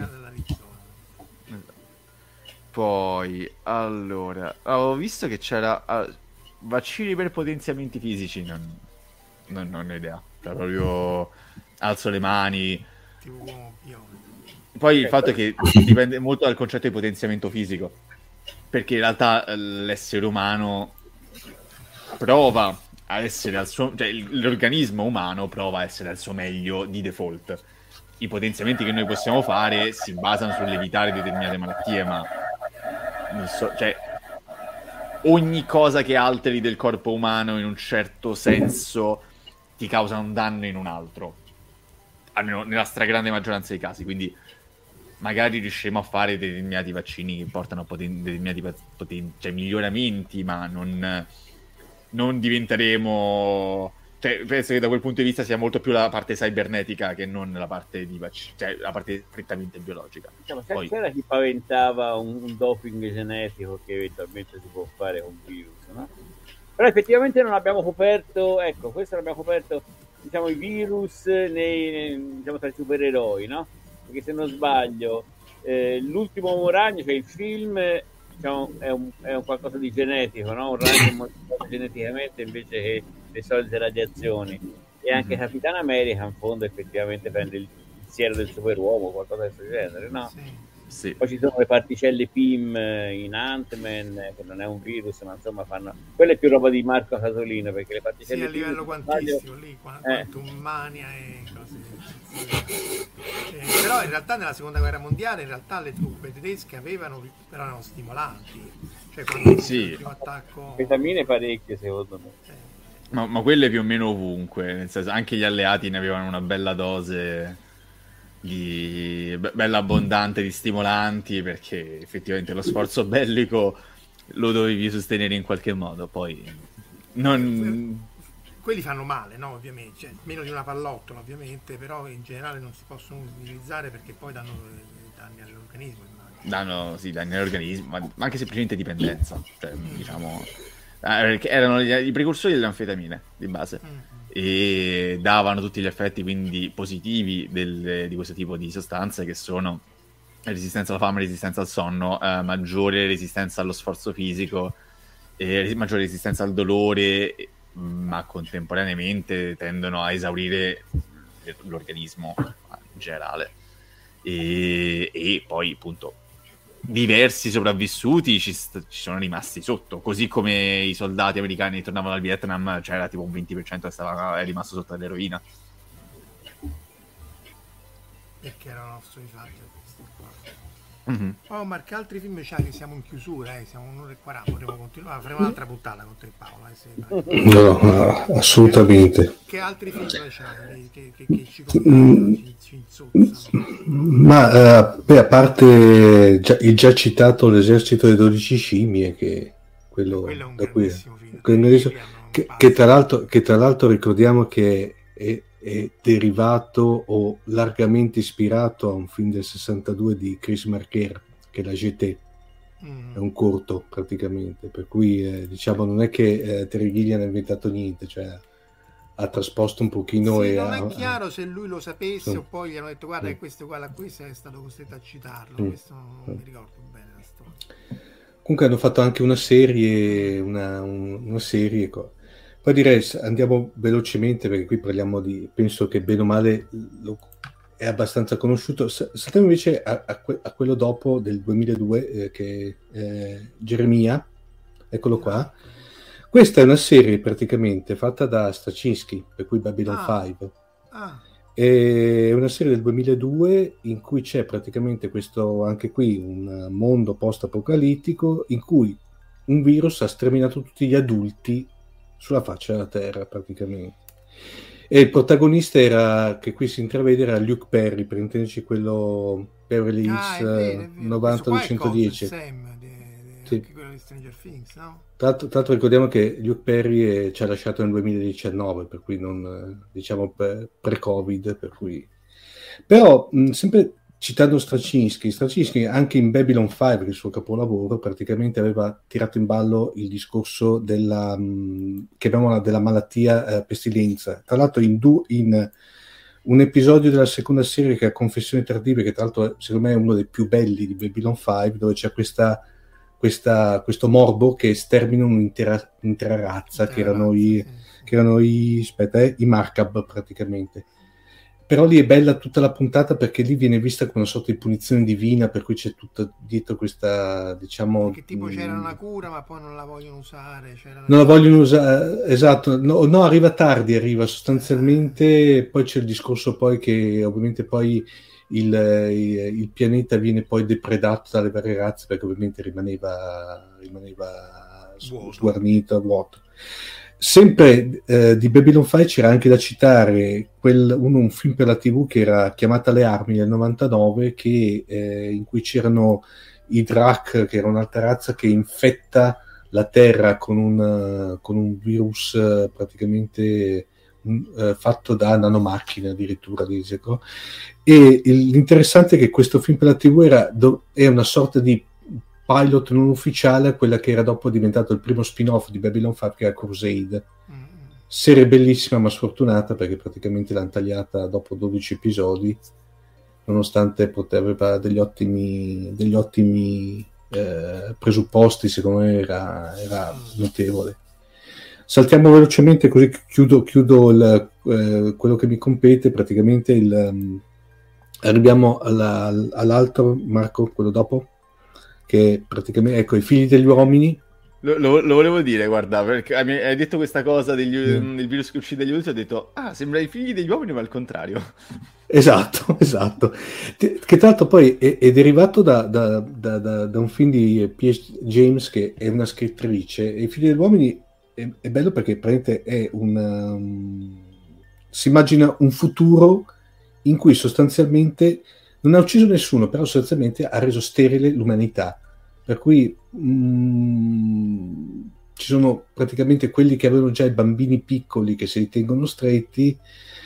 poi allora ho visto che c'era uh, vaccini per potenziamenti fisici, non, non, non ho idea, cioè proprio alzo le mani. Tipo, io... Poi il fatto è che dipende molto dal concetto di potenziamento fisico, perché in realtà l'essere umano prova a essere al suo, cioè l'organismo umano prova a essere al suo meglio di default. I potenziamenti che noi possiamo fare si basano sull'evitare determinate malattie, ma non so, cioè ogni cosa che alteri del corpo umano in un certo senso ti causa un danno in un altro, almeno nella stragrande maggioranza dei casi, quindi magari riusciremo a fare determinati vaccini che portano a poten- determinati poten- cioè miglioramenti, ma non, non diventeremo, cioè penso che da quel punto di vista sia molto più la parte cibernetica che non la parte di vac- cioè la parte prettamente biologica. Diciamo, Poi... c'era chi paventava un, un doping genetico che eventualmente si può fare con virus, no? Però effettivamente non abbiamo coperto, ecco, questo non abbiamo coperto, diciamo, i virus nei, nei, diciamo, tra i supereroi, no? Perché se non sbaglio eh, l'ultimo Uomo Ragno, cioè il film, diciamo, è, un, è un qualcosa di genetico, no? Un ragno modificato geneticamente invece che le solite radiazioni, e anche mm-hmm. Capitan America in fondo effettivamente prende il, il siero del superuomo, qualcosa di questo genere, no? Sì. Sì. Poi ci sono le particelle P I M in Ant-Man, che non è un virus, ma insomma fanno... Quella è più roba di Marco Casolino, perché le particelle sì, a livello P I M, quantissimo, lì, eh. Quantum Mania e cose. Eh, però in realtà nella seconda guerra mondiale in realtà le truppe tedesche avevano, però erano stimolanti, cioè quando sì. il primo attacco... Vitamine parecchie secondo me. Eh. Ma, ma quelle più o meno ovunque, nel senso, anche gli alleati ne avevano una bella dose... di be- bella abbondante di stimolanti, perché effettivamente lo sforzo bellico lo dovevi sostenere in qualche modo, poi non... quelli fanno male, no, ovviamente, cioè, meno di una pallottola ovviamente, però in generale non si possono utilizzare perché poi danno danni all'organismo, danno, sì, danni all'organismo, ma anche semplicemente dipendenza, cioè mm. diciamo eh, erano gli, i precursori delle anfetamine di base mm. e davano tutti gli effetti quindi positivi del, di questo tipo di sostanze, che sono resistenza alla fame, resistenza al sonno, eh, maggiore resistenza allo sforzo fisico, eh, maggiore resistenza al dolore, ma contemporaneamente tendono a esaurire l'organismo in generale. E, e poi appunto diversi sopravvissuti ci, st- ci sono rimasti sotto, così come i soldati americani che tornavano dal Vietnam, c'era tipo un venti per cento che stava, è rimasto sotto all'eroina perché erano stupefatto. Mm-hmm. Oh Marco, altri film c'hai, che siamo in chiusura, eh? Siamo un'ora e quaranta, potremmo continuare, faremo un'altra puntata con te Paola, eh, se... no, no, assolutamente. Che, che altri film c'hai che, che, che ci contano, ci, ci insozzano? Ma uh, beh, a parte già, il già citato L'esercito delle dodici scimmie, che quello, quello è un da cui, grandissimo film, che, che, che, tra l'altro, che tra l'altro ricordiamo che è, è derivato o largamente ispirato a un film del sessantadue di Chris Marker, che è La G T, mm. è un corto praticamente, per cui eh, diciamo non è che eh, Terry Gilliam ha inventato niente, cioè ha trasposto un pochino. Sì, e non ha, è chiaro se lui lo sapesse sì. o poi gli hanno detto guarda sì. che questo è uguale a questo e è stato costretto a citarlo, sì. questo non sì. mi ricordo bene la storia. Comunque hanno fatto anche una serie, una, una serie. Poi direi andiamo velocemente perché qui parliamo di, penso che bene o male lo, è abbastanza conosciuto. Saltiamo invece a, a, que, a quello dopo del duemiladue, eh, che è eh, Geremia, eccolo qua. Questa è una serie praticamente fatta da Straczynski, per cui Babylon Ah. cinque. Ah, È una serie del duemiladue in cui c'è praticamente questo, anche qui, un mondo post-apocalittico in cui un virus ha sterminato tutti gli adulti sulla faccia della Terra praticamente. E il protagonista era, che qui si intravede, era Luke Perry, per intenderci quello Beverly ah, Hills è vero, è vero. novanta Questo qua è duecentodieci. Coso, Sam, di, di, Sì. anche quello di Stranger Things, no? Tra l'altro, tra l'altro ricordiamo che Luke Perry è- ci ha lasciato nel duemiladiciannove, per cui non, eh, diciamo pre- pre-Covid, per cui... Però, mh, sempre citando Straczynski, Straczynski anche in Babylon cinque, il suo capolavoro, praticamente aveva tirato in ballo il discorso della, mh, chiamiamola, della malattia eh, pestilenza. Tra l'altro in, du- in un episodio della seconda serie che è Confessioni tardive, che tra l'altro è, secondo me è uno dei più belli di Babylon cinque, dove c'è questa, questa, questo morbo che stermina un'intera, un'intera razza, che erano i, Sì, sì. che erano i, aspetta, eh, i Markab praticamente. Però lì è bella tutta la puntata perché lì viene vista come una sorta di punizione divina, per cui c'è tutta dietro questa, diciamo... Che tipo mh, c'era una cura ma poi non la vogliono usare, c'era non la vogliono usare, esatto, no, no, arriva tardi, arriva sostanzialmente, poi c'è il discorso poi che ovviamente poi il, il, il pianeta viene poi depredato dalle varie razze perché ovviamente rimaneva, rimaneva Vuoto. sguarnito, vuoto. Sempre eh, di Babylon cinque c'era anche da citare quel, uno, un film per la tivù che era Chiamata alle armi del novantanove, che, eh, in cui c'erano i Drak, che era un'altra razza che infetta la Terra con un, con un virus uh, praticamente uh, fatto da nanomacchine addirittura, dicevo. E il, l'interessante è che questo film per la tivù era do, è una sorta di pilot non ufficiale a quella che era dopo diventato il primo spin-off di Babylon cinque, che era Crusade. Mm. Serie bellissima ma sfortunata perché praticamente l'hanno tagliata dopo dodici episodi, nonostante poteva degli ottimi degli ottimi eh, presupposti, secondo me era, era notevole. Saltiamo velocemente così chiudo, chiudo il, eh, quello che mi compete, praticamente il, um, arriviamo alla, all'altro, Marco, quello dopo, che praticamente, ecco, i figli degli uomini. Lo, lo, lo volevo dire, guarda, perché hai hai detto questa cosa degli, Mm. del virus che uccide gli adulti, ho detto, ah, sembra i figli degli uomini, ma al contrario. Esatto, esatto. Che tra l'altro poi è, è derivato da, da, da, da, da un film di P H James, che è una scrittrice, e i figli degli uomini è, è bello perché praticamente è un... Um, si immagina un futuro in cui sostanzialmente non ha ucciso nessuno, però sostanzialmente ha reso sterile l'umanità. Per cui mh, ci sono praticamente quelli che avevano già i bambini piccoli che si ritengono stretti.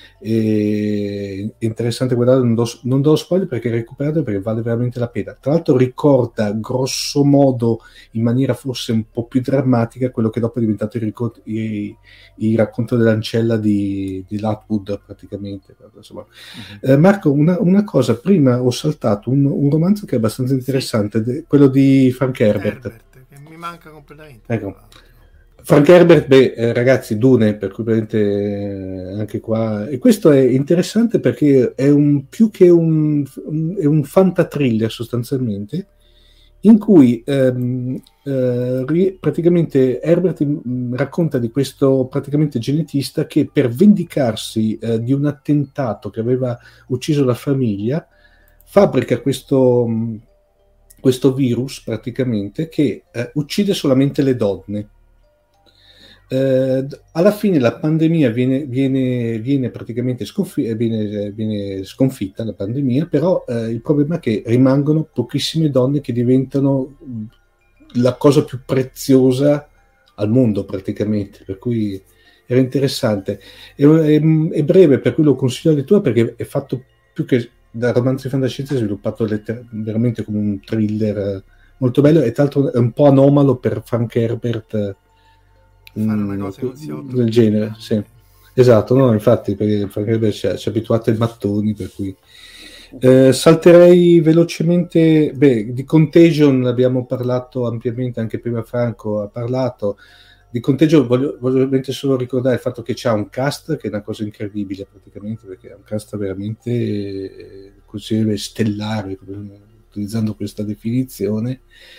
E è interessante guardare, non do, non do spoiler perché recuperate, perché vale veramente la pena. Tra l'altro ricorda grosso modo, in maniera forse un po' più drammatica, quello che dopo è diventato il, ricor- il, il racconto dell'ancella di, di Lockwood praticamente. Insomma. Uh-huh. eh, Marco, una, una cosa, prima ho saltato un, un romanzo che è abbastanza interessante, sì. de, quello di Frank Herbert, Herbert che mi manca completamente. Ecco. Frank Herbert, beh, eh, ragazzi, Dune, per cui eh, anche qua, e questo è interessante perché è un più che un, un, è un fantatriller sostanzialmente, in cui ehm, eh, praticamente Herbert mh, racconta di questo praticamente genetista che per vendicarsi eh, di un attentato che aveva ucciso la famiglia fabbrica questo, mh, questo virus praticamente che eh, uccide solamente le donne. Uh, alla fine la pandemia viene, viene, viene praticamente sconfi- viene, viene sconfitta, la pandemia, però uh, il problema è che rimangono pochissime donne che diventano la cosa più preziosa al mondo praticamente, per cui era interessante. È, è, è breve, per cui lo consiglio di tua perché è fatto più che da romanzo di fantascienza, è sviluppato letter- veramente come un thriller molto bello, e tra l'altro è un po' anomalo per Frank Herbert fare una cosa mm, del genere, sì. Esatto, no, infatti perché Frank ci ha abituato ai mattoni, per cui eh, salterei velocemente. Beh, di Contagion abbiamo parlato ampiamente, anche prima Franco ha parlato di Contagion. Voglio, voglio ovviamente solo ricordare il fatto che c'ha un cast che è una cosa incredibile praticamente, perché è un cast veramente eh, stellare, utilizzando questa definizione.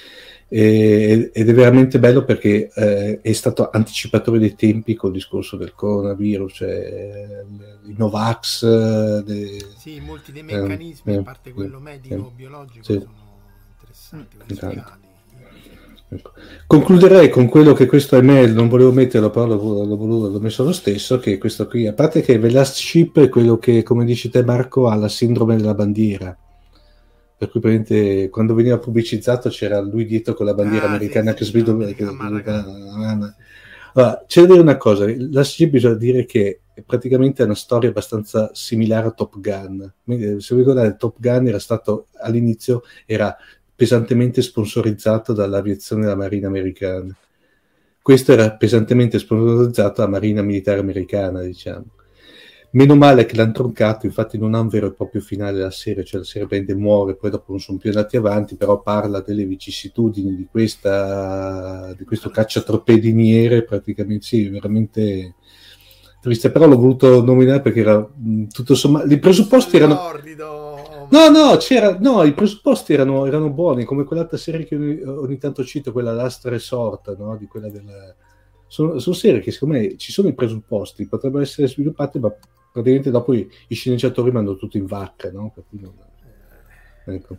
E, ed è veramente bello perché eh, è stato anticipatore dei tempi col discorso del coronavirus, cioè i Novax, de, sì, molti dei meccanismi, eh, a parte quello eh, medico-biologico, sì. sono interessanti, Esatto. Ecco. Concluderei con quello che questo email non volevo metterlo, però l'ho, l'ho, voluto, l'ho messo lo stesso, che questo qui, a parte che The Last Ship è quello che, come dici te Marco, ha la sindrome della bandiera, per cui praticamente quando veniva pubblicizzato c'era lui dietro con la bandiera ah, americana sì, che sì, sviluppava. America, allora, c'è da dire una cosa, Last Ship bisogna dire che è praticamente una storia abbastanza similare a Top Gun. Se vi ricordate, Top Gun era stato all'inizio era pesantemente sponsorizzato dall'aviazione della Marina americana. Questo era pesantemente sponsorizzato dalla Marina militare americana, diciamo. Meno male che l'hanno troncato, infatti non ha un vero e proprio finale la serie, cioè la serie prende muore, poi dopo non sono più andati avanti, però parla delle vicissitudini di questa di questo cacciatorpediniere, praticamente sì, veramente triste, però l'ho voluto nominare perché era mh, tutto sommato, i presupposti erano no no c'era no i presupposti erano, erano buoni, come quell'altra serie che ogni, ogni tanto cito, quella Last Resort, no? Di quella della sono, sono serie che secondo me ci sono i presupposti, potrebbero essere sviluppate, ma praticamente dopo i, i sceneggiatori mandano tutto in vacca, no? Per cui non... ecco.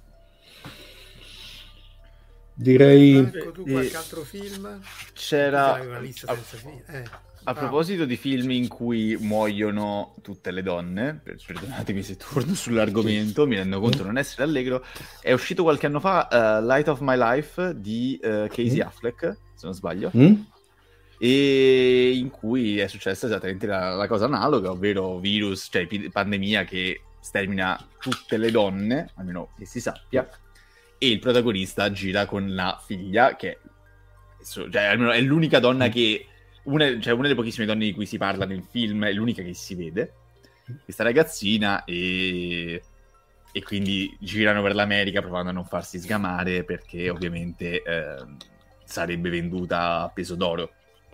Direi Franco, tu qualche altro film? C'era una lista senza fine. Eh, a proposito di film in cui muoiono tutte le donne, per, perdonatemi se torno sull'argomento, mi rendo conto di non essere allegro, è uscito qualche anno fa uh, Light of My Life di uh, Casey mm. Affleck, se non sbaglio, mm. e in cui è successa esattamente la, la cosa analoga, ovvero virus, cioè pandemia che stermina tutte le donne, almeno che si sappia, e il protagonista gira con la figlia, che cioè, almeno è l'unica donna che una, cioè una delle pochissime donne di cui si parla nel film, è l'unica che si vede, questa ragazzina, e, e quindi girano per l'America provando a non farsi sgamare perché ovviamente eh, sarebbe venduta a peso d'oro.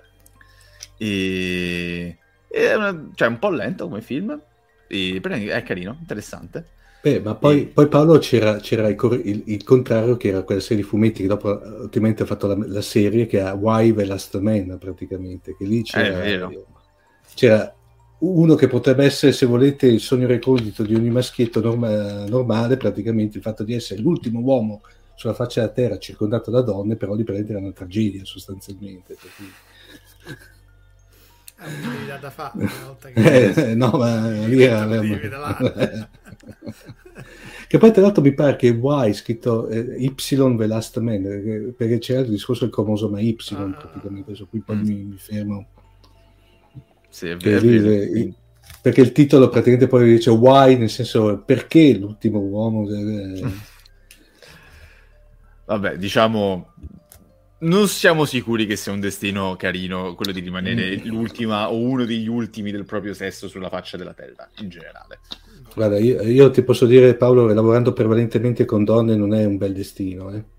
E, è una, cioè un po' lento come film, e, però è carino, interessante. Beh, ma poi, e... poi Paolo c'era, c'era il, il, il contrario, che era quella serie di fumetti che dopo ultimamente ha fatto la, la serie, che ha Why the Last Man, praticamente, che lì c'era, eh, c'era uno che potrebbe essere, se volete, il sogno recondito di ogni maschietto norma, normale, praticamente il fatto di essere l'ultimo uomo sulla faccia della terra circondato da donne, però lì per era una tragedia sostanzialmente. Perché... è da fare una volta che eh, no, ma lì era che poi tra l'altro mi pare che Y scritto eh, Y the Last Man, perché, perché c'era il discorso del cromosoma Y, ah, praticamente su cui poi mm. mi, mi fermo, sì, è vero, lì, è vero. Il, perché il titolo praticamente poi dice why, nel senso perché l'ultimo uomo eh... vabbè, diciamo non siamo sicuri che sia un destino carino quello di rimanere mm. l'ultima o uno degli ultimi del proprio sesso sulla faccia della terra in generale. Guarda, io, io ti posso dire, Paolo, lavorando prevalentemente con donne non è un bel destino, eh?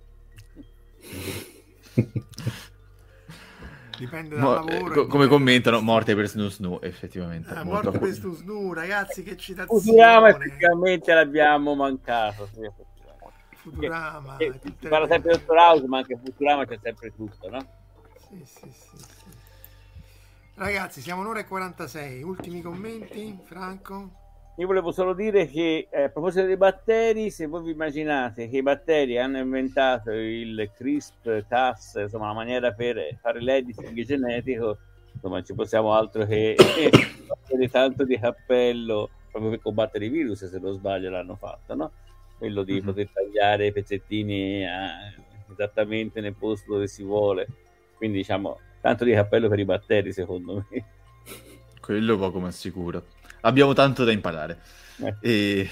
Dipende dal Mo- lavoro. co- come commentano, morte per Snu Snu, effettivamente. Ah, morte per Snu Snu, ragazzi, che citazione. Futurama effettivamente l'abbiamo mancato. Sì, Futurama. Che, che, si parla sempre di Doctor House, ma anche Futurama c'è sempre tutto, no? Sì, sì, sì, sì. Ragazzi, siamo un'ora e quarantasei. Ultimi commenti, Franco? Io volevo solo dire che eh, a proposito dei batteri, se voi vi immaginate che i batteri hanno inventato il CRISPR Cas, insomma la maniera per fare l'editing genetico, insomma ci possiamo altro che eh, tanto di cappello proprio per combattere i virus, se non sbaglio l'hanno fatto, no? Quello di mm-hmm. poter tagliare i pezzettini a, esattamente nel posto dove si vuole, quindi diciamo tanto di cappello per i batteri, secondo me. Quello poco ma sicuro. Abbiamo tanto da imparare. Eh. E...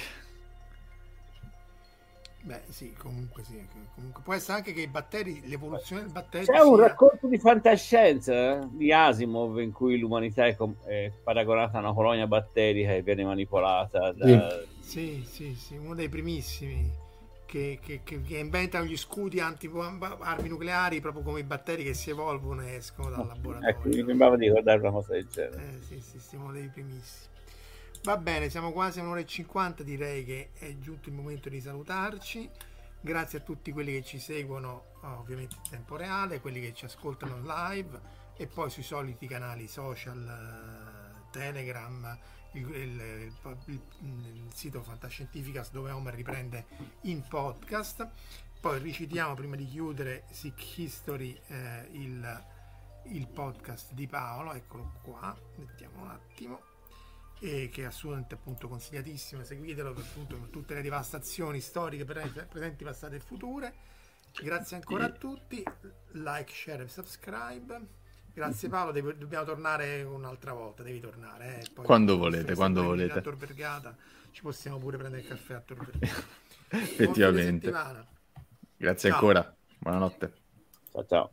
Beh, sì, comunque sì. Comunque può essere anche che i batteri, l'evoluzione del batterio. C'è sia... un racconto di fantascienza eh, di Asimov in cui l'umanità è, com- è paragonata a una colonia batterica e viene manipolata da... Sì, sì, sì, uno dei primissimi che, che, che, che inventano gli scudi anti-armi nucleari, proprio come i batteri che si evolvono e escono dal laboratorio. Ecco, mi sembrava di ricordare una cosa del genere. Eh, sì, sì, siamo dei primissimi. Va bene, siamo quasi a un'ora e cinquanta, direi che è giunto il momento di salutarci. grazie a tutti quelli che ci seguono ovviamente in tempo reale, quelli che ci ascoltano live e poi sui soliti canali social, Telegram, il, il, il, il, il sito Fantascientificast dove Omar riprende in podcast. Poi ricitiamo prima di chiudere Sick History, eh, il, il podcast di Paolo, eccolo qua, mettiamo un attimo, e che è assolutamente appunto consigliatissimo, seguitelo per, appunto, per tutte le devastazioni storiche presenti, passate e future. Grazie ancora a tutti, like, share e subscribe. Grazie Paolo, devi, dobbiamo tornare un'altra volta, devi tornare. Eh. Poi, quando volete, quando volete. A Tor Vergata ci possiamo pure prendere il caffè a Tor Vergata. Effettivamente. Grazie ciao. Ancora, buonanotte. Ciao ciao.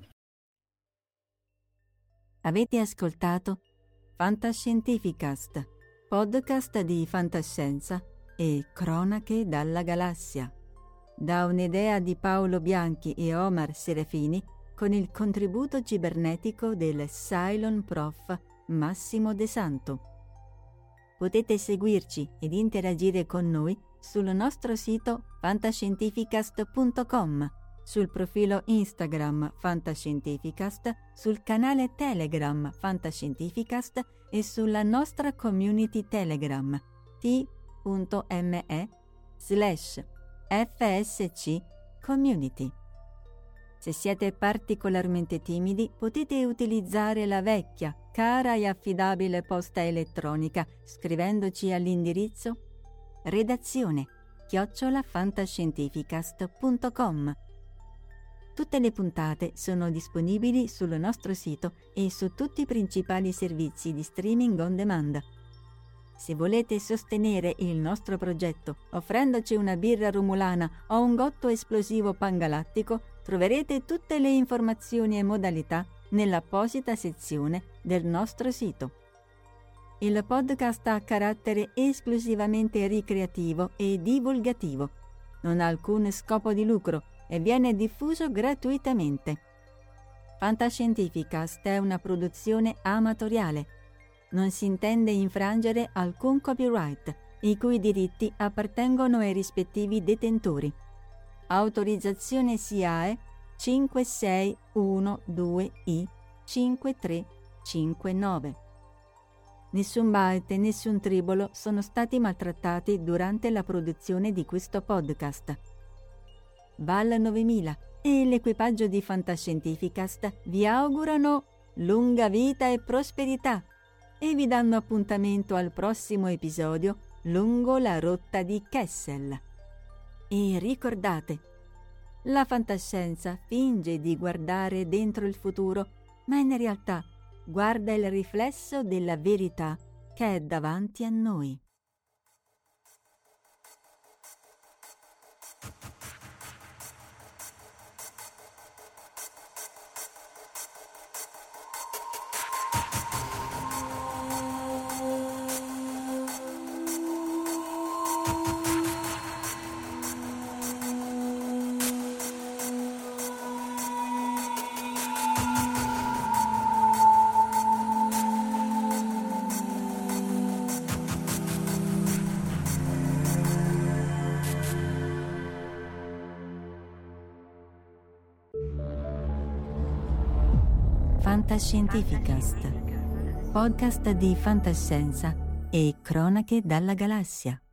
Avete ascoltato Fantascientificast, podcast di fantascienza e cronache dalla galassia, da un'idea di Paolo Bianchi e Omar Serafini, con il contributo cibernetico del Cylon Prof Massimo De Santo. Potete seguirci ed interagire con noi sul nostro sito fantascientificast punto com, sul profilo Instagram Fantascientificast, sul canale Telegram Fantascientificast e sulla nostra community Telegram t.me slash fsc community. Se siete particolarmente timidi, potete utilizzare la vecchia, cara e affidabile posta elettronica scrivendoci all'indirizzo redazione chiocciola fantascientificast punto com. Tutte le puntate sono disponibili sul nostro sito e su tutti i principali servizi di streaming on demand. Se volete sostenere il nostro progetto offrendoci una birra rumulana o un gotto esplosivo pangalattico, troverete tutte le informazioni e modalità nell'apposita sezione del nostro sito. Il podcast ha carattere esclusivamente ricreativo e divulgativo. Non ha alcun scopo di lucro e viene diffuso gratuitamente. Fantascientificast è una produzione amatoriale. Non si intende infrangere alcun copyright, i cui diritti appartengono ai rispettivi detentori. Autorizzazione S I A E cinque sei uno due I cinque tre cinque nove. Nessun byte e nessun tribolo sono stati maltrattati durante la produzione di questo podcast. Val novemila e l'equipaggio di Fantascientificast vi augurano lunga vita e prosperità e vi danno appuntamento al prossimo episodio lungo la rotta di Kessel. E ricordate, la fantascienza finge di guardare dentro il futuro, ma in realtà guarda il riflesso della verità che è davanti a noi. Fantascientificast, podcast di fantascienza e cronache dalla galassia.